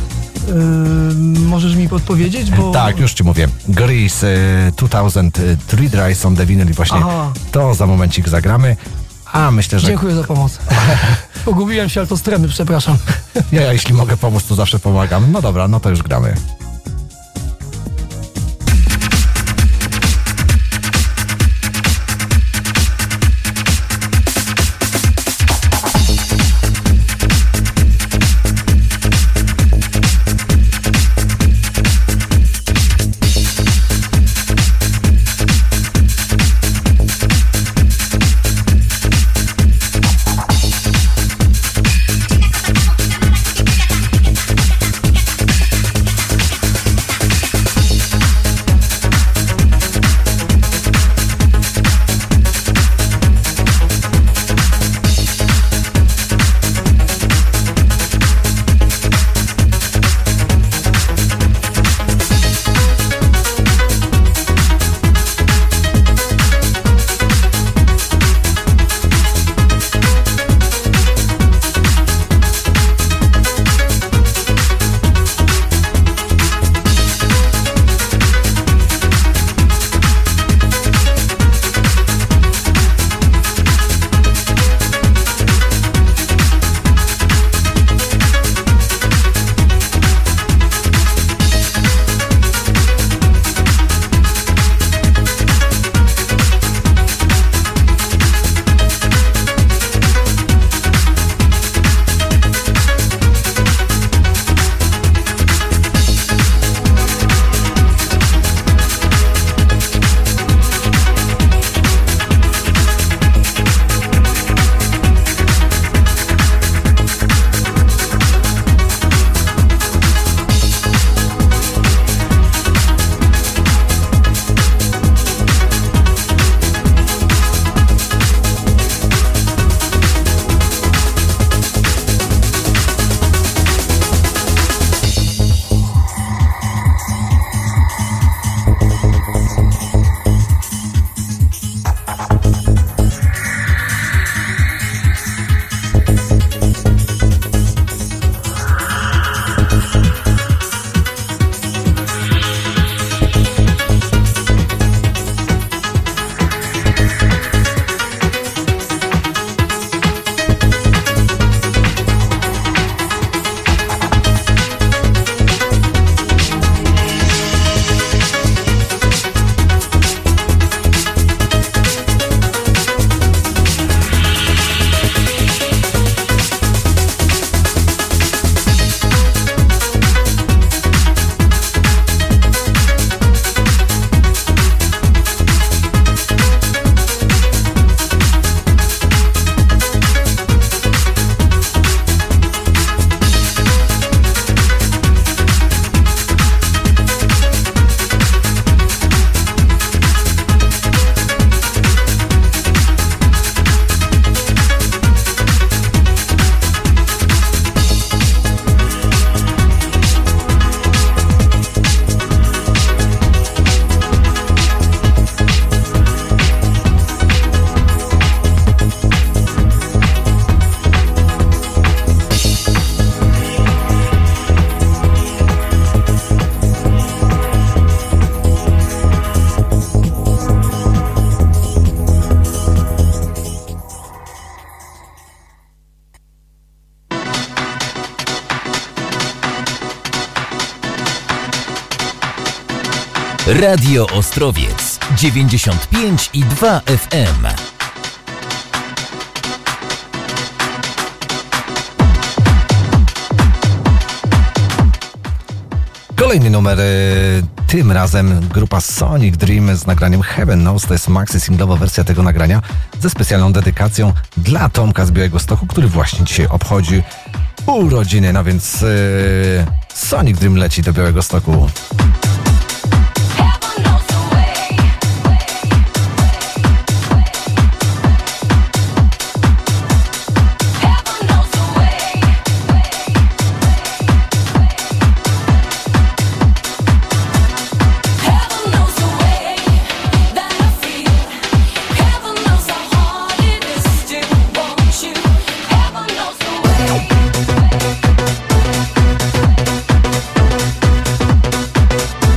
E, możesz mi podpowiedzieć, bo... Tak, już ci mówię. Grease e, dwa tysiące trzy Dries on the Vinyl i właśnie Aha. to za momencik zagramy. A myślę, że... Dziękuję za pomoc. Pogubiłem się, ale to stremy, przepraszam. Ja, ja jeśli mogę pomóc, to zawsze pomagam. No dobra, no to już gramy. Radio Ostrowiec dziewięćdziesiąt pięć i dwa F M. Kolejny numer, tym razem grupa Sonic Dream z nagraniem Heaven Knows. To jest maxi singlowa wersja tego nagrania ze specjalną dedykacją dla Tomka z Białegostoku, który właśnie dzisiaj obchodzi urodziny. No więc yy, Sonic Dream leci do Białegostoku. Heaven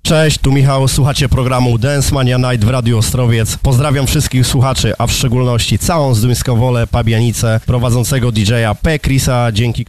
Cześć, tu Michał, słuchacie programu Dance Mania Night w Radiu Ostrowiec. Pozdrawiam wszystkich słuchaczy, a w szczególności całą Zduńską Wolę, Pabianicę, prowadzącego D J a P. Chrisa, dzięki...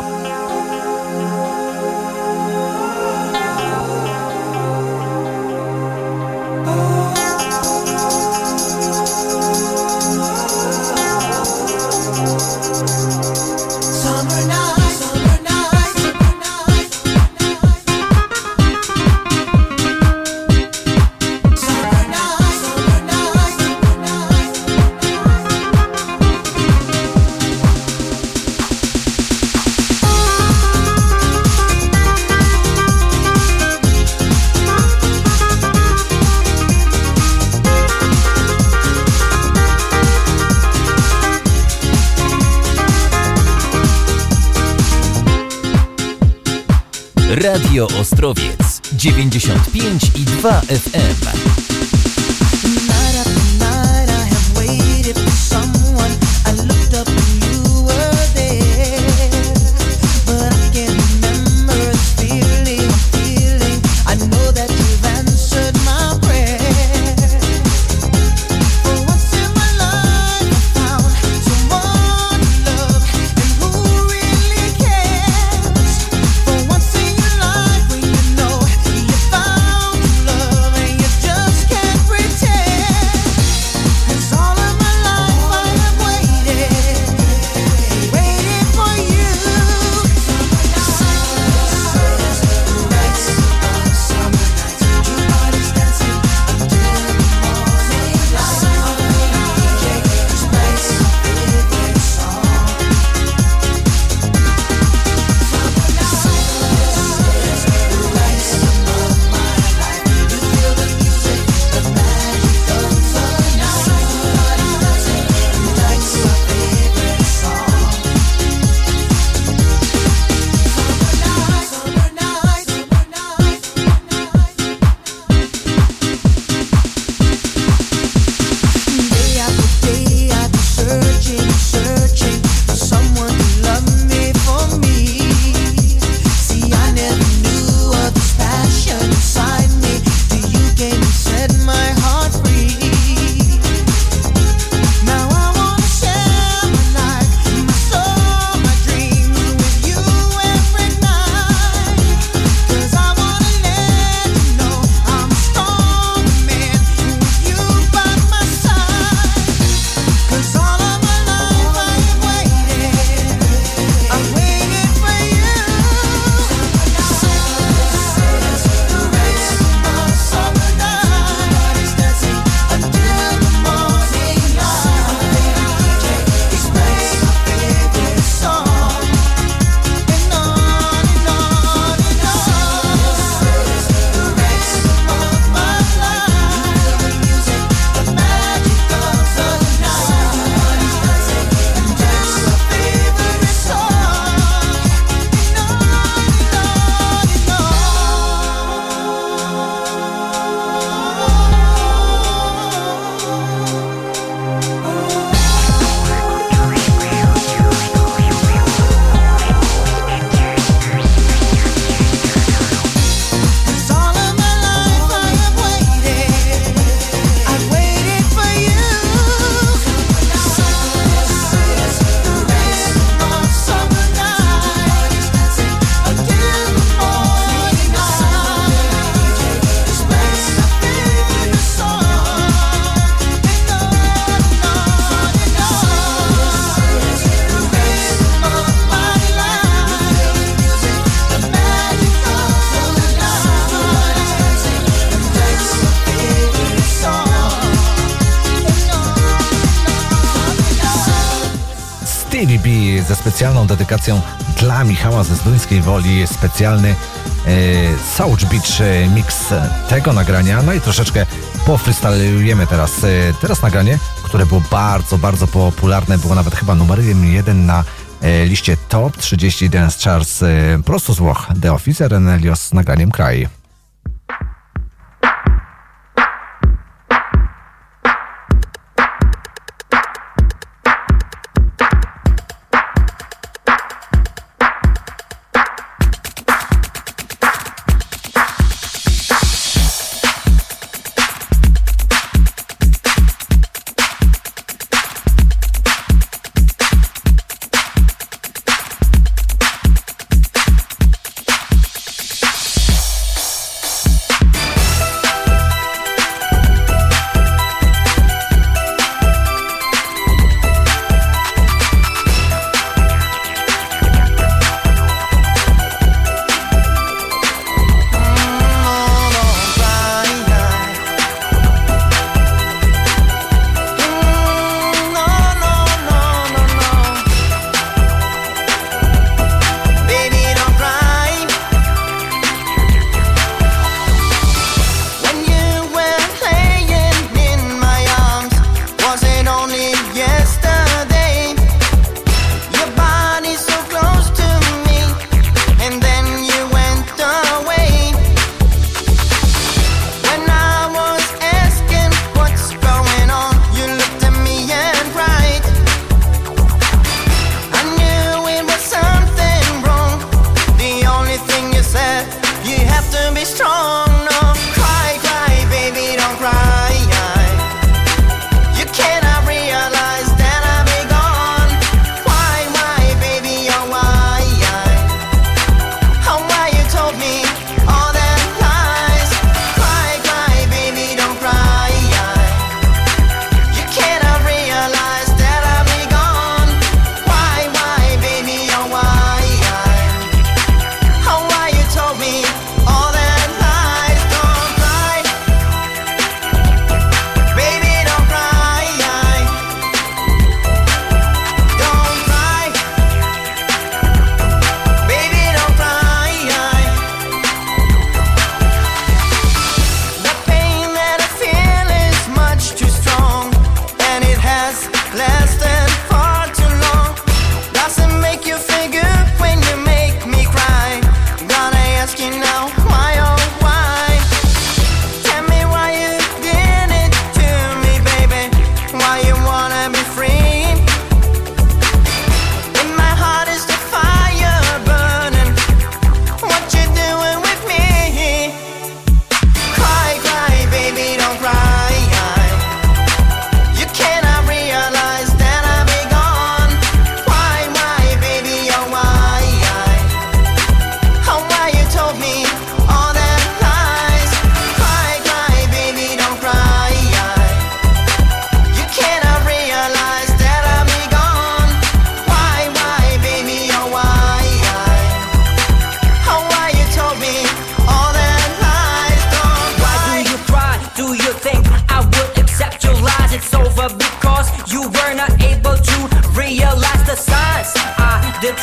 Radio Ostrowiec dziewięćdziesiąt pięć i dwa F M. Stevie B ze specjalną dedykacją dla Michała ze Zduńskiej Woli, specjalny e, South Beach mix tego nagrania. No i troszeczkę pofreestylujemy teraz. E, teraz nagranie, które było bardzo, bardzo popularne, było nawet chyba numerem jeden na e, liście Top trzydzieści Dance Charts, e, prosto z Włoch, The Officer Enelios z nagraniem Kraj.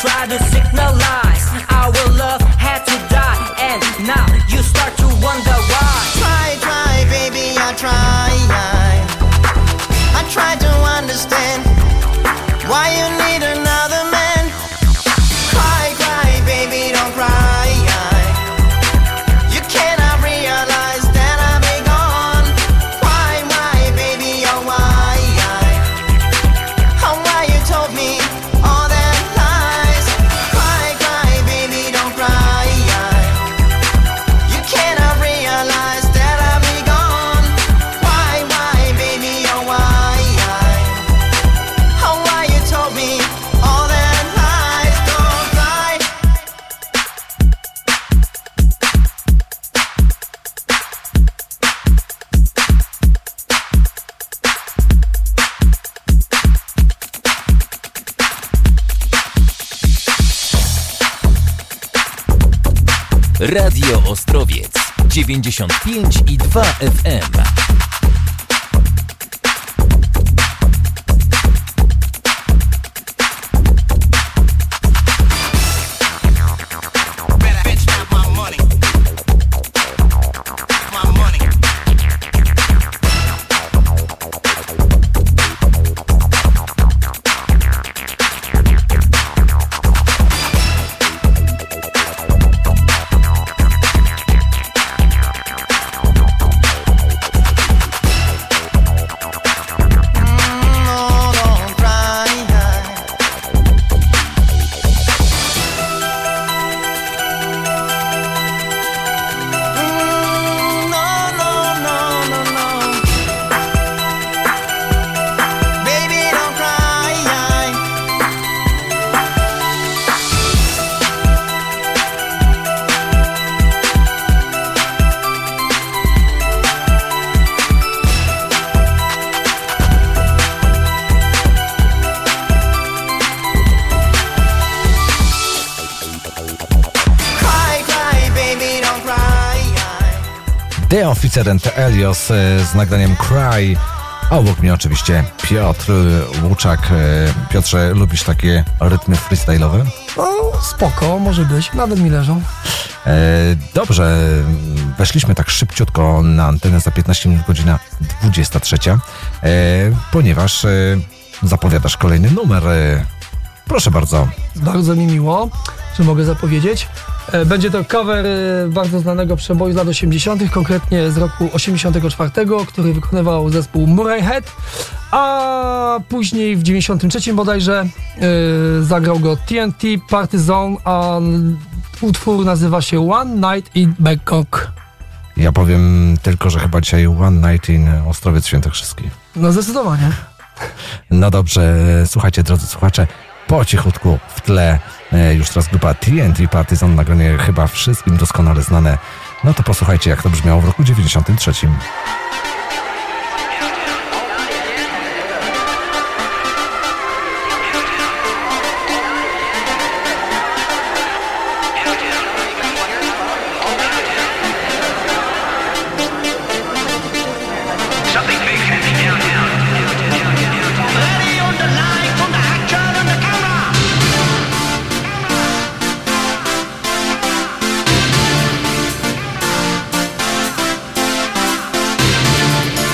try to signalize our love had to die, and now you start to wonder why. Try, try, baby, I try. I try to understand why you need another man. Cry, cry, baby, don't cry. You cannot realize that I'll be gone. Why, why, baby, oh why? Oh, why you told me all that lies. Cry, cry, baby, don't cry. You cannot realize that I'll be gone. Why, why, baby, oh why? Oh, why you told me all that lies. Don't cry. Radio Ostrowiec dziewięćdziesiąt pięć i dwa F M. The Officer and Elios z nagraniem Cry, a obok mnie oczywiście Piotr Łuczak. Piotrze, lubisz takie rytmy freestyle'owe? No, spoko, może być, nawet mi leżą. E, dobrze, weszliśmy tak szybciutko na antenę, za piętnaście minut godzina dwudziesta trzecia, e, ponieważ e, zapowiadasz kolejny numer. E, proszę bardzo. Bardzo mi miło, że mogę zapowiedzieć. Będzie to cover bardzo znanego przeboju z lat osiemdziesiątych, konkretnie z roku osiemdziesiątego czwartego, który wykonywał zespół Murray Head, a później w dziewięćdziesiątym trzecim bodajże yy, zagrał go T N T Party Zone, a utwór nazywa się One Night in Bangkok. Ja powiem tylko, że chyba dzisiaj One Night in Ostrowiec Świętokrzyski. No zdecydowanie. No dobrze, słuchajcie drodzy słuchacze, po cichutku w tle e, już teraz grupa T N T Partizan, nagranie chyba wszystkim doskonale znane. No to posłuchajcie, jak to brzmiało w roku dziewięćdziesiątym trzecim. Thank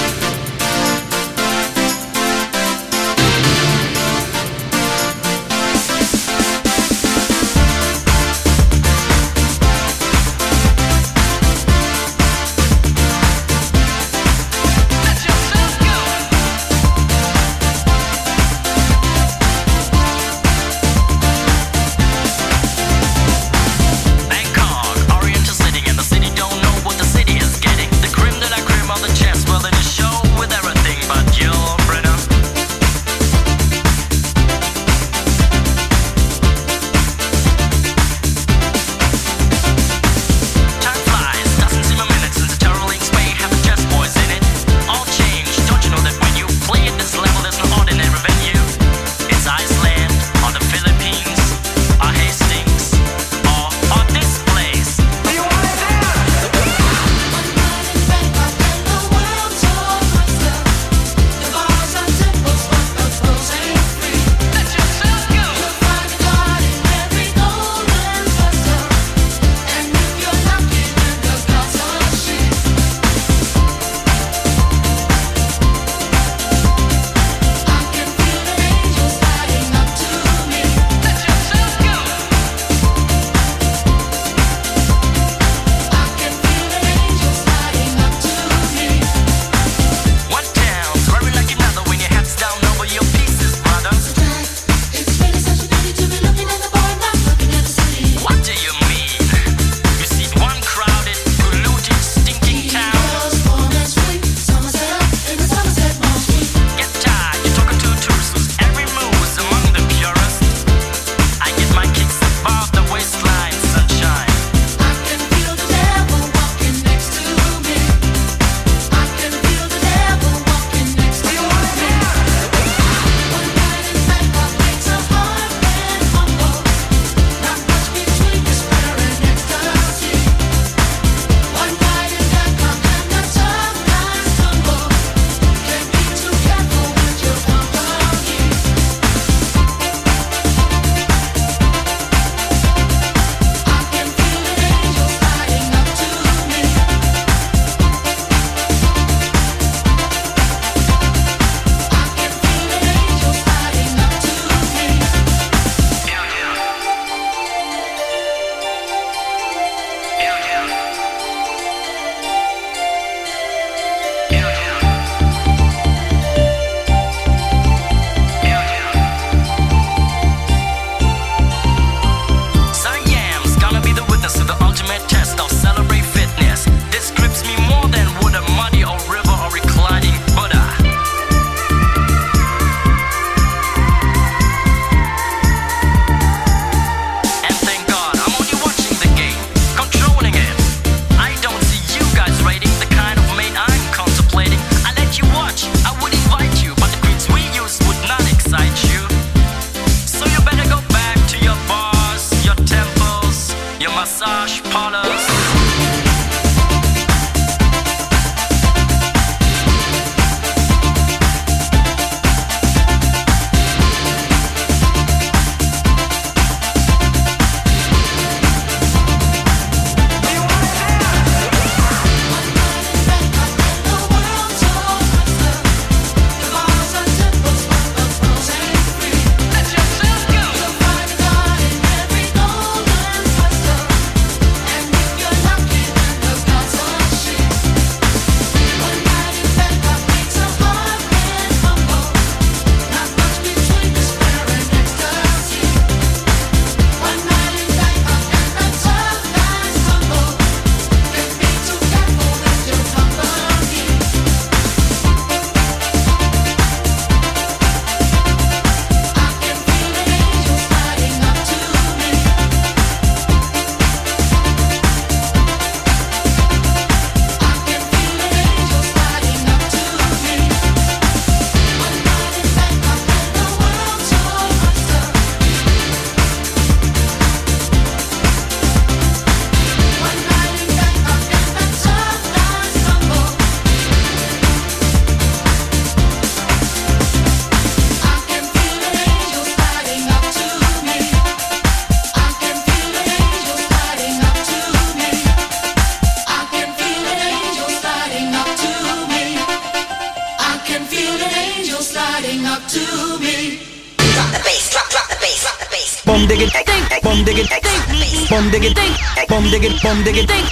bum dig it, bum dig it, bum dig it, bum dig it, bum dig it.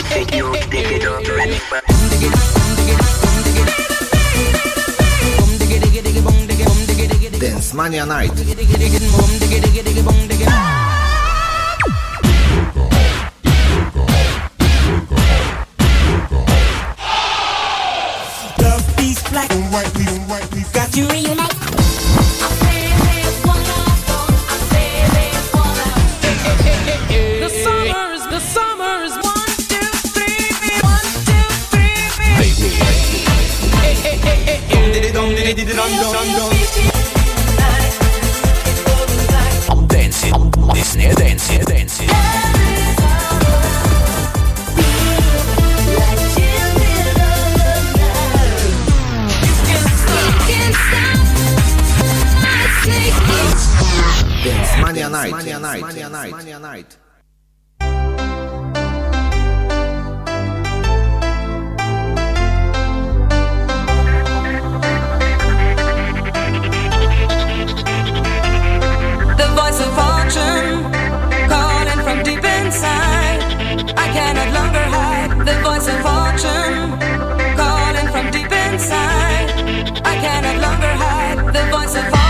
Dance Mania Night. Love, peace, black and white, we and white, we've got you reunite. The summer is, the summer is one, two, three, me, one, two, three, me. Hey, hey, hey, hey, hey, hey. Did it, dum, did it, did it, dum, dum, dum. I'm dancing, listen here, dancing, dancing. Dance Mania Night. Mania Night. Mania Night. Mania Night. The voice of fortune calling from deep inside. I cannot longer hide. The voice of fortune calling from deep inside. I cannot longer hide. The voice of fortune.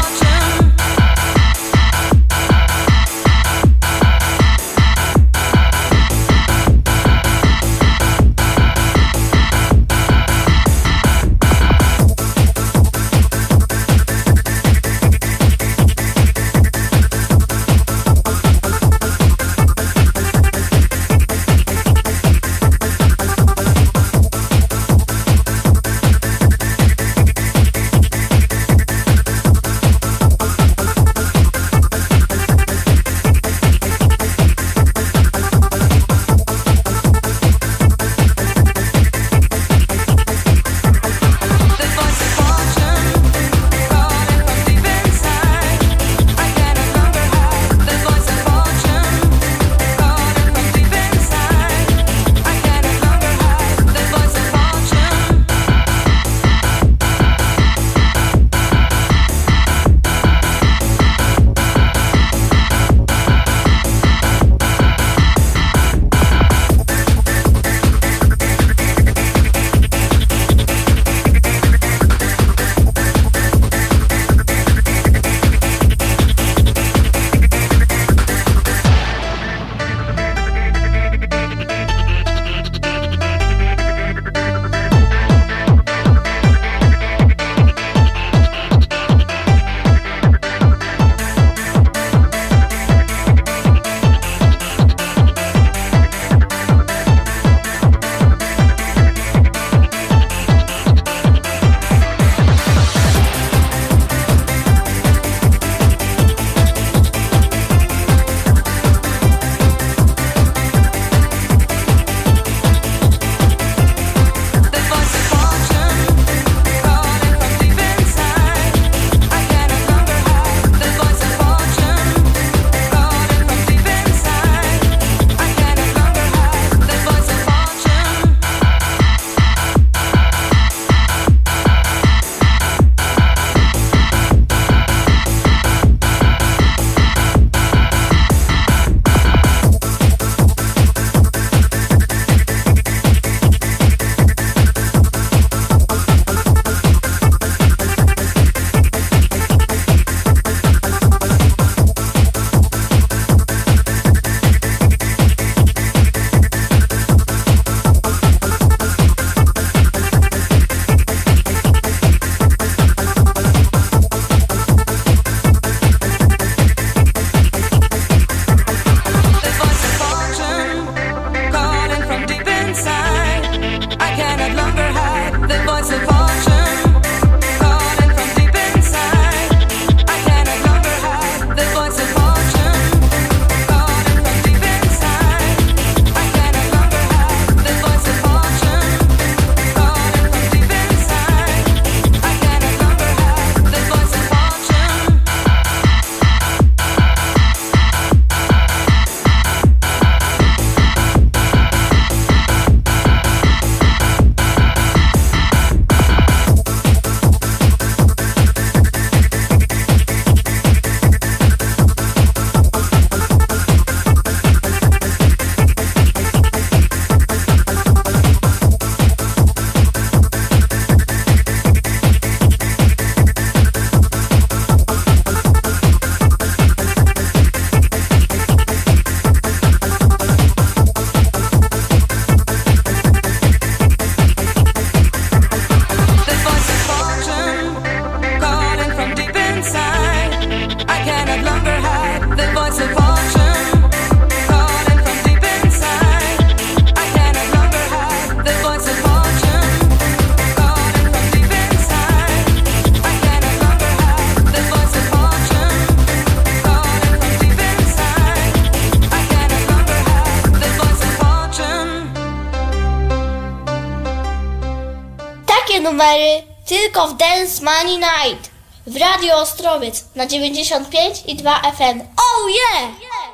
Takie numery tylko w Dance Money Night w Radio Ostrowiec na dziewięćdziesiąt pięć i dwa F M. Oh yeah!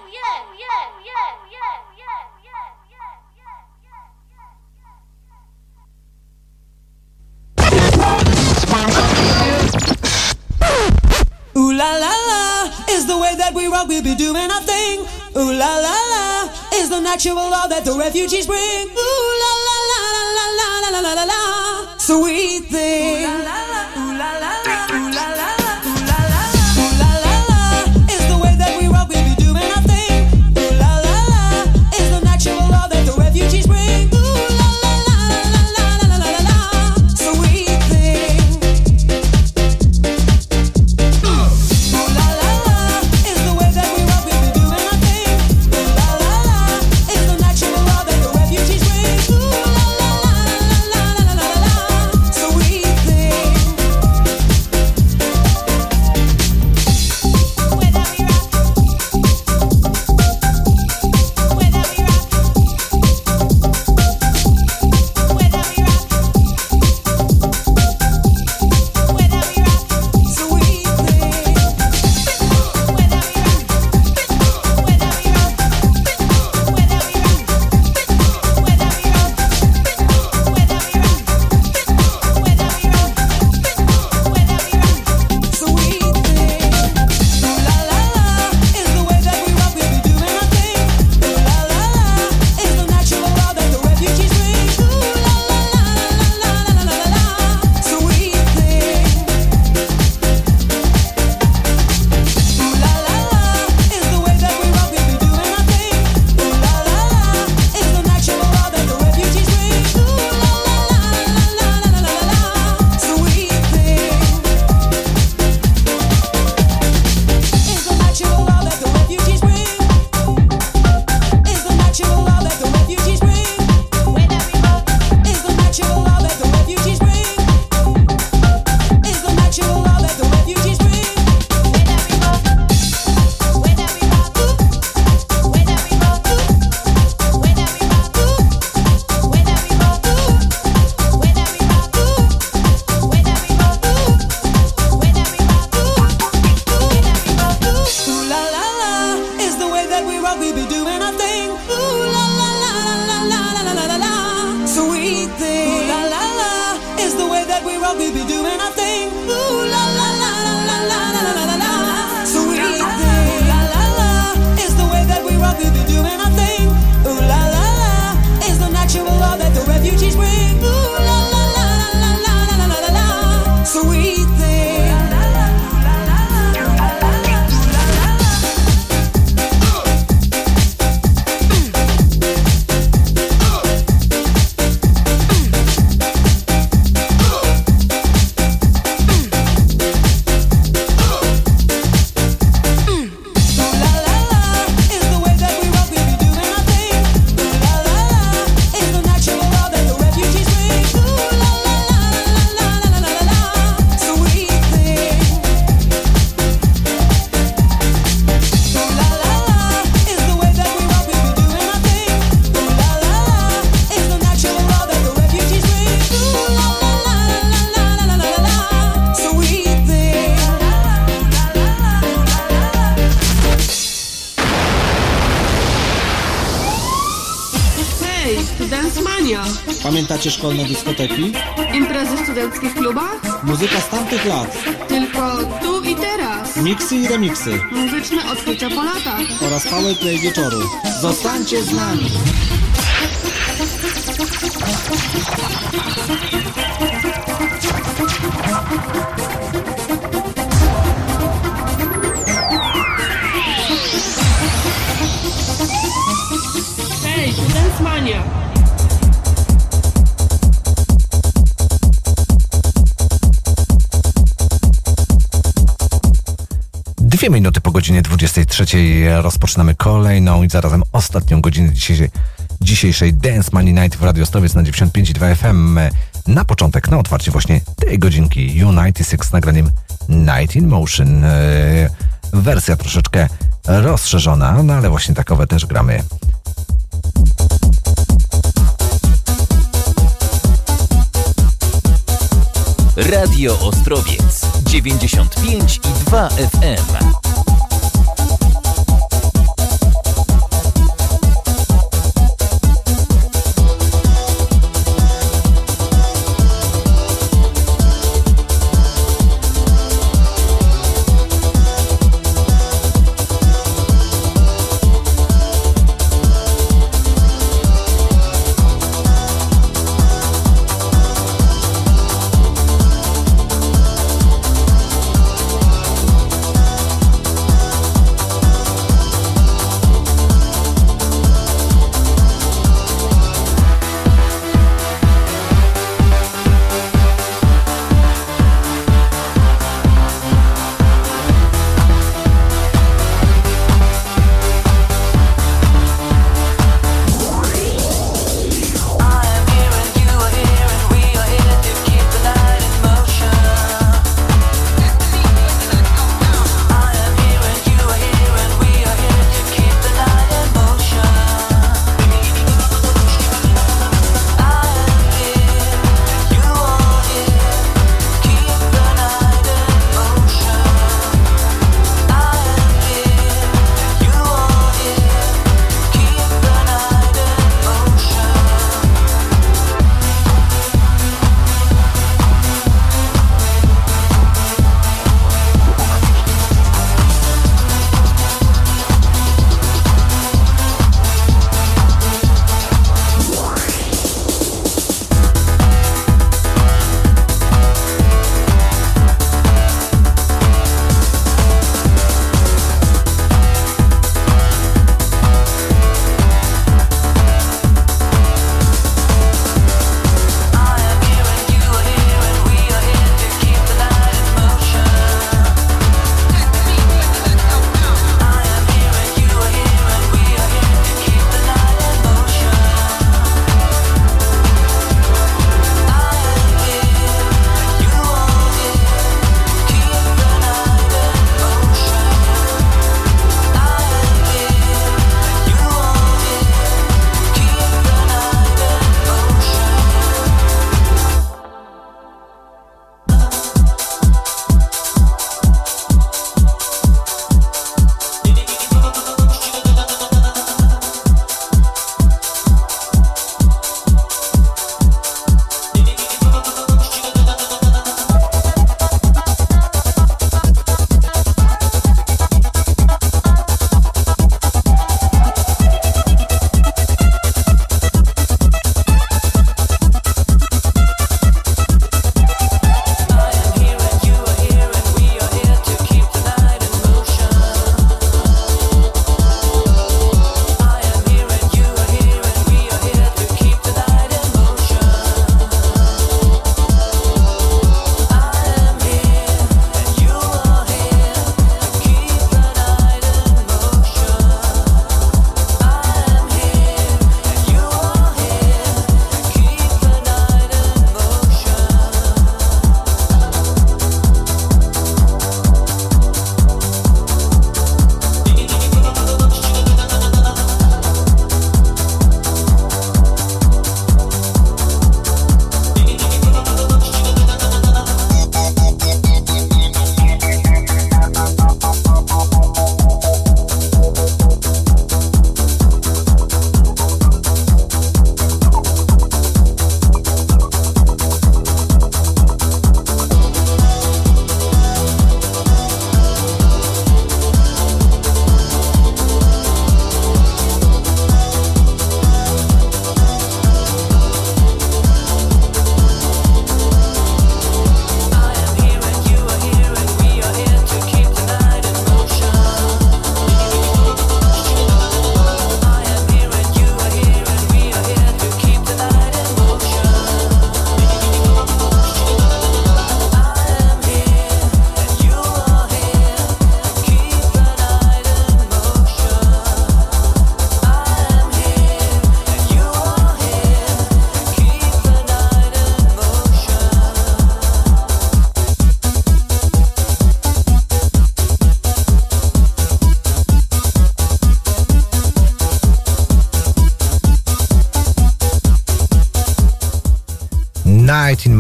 Ooh la la la, is the way that we rock, we'll be doing our thing. Ooh la la la, is the natural law that the refugees bring. Ooh la la la la la la la la la, sweet thing. Ooh la la la, ooh la la la, ooh la la la, ooh la la la, ooh la la la, is the way that we rock, we'll be doing our thing. Ooh la la la, is the natural law that the refugees bring. Ooh la la la la la la la la la, sweet thing. Pamiętacie szkolne dyskoteki? Imprezy studenckie w klubach? Muzyka z tamtych lat. Tylko tu i teraz. Miksy i remiksy. Muzyczne odkrycia po latach. Oraz powerplay wieczoru. Zostańcie z nami! Hej, tu Dance Mania! Dwie minuty po godzinie dwudziestej trzeciej rozpoczynamy kolejną i zarazem ostatnią godzinę dzisiejszej, dzisiejszej Dance Money Night w Radio Ostrowiec na dziewięćdziesiąt pięć i dwa F M. Na początek, na otwarcie właśnie tej godzinki U dziewięćdziesiąt sześć z nagraniem Night in Motion. Wersja troszeczkę rozszerzona, no ale właśnie takowe też gramy. Radio Ostrowiec dziewięćdziesiąt pięć i dwa F M.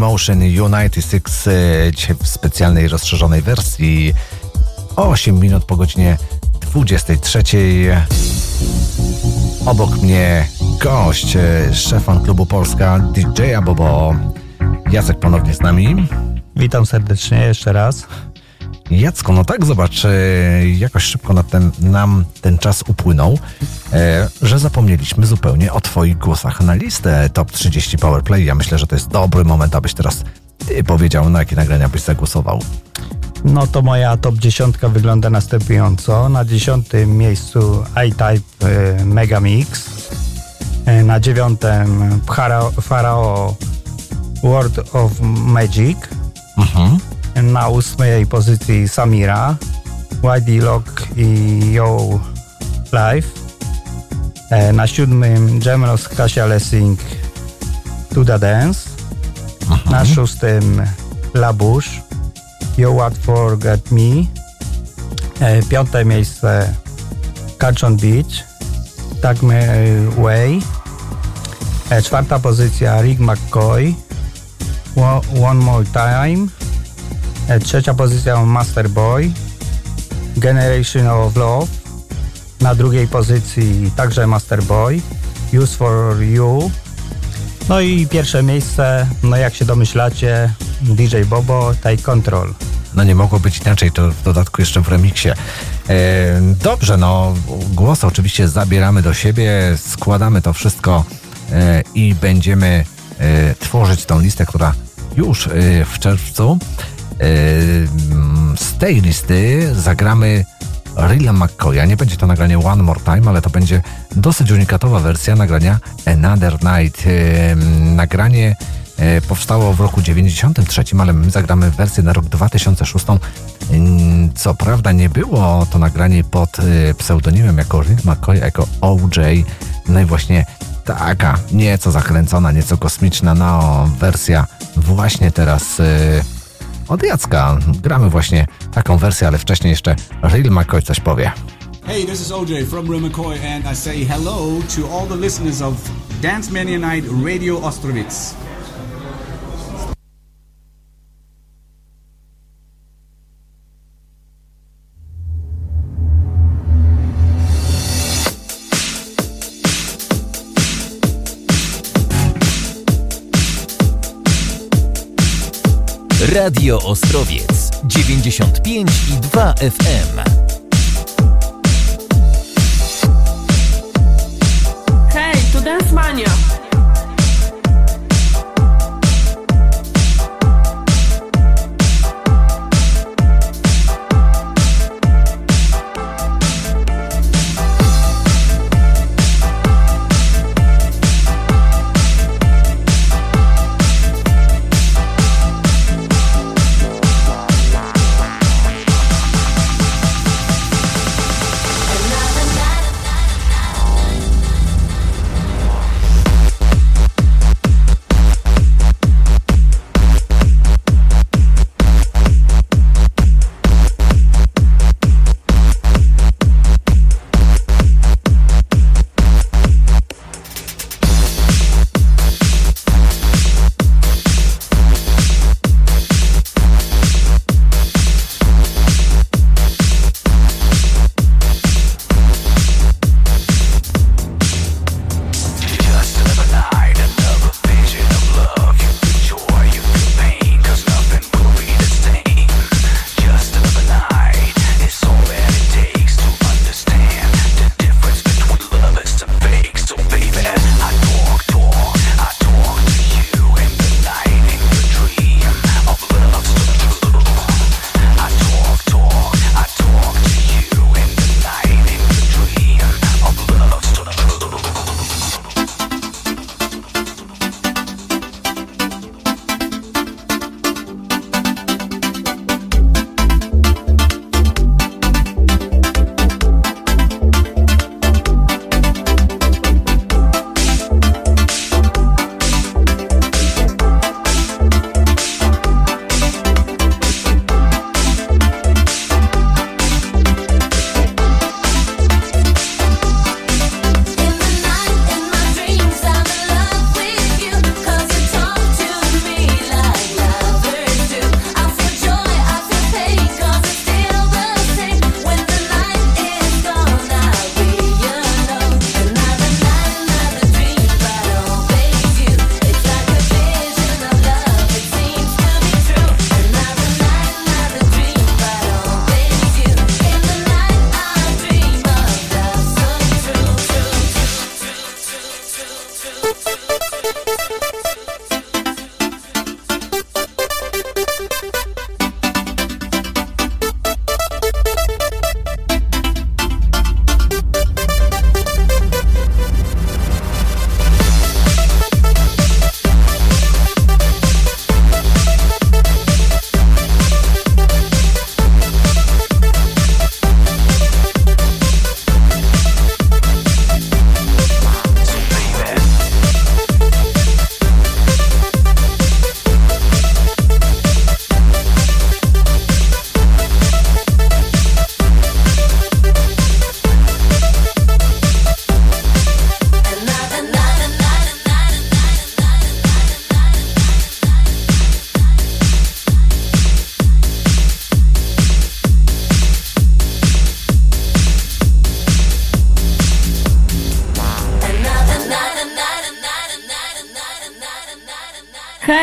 Emotion United Six e, dzisiaj w specjalnej, rozszerzonej wersji. osiem minut po godzinie dwudziestej trzeciej. Obok mnie gość, e, szef fan klubu Polska, D J Bobo. Jacek ponownie z nami. Witam serdecznie jeszcze raz. Jacku, no tak, zobacz, e, jakoś szybko na ten, nam ten czas upłynął, e, że zapomnieliśmy zupełnie o twoich głosach na listę Top trzydzieści Powerplay. Ja myślę, że to jest dobry moment, abyś teraz ty powiedział, na jakie nagrania byś zagłosował. No to moja top dziesiątka wygląda następująco. Na dziesiątym miejscu I-Type e, Megamix. E, na dziewiątym Phara- Pharao World of Magic. Mhm. Na ósmej pozycji Samira, Y D Lock i Yo Life. E, na siódmym Jamros Kasia Lessing To The Dance. Aha. Na szóstym Labush You What Forget Me. E, piąte miejsce Carson Beach Take Me Away. E, czwarta pozycja Rick McCoy One, One More Time. E, trzecia pozycja Master Boy Generation of Love. Na drugiej pozycji także Master Boy Use For You. No i pierwsze miejsce, no jak się domyślacie, D J Bobo Take Control. No nie mogło być inaczej, to w dodatku jeszcze w remiksie. E, dobrze, no głos oczywiście zabieramy do siebie, składamy to wszystko e, i będziemy e, tworzyć tą listę, która już e, w czerwcu. E, z tej listy zagramy Rilla McCoya. Nie będzie to nagranie One More Time, ale to będzie dosyć unikatowa wersja nagrania Another Night. E, nagranie e, powstało w roku dziewięćdziesiątym trzecim, ale my zagramy wersję na rok dwa tysiące szósty. E, co prawda nie było to nagranie pod e, pseudonimem jako Rill McCoy, jako O J. No i właśnie taka nieco zakręcona, nieco kosmiczna, no wersja właśnie teraz e, od Jacka. Gramy właśnie taką wersję, ale wcześniej jeszcze Rill McCoy coś powie. Hey, this is O J from Rill McCoy and I say hello to all the listeners of Dance Mania Night Radio Ostrowiec. Radio Ostrowiec dziewięćdziesiąt pięć i dwa F M. Hej, tu Dance Mania.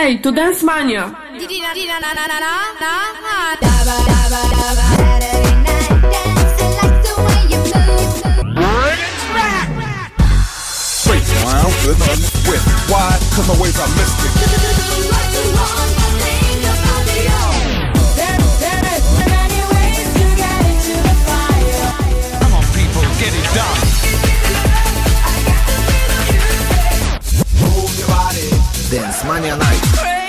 Hey, to Dance Mania! Round with with why? Cause my ways are mystic. Come on, people, get it done. Move your body. Dance Mania Night.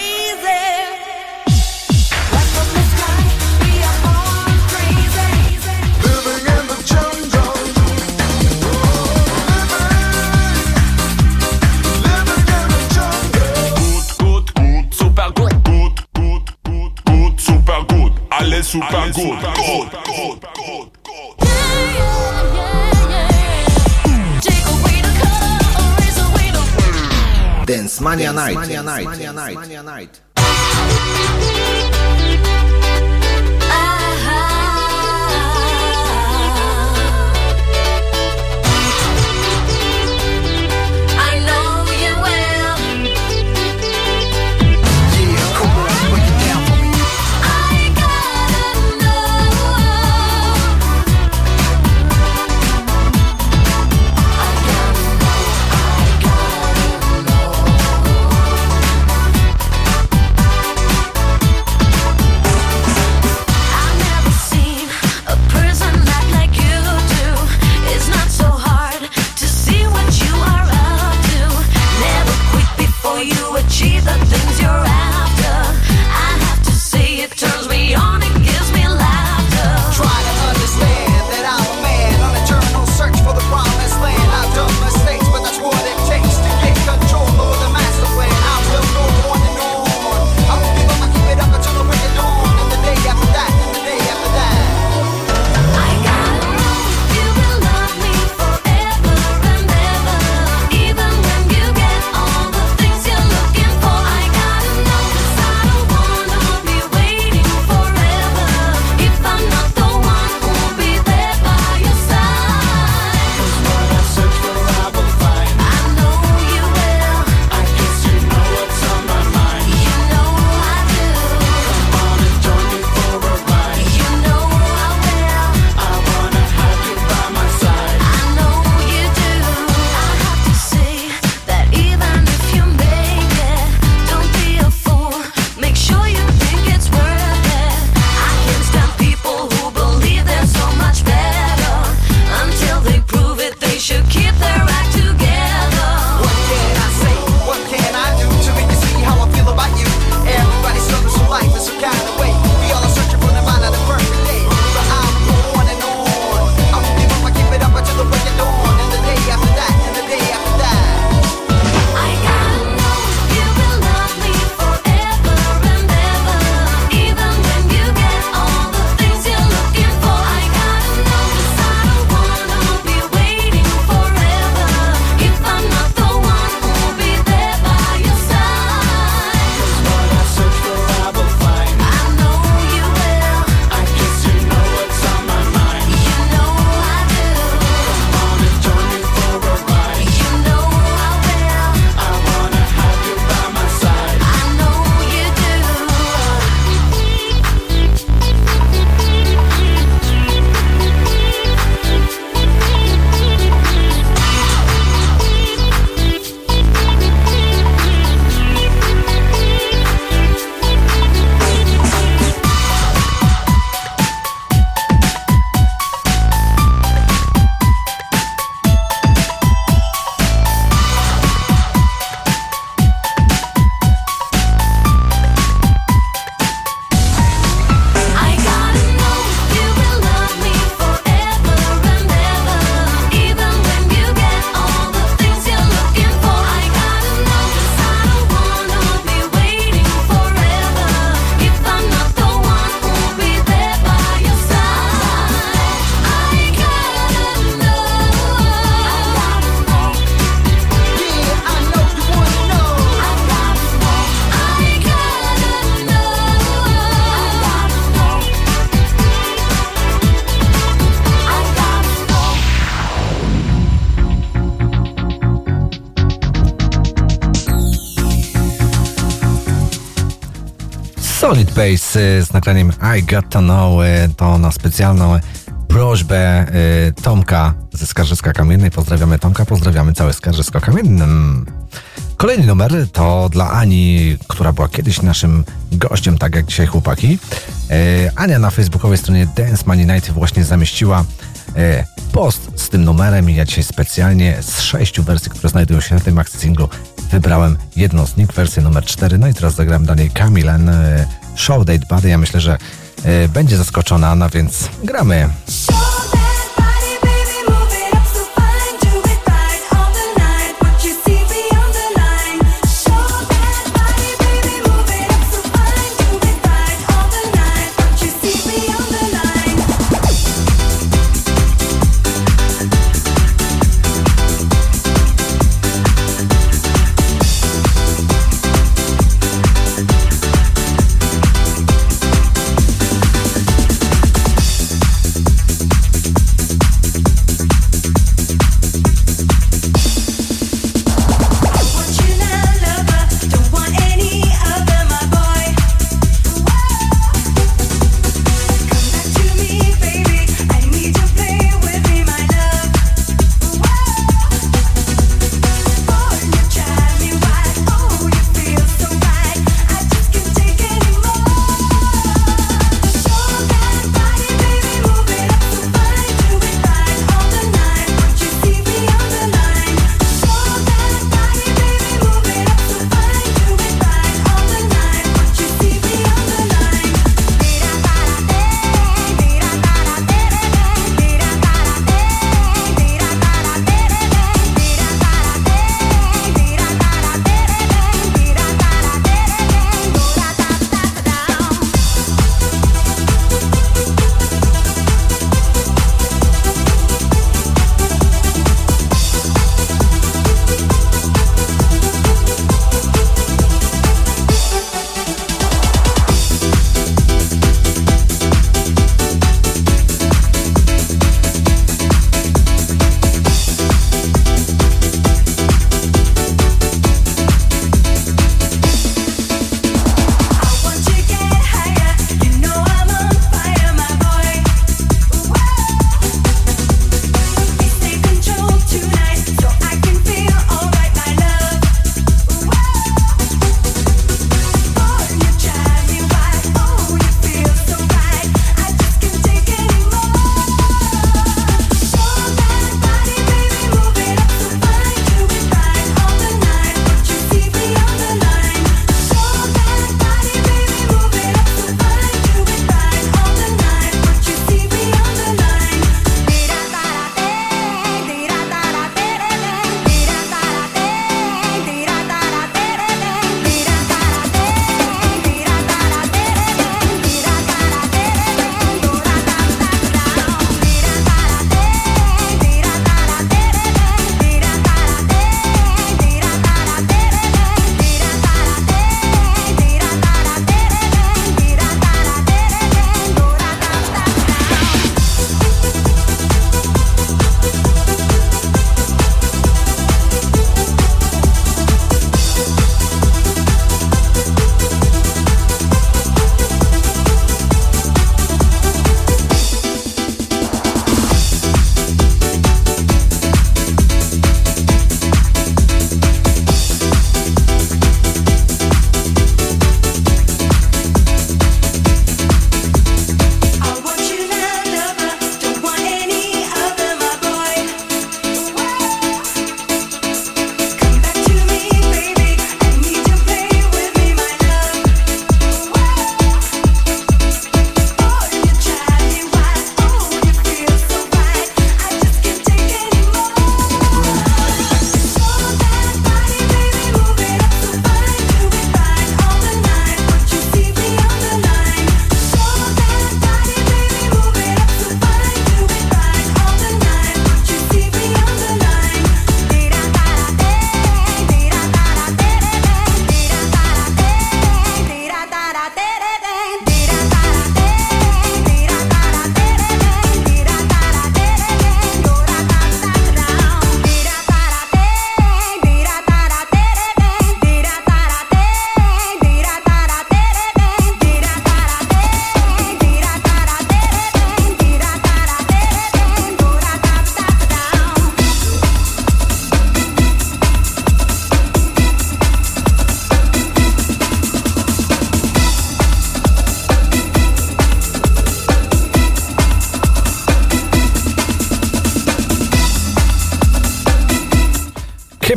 Ale super good, good, good, good, good. Dance Mania Night. Mania Night. Mania Night. Mania Night. Solid Bass y, z nagraniem I Got To Know, y, to na specjalną prośbę y, Tomka ze Skarżyska Kamiennej. Pozdrawiamy Tomka, pozdrawiamy całe Skarżysko Kamienne. Kolejny numer to dla Ani, która była kiedyś naszym gościem, tak jak dzisiaj chłopaki. Y, Ania na facebookowej stronie Dance Money Night właśnie zamieściła y, post z tym numerem i ja dzisiaj specjalnie z sześciu wersji, które znajdują się na tym maxi singlu, wybrałem jedną z nich, wersję numer cztery. No i teraz zagrałem dla niej Kamilen, y, Show Date Buddy. Ja myślę, że y, będzie zaskoczona, no więc gramy.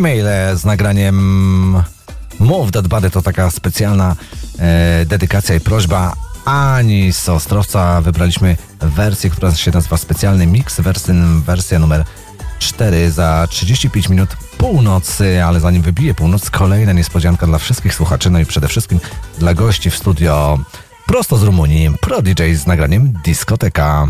Female z nagraniem Move That Body. To taka specjalna e, dedykacja i prośba Ani z Ostrowca. Wybraliśmy wersję, która się nazywa Specjalny Mix, wersja, wersja numer cztery za trzydzieści pięć minut północy, ale zanim wybije północ, kolejna niespodzianka dla wszystkich słuchaczy, no i przede wszystkim dla gości w studio prosto z Rumunii, Pro D J z nagraniem Dyskoteka.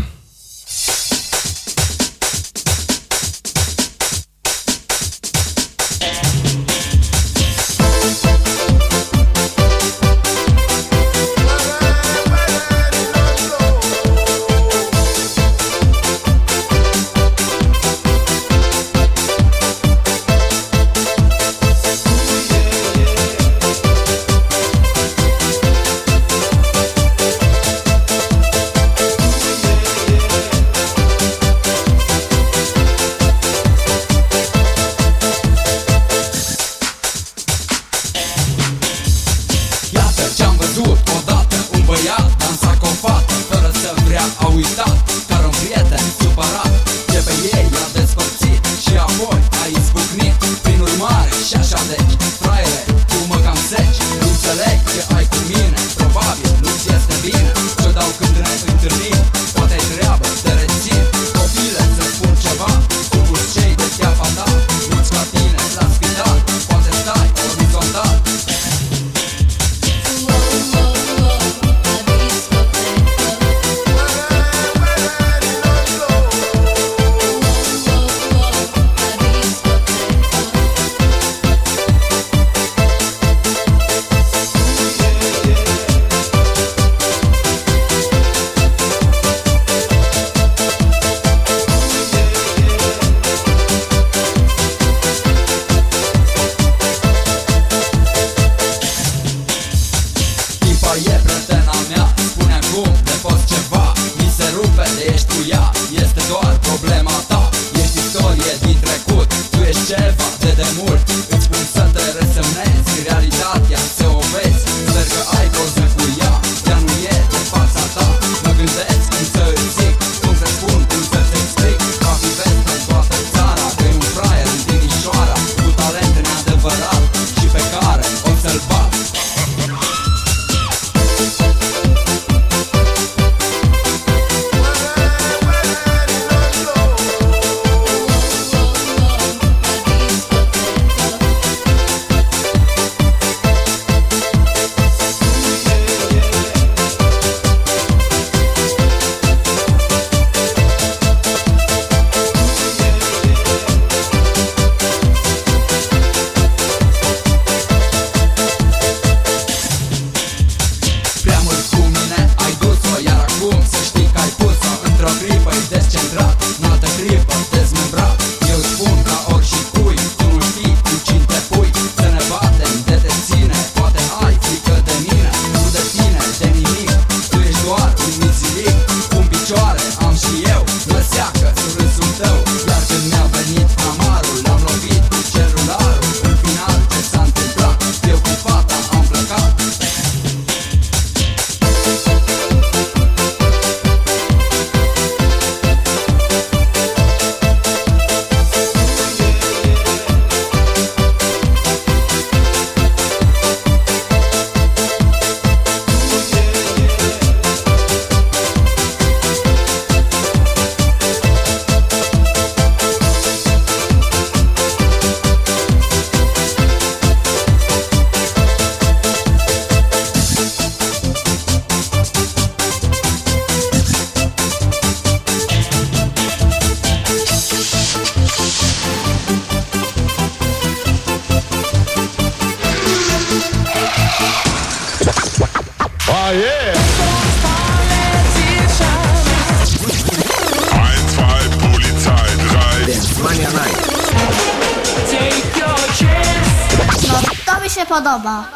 się podoba.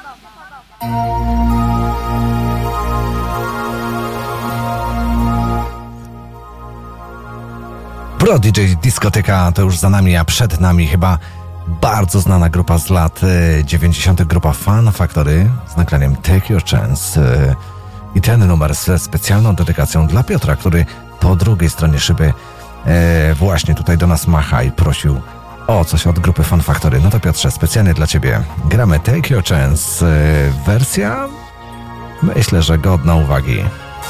Pro D J Dyskoteka to już za nami, a przed nami chyba bardzo znana grupa z lat dziewięćdziesiątych, grupa Fun Factory z nagraniem Take Your Chance. I ten numer ze specjalną dedykacją dla Piotra, który po drugiej stronie szyby e, właśnie tutaj do nas macha i prosił O, coś od grupy Fun Factory. No to Piotrze, specjalnie dla Ciebie gramy Take Your Chance. Wersja? Myślę, że godna uwagi.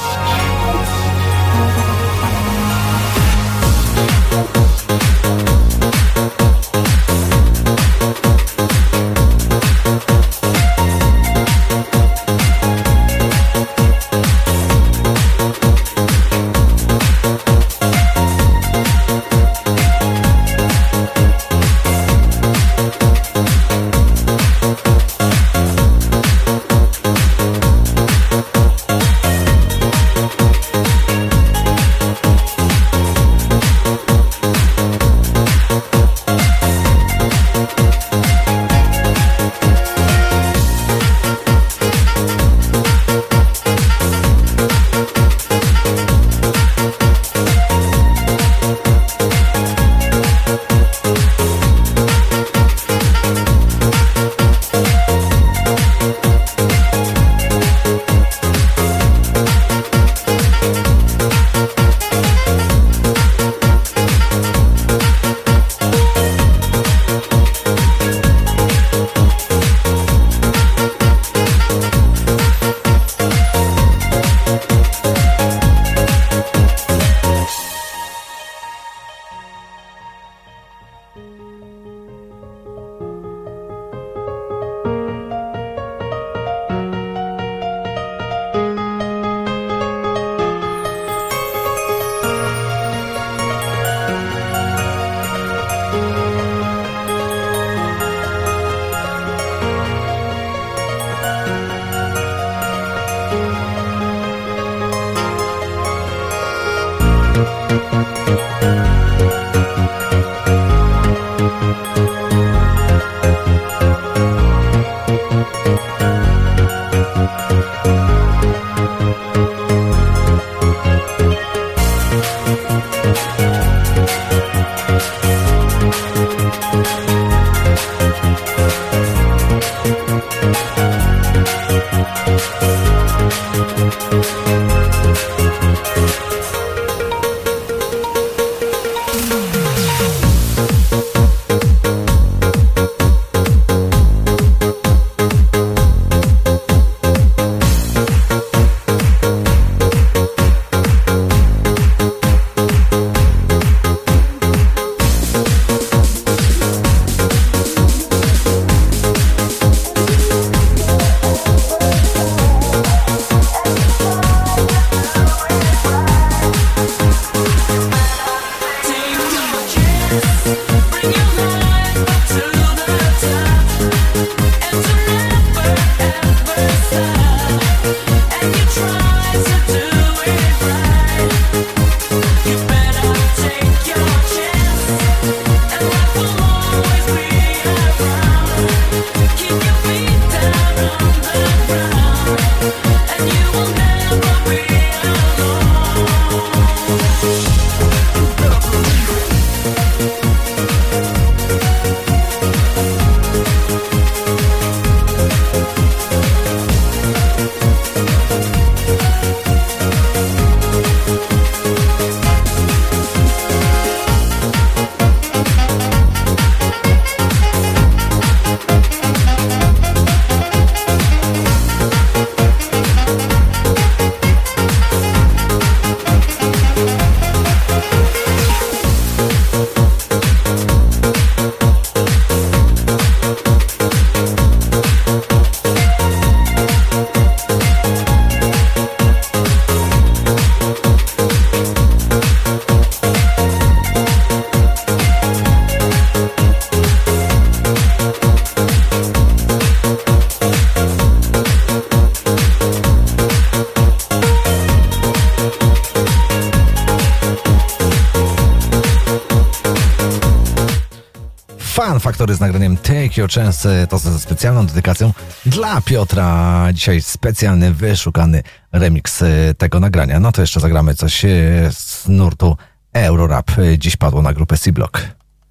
Fun Factory z nagraniem Take Your Chance, to ze specjalną dedykacją dla Piotra. Dzisiaj specjalny, wyszukany remix tego nagrania. No to jeszcze zagramy coś z nurtu Eurorap. Dziś padło na grupę C-Block.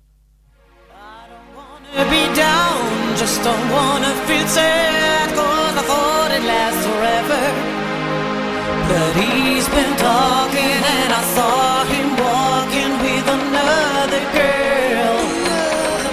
Be down, just don't wanna feel sad, 'cause I thought it lasts forever. But he's been talking and I saw him walking with another girl.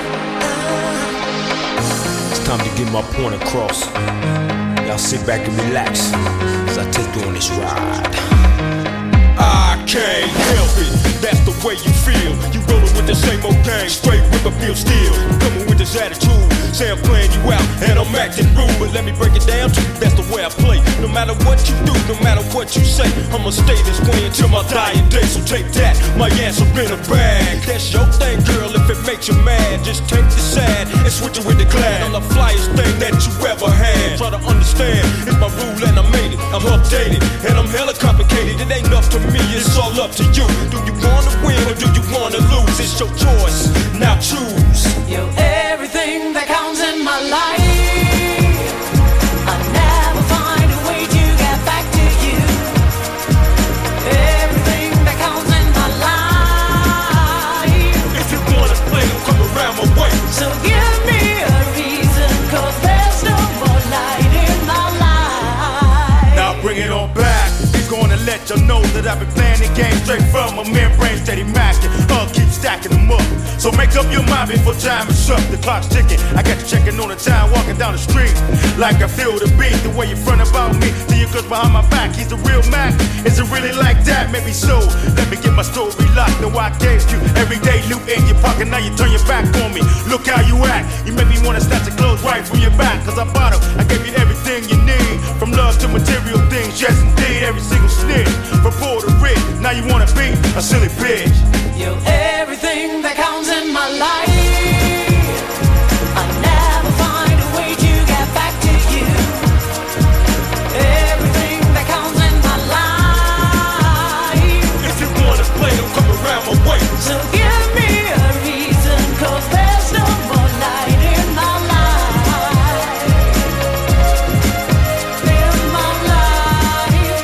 get my point across. Y'all sit back and relax as I take you on this ride. I can't help it, that's the way you feel. You rollin' with the same old gang, straight whip up feel steel. Coming with this attitude, say I'm playing you out and I'm acting rude. But let me break it down to you, that's the way I play. No matter what you do, no matter what you say, I'ma stay this way until my dying day. So take that, my answer in a bag. That's your thing, girl, if it makes you mad. Just take the sad and switch it with the glad. I'm the flyest thing that you ever had. Try to understand, it's my rule and I made it. I'm updated and I'm hella complicated. It ain't enough to me, it's all up to you. Do you wanna win or do you wanna lose? It's your choice, now choose. You're everything that counts in my life. I never find a way to get back to you. Everything that counts in my life. If you wanna play, don't come around my way. So give me a reason, cause there's no more light in my life. Now bring it on back. He's gonna let you know that I've been playing the game straight from my membrane, steady macking. Uh, keep stacking them up. So make up your mind before time is up. The clock's ticking. I got you checking on the time, walking down the street. Like I feel the beat, the way you front about me. See your girls behind my back, he's a real Mac. Is it really like that? Maybe so. Let me get my story locked. Know I gave you everyday loot in your pocket. Now you turn your back on me. Look how you act. You make me wanna snatch your clothes right from your back. Cause I bought them. I gave you everything you need. From love to material things. Yes indeed, every single snitch. From poor to rich. Now you wanna be a silly bitch. You're everything that counts in my life. I never find a way to get back to you. Everything that counts in my life. If you wanna play, don't come around my way. So give me a reason, cause there's no more light in my life. In my life.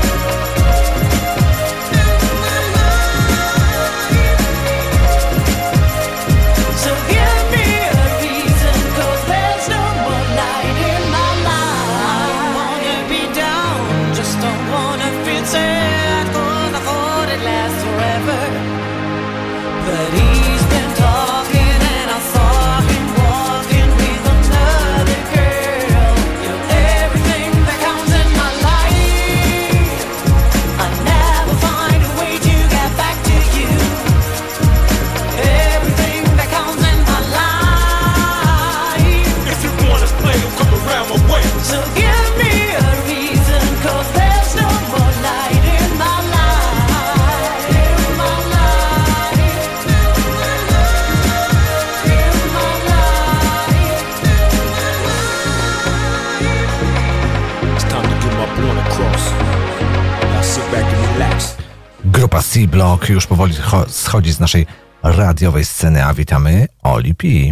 So give me a reason, cause there's no more light in my life. I don't wanna be down, just don't wanna feel sad, cause I thought it lasts forever. But he's been talking and I saw him walking with another girl. You're everything that counts in my life. I never find a way to get back to you. Everything that counts in my life. If you wanna play, don't come around my way. So give me a reason, cause there's no more light in my life. In my life. In my life. It's time to get my point across. Y'all sit back and relax. Grupa C-Block już powoli cho- schodzi z naszej radiowej sceny, a witamy Oli P. I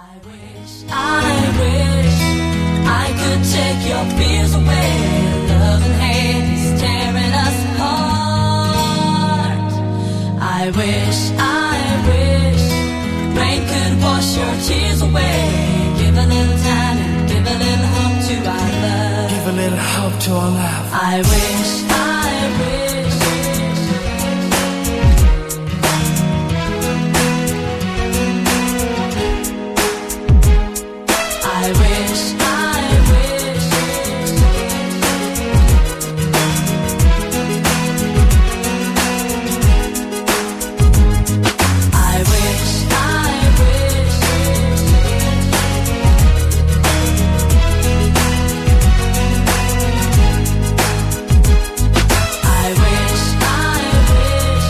wish I could take your fears away. Loving hands tearing us apart. I wish, I wish rain could wash your tears away. Give a little time and give a little hope to our love. Give a little hope to our love. I wish, I wish. I wish, I wish. I wish, I wish. I wish, I wish.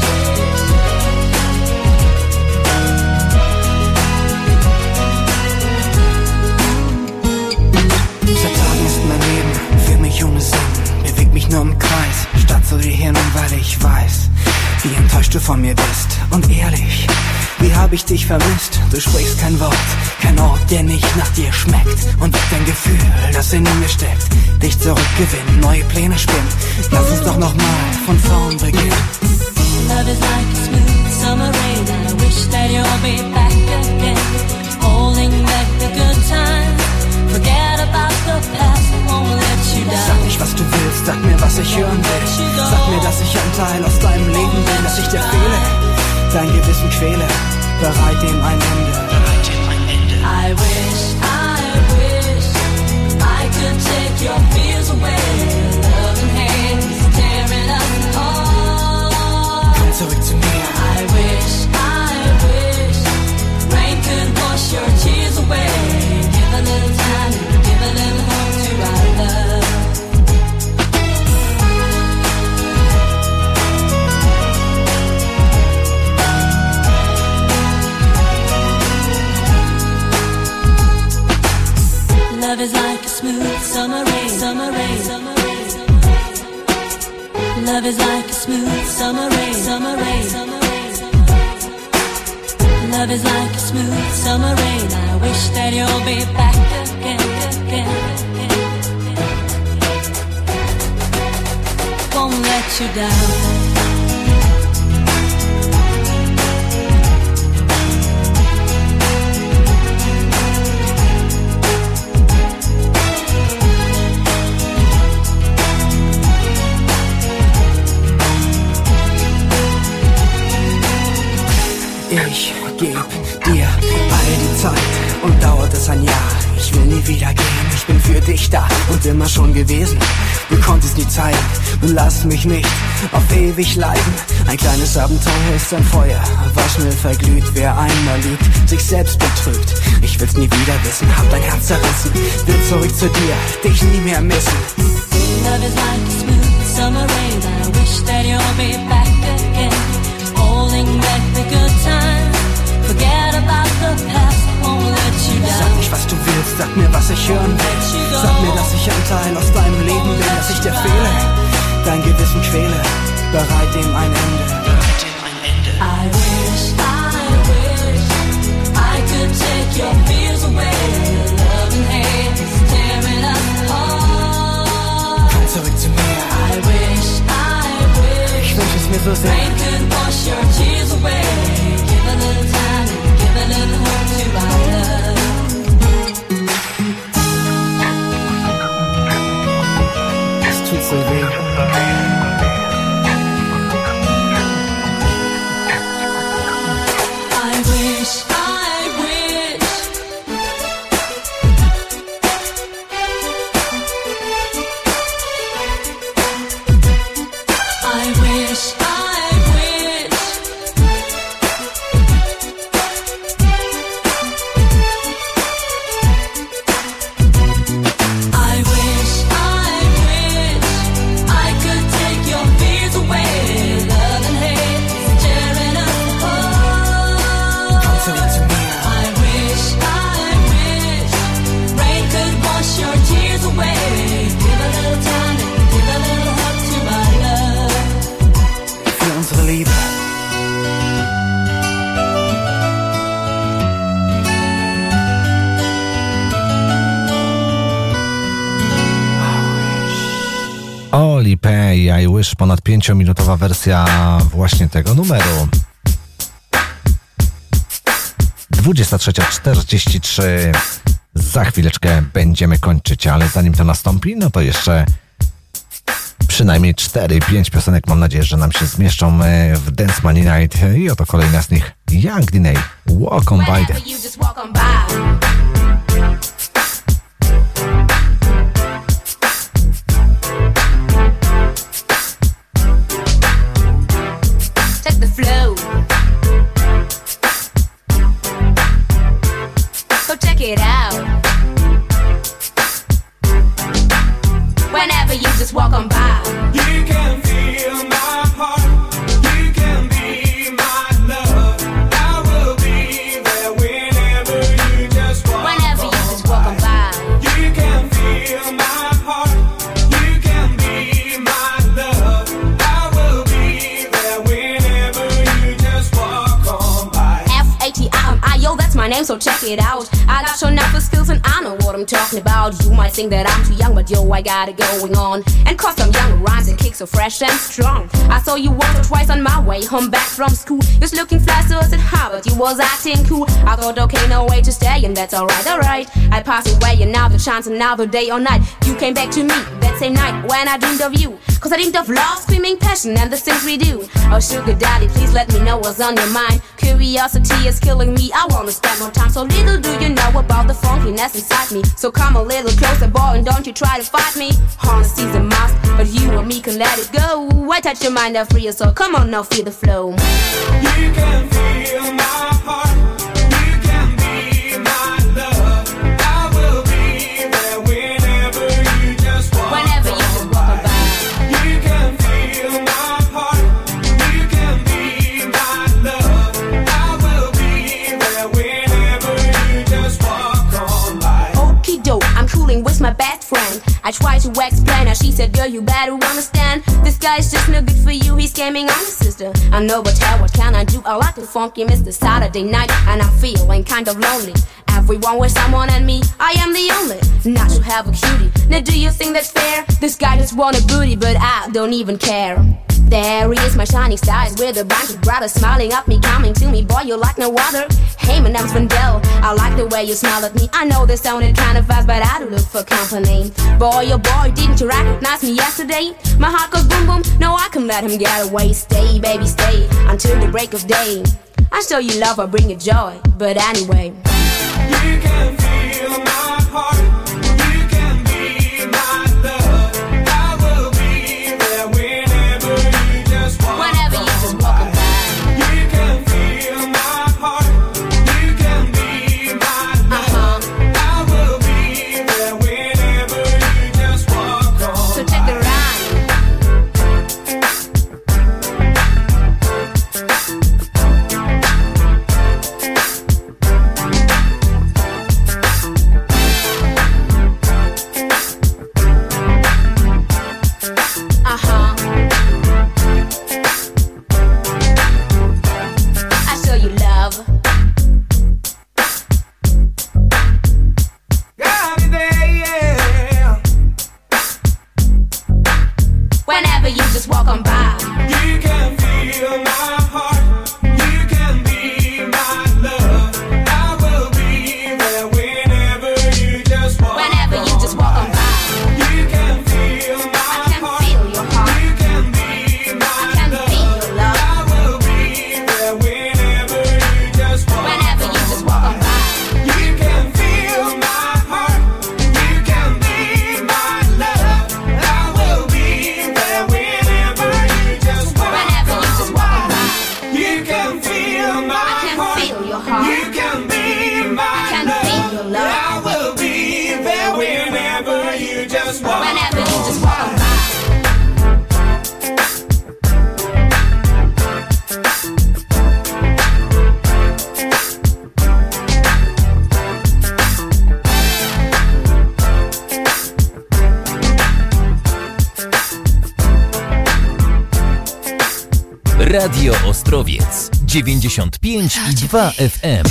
Seit Tagen ist mein Leben für mich ohne Sinn. Bewegt mich nur im Kreis, statt zu dir hin, weil ich weiß, wie enttäuscht du von mir bist. Und ehrlich, wie hab ich dich vermisst? Du sprichst kein Wort, kein Ort, der nicht nach dir schmeckt. Und weg dein Gefühl, das in mir steckt. Dich zurückgewinnen, neue Pläne spinnen. Lass uns doch nochmal von vorn beginnen. Love is like a smooth summer rain, and I wish that you'll be back again, holding back the good times. Forget about the past, I won't let you down. Sag nicht, was du willst, sag mir, was ich hören will. Sag mir, dass ich ein Teil aus deinem Leben bin, dass ich dir fehle, dein Gewissen quäle. Bereit dem ein Ende. I wish, I wish. could take your fears away. Love and hate is tearing us apart. Komm zurück zu mir. I wish, I wish rain could wash your tears away. Give a little time, give a little hope to our love. Love is like a smooth summer rain, summer rain, summer rain, summer rain. Love is like a smooth summer rain, summer rain, summer rain, summer rain. Love is like a smooth summer rain. I wish that you'll be back again, again, again. Won't let you down. Ich geb dir all die Zeit und dauert es ein Jahr. Ich will nie wieder gehen, ich bin für dich da und immer schon gewesen. Du konntest nie zeigen, nun lass mich nicht auf ewig leiden. Ein kleines Abenteuer ist ein Feuer, was schnell verglüht. Wer einmal liebt, sich selbst betrügt. Ich will's nie wieder wissen, hab dein Herz zerrissen. Will zurück zu dir, dich nie mehr missen. Love is like a smooth summer rain. I wish that you'll be back again. Holding back the good times. Forget about the past, won't let you down. Sag nicht, was du willst, sag mir, was ich hören will. Sag mir, dass ich ein Teil aus deinem Leben bin, dass ich dir fehle, dein Gewissen quäle, bereit dem ein Ende. I wish, I wish I could take your fears away. Love and hate is tearing us apart. Komm zurück zu mir. I wish, I wish ich wünsch es mir so sehr. Rain could wash your tears away. Give a little time, give a little hope to our love. Es tut so weh. I wish, I wish I wish, I wish I wish, I wish I could take your fears away. Love and hate is tearing us apart. Komm zurück zu mir. I wish, I wish rain could wash your tears away. Give a little time and give a little hope to our love. Für unsere Liebe. Oli P. i I Wish, ponad pięciominutowa wersja właśnie tego numeru. dwudziesta trzecia czterdzieści trzy. Za chwileczkę będziemy kończyć, ale zanim to nastąpi, no to jeszcze przynajmniej cztery pięć piosenek, mam nadzieję, że nam się zmieszczą w Dance Money Night. I oto kolejna z nich, Young D N A, Walk On By. Whenever you just walk on by. Check the flow. So check it out. Whenever you just walk on by. You can feel my heart. You can be my love. I will be there whenever you just walk Whenever you on just walk on by. You can feel my heart. You can be my love. I will be there whenever you just walk on by. F A T I M I O, that's my name, so check it out. I got your number skills and I know what I'm talking about. You might think that I'm too young, but yo, I got it going on. And cause I'm young, rhymes and kicks so fresh and strong. I saw you once or twice on my way home back from school. You was looking fly, so I said hi, but you was acting cool. I thought, okay, no way to stay, and that's alright, alright. I passed away, and now the chance, another day or night. You came back to me that same night when I dreamed of you. Cause I dreamed of love, screaming passion, and the things we do. Oh, sugar daddy, please let me know what's on your mind. Could curiosity is killing me. I wanna spend more time, so little do you know about the funkiness inside me. So come a little closer, boy, and don't you try to fight me. Honesty's a must, but you and me can let it go. I touch your mind, I free your soul. Come on now, feel the flow. You can feel my heart. You can be my love. I will be there whenever you just walk. Whenever you just walk by. You can feel my heart. You can be my love. I will be there whenever you just walk on by. Okie doke, I'm cooling with my best friend. I tried to explain her, she said, girl, you better understand. This guy's just no good for you, he's scamming on your sister. I know, but hell, what can I do? I like the funky Mister Saturday night, and I'm feeling kind of lonely. Everyone with someone and me, I am the only not to have a cutie. Now do you think that's fair? This guy just want a booty, but I don't even care. There he is, my shining stars, with a bunch of brothers smiling at me, coming to me, boy, you're like no other. Hey, my name's Vandel, I like the way you smile at me. I know this sounded kind of fast, but I do look for company. Boy, oh boy, didn't you recognize me yesterday? My heart goes boom boom, no, I can let him get away. Stay, baby, stay, until the break of day. I show you love, I bring you joy, but anyway. You can feel my heart. You can be my love. I will be there whenever you just walk. Whenever you just walk by. You can feel my heart. You can be my love. I will be there whenever you just walk on. So check the ride. Walk on by. You can feel my heart. You can be my love. I will be there whenever you just walk. Whenever you just walk on by. You can feel my I can heart. feel your heart. You can be my I can love. feel your love. I will be there whenever you just walk. Whenever you just walk on by. You can feel my heart. You can be my love. I will be there whenever you just walk. Whenever you just walk on by. You can feel my I can heart. feel your heart. You can be my I can love. feel your love. I will be there whenever you just walk. Whenever you just walk on by. Radio Ostrowiec dziewięćdziesiąt pięć i dwa F M.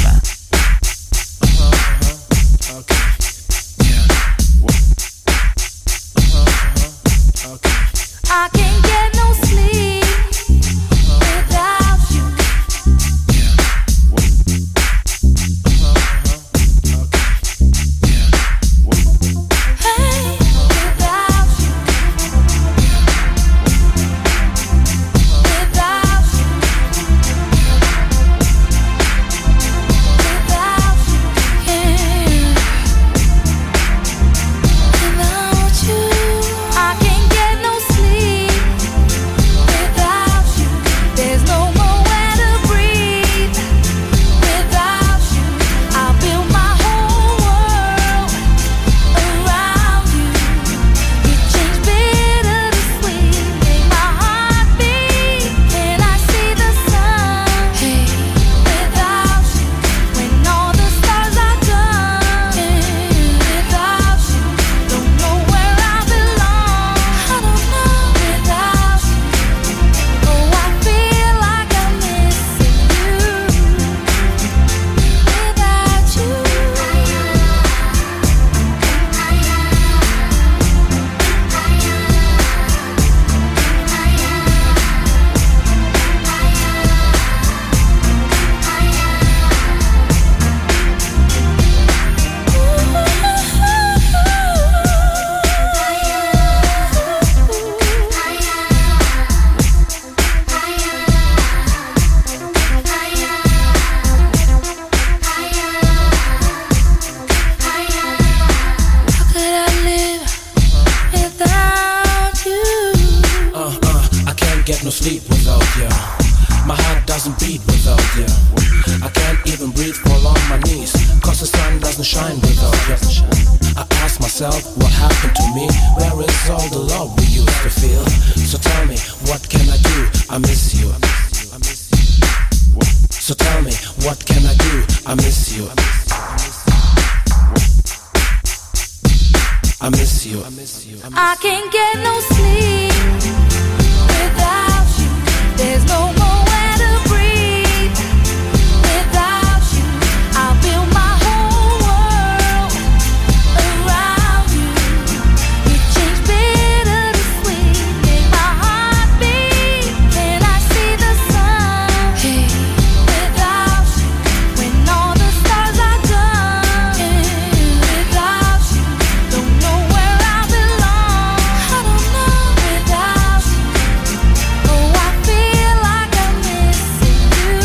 I can't get no sleep without you. Hey, without you. Without you. Without you, yeah. Without you, I can't get no sleep. get no sleep without you. My heart doesn't beat without you. I can't even breathe, fall on my knees, cause the sun doesn't shine without you. I ask myself, what happened to me? Where is all the love we used to feel? So tell me, what can I do? I miss you. So tell me, what can I do? I miss you. I miss you. I can't get no sleep without you. There's no nowhere to breathe without you. I build my whole world around you. You change bitter to sweet, make my heart beat. Can I see the sun? Hey, without you, when all the stars are done, without you, don't know where I belong. I don't know without you. Oh, I feel like I'm missing you.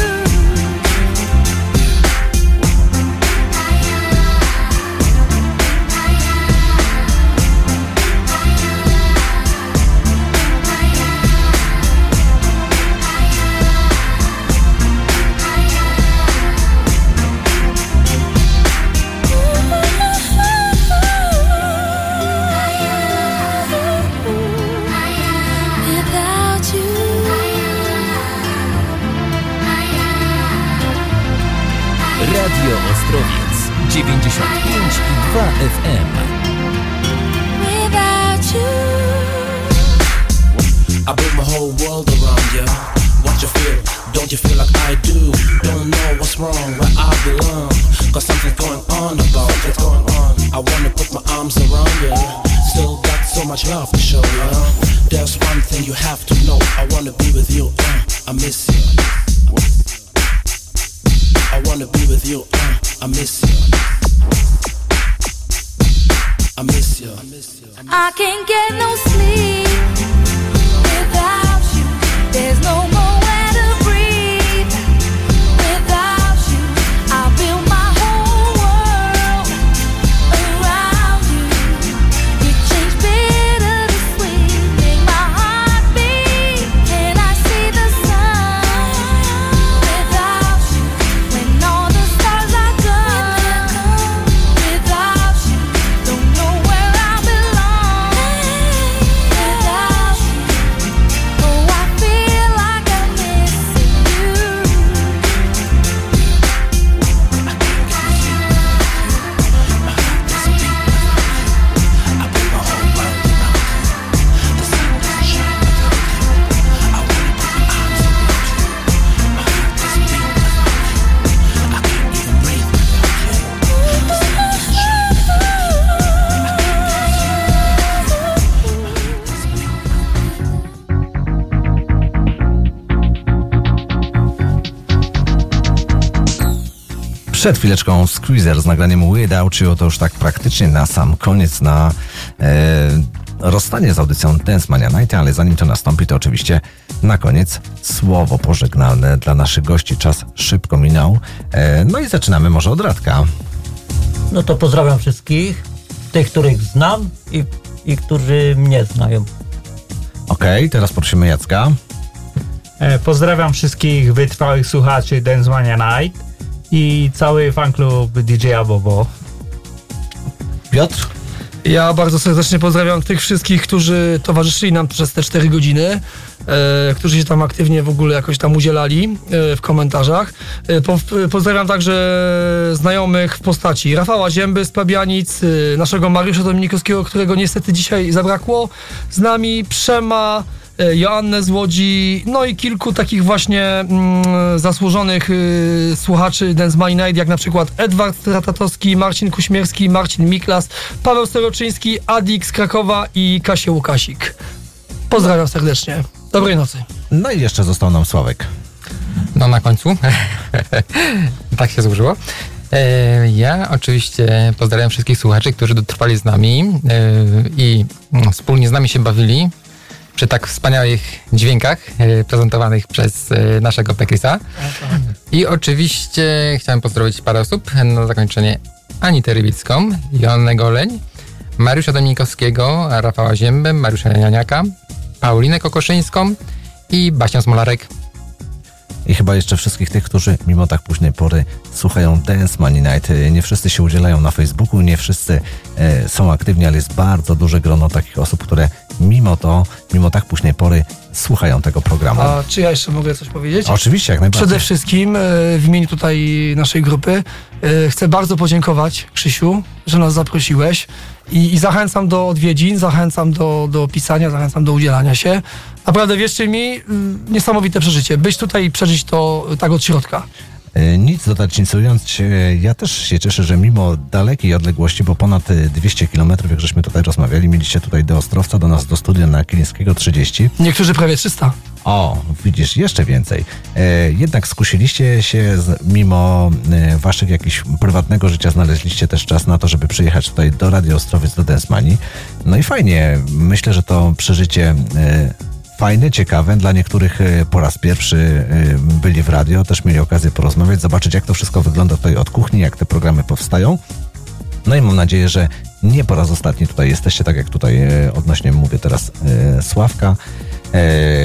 Without you. Radio Ostrowiec dziewięćdziesiąt pięć i dwa F M. Without you. I built my whole world around you. What you feel? Don't you feel like I do? Don't know what's wrong, where I belong, cause something's going on about what's going on. I wanna put my arms around you. Still got so much love to show you. There's one thing you have to know. I wanna be with you. Uh, I miss you. I wanna be with you. Uh, I miss you. I miss you. I can't get no sleep without you. There's no nowhere to breathe without you. I build my whole world around you. You change bitter to sweet, make my heart beat. Can I see the sun? Without you, when all the stars are done, without you, don't know where I belong. Without you, oh, I feel like I'm missing you. Przed chwileczką Squeezer z nagraniem Without You, to już tak praktycznie na sam koniec, na e, rozstanie z audycją Dance Mania Night, ale zanim to nastąpi, to oczywiście na koniec słowo pożegnalne dla naszych gości. Czas szybko minął. E, no i zaczynamy może od Radka. No to pozdrawiam wszystkich, tych, których znam i, i którzy mnie znają. Okej, okay, teraz prosimy Jacka. E, pozdrawiam wszystkich wytrwałych słuchaczy Dance Mania Night i cały fanklub D J Bobo. Piotr? Ja bardzo serdecznie pozdrawiam tych wszystkich, którzy towarzyszyli nam przez te cztery godziny, e, którzy się tam aktywnie w ogóle jakoś tam udzielali e, w komentarzach. E, po, pozdrawiam także znajomych w postaci Rafała Zięby z Pabianic, e, naszego Mariusza Dominikowskiego, którego niestety dzisiaj zabrakło, z nami Przema, Joannę z Łodzi, no i kilku takich właśnie mm, zasłużonych y, słuchaczy Dance Money Night, jak na przykład Edward Ratatowski, Marcin Kuśmierski, Marcin Miklas, Paweł Steroczyński, Adik z Krakowa i Kasia Łukasik. Pozdrawiam serdecznie. Dobrej nocy. No i jeszcze został nam Sławek. No na końcu. Tak się złożyło. E, ja oczywiście pozdrawiam wszystkich słuchaczy, którzy dotrwali z nami e, i no, wspólnie z nami się bawili przy tak wspaniałych dźwiękach e, prezentowanych przez e, naszego Pekrisa. I oczywiście chciałem pozdrowić parę osób na zakończenie: Anitę Rybicką, Joannę Goleń, Mariusza Dominikowskiego, Rafała Ziębę, Mariusza Janiaka, Paulinę Kokoszyńską i Bastian Smolarek. I chyba jeszcze wszystkich tych, którzy mimo tak późnej pory słuchają Dance Money Night. Nie wszyscy się udzielają na Facebooku, nie wszyscy e, są aktywni, ale jest bardzo duże grono takich osób, które mimo to, mimo tak późnej pory słuchają tego programu. A czy ja jeszcze mogę coś powiedzieć? Oczywiście, jak najbardziej. Przede wszystkim e, w imieniu tutaj naszej grupy e, chcę bardzo podziękować, Krzysiu, że nas zaprosiłeś i, i zachęcam do odwiedzin, zachęcam do, do pisania, zachęcam do udzielania się. Naprawdę wierzcie mi, y, niesamowite przeżycie. Być tutaj i przeżyć to tak od środka. E, Nic dodać, nic ująć. E, Ja też się cieszę, że mimo dalekiej odległości, bo ponad e, dwieście kilometrów, jak żeśmy tutaj rozmawiali, mieliście tutaj do Ostrowca, do nas do studia na Kilińskiego trzydzieści. Niektórzy prawie trzysta. O, widzisz, jeszcze więcej. E, jednak skusiliście się, z, mimo e, waszych jakichś prywatnego życia, znaleźliście też czas na to, żeby przyjechać tutaj do Radio Ostrowiec, do Dance Money. No i fajnie, myślę, że to przeżycie e, fajne, ciekawe. Dla niektórych e, po raz pierwszy e, byli w radio, też mieli okazję porozmawiać, zobaczyć, jak to wszystko wygląda tutaj od kuchni, jak te programy powstają. No i mam nadzieję, że nie po raz ostatni tutaj jesteście, tak jak tutaj e, odnośnie mówię teraz e, Sławka. E,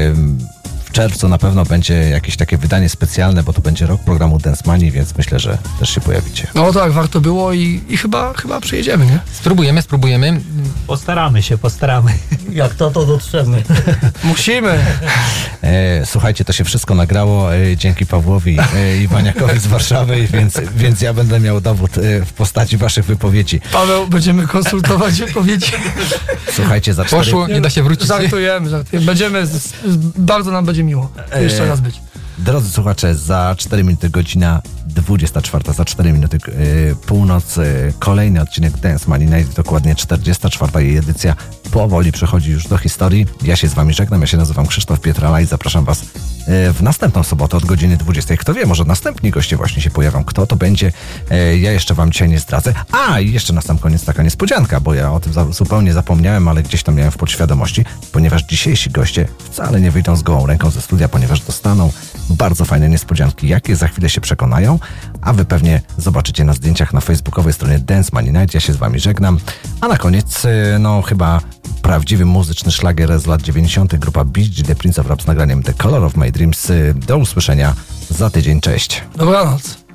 w czerwcu na pewno będzie jakieś takie wydanie specjalne, bo to będzie rok programu Dance Money, więc myślę, że też się pojawicie. No tak, warto było i, i chyba, chyba przyjedziemy, nie? Spróbujemy, spróbujemy. Postaramy się, postaramy. Jak to, to dotrzemy. Musimy. E, słuchajcie, to się wszystko nagrało e, dzięki Pawłowi e, Iwaniakowi z Warszawy, więc, więc ja będę miał dowód e, w postaci waszych wypowiedzi. Paweł, będziemy konsultować wypowiedzi. Słuchajcie, za cztery... Poszło, nie da się wrócić. Żartujemy, żartujemy. Będziemy, z, z, bardzo nam będzie miło jeszcze raz być. Drodzy słuchacze, za cztery minuty godzina dwudziesta czwarta, za cztery minuty yy, północ, yy, kolejny odcinek Dance Money Night, dokładnie czterdziesta czwarta jej edycja, powoli przechodzi już do historii. Ja się z wami żegnam, ja się nazywam Krzysztof Pietrala i zapraszam was yy, w następną sobotę od godziny dwudziestej. Kto wie, może następni goście właśnie się pojawią. Kto to będzie? Yy, ja jeszcze wam dzisiaj nie zdradzę. A, i jeszcze na sam koniec taka niespodzianka, bo ja o tym za, zupełnie zapomniałem, ale gdzieś tam miałem w podświadomości, ponieważ dzisiejsi goście wcale nie wyjdą z gołą ręką ze studia, ponieważ dostaną bardzo fajne niespodzianki, jakie za chwilę się przekonają, a wy pewnie zobaczycie na zdjęciach na facebookowej stronie Dance Money Night. Ja się z wami żegnam, a na koniec, no chyba prawdziwy muzyczny szlagier z lat dziewięćdziesiątych. Grupa Beach The Prince of Rap z nagraniem The Color of My Dreams. Do usłyszenia za tydzień, cześć. Dobranoc.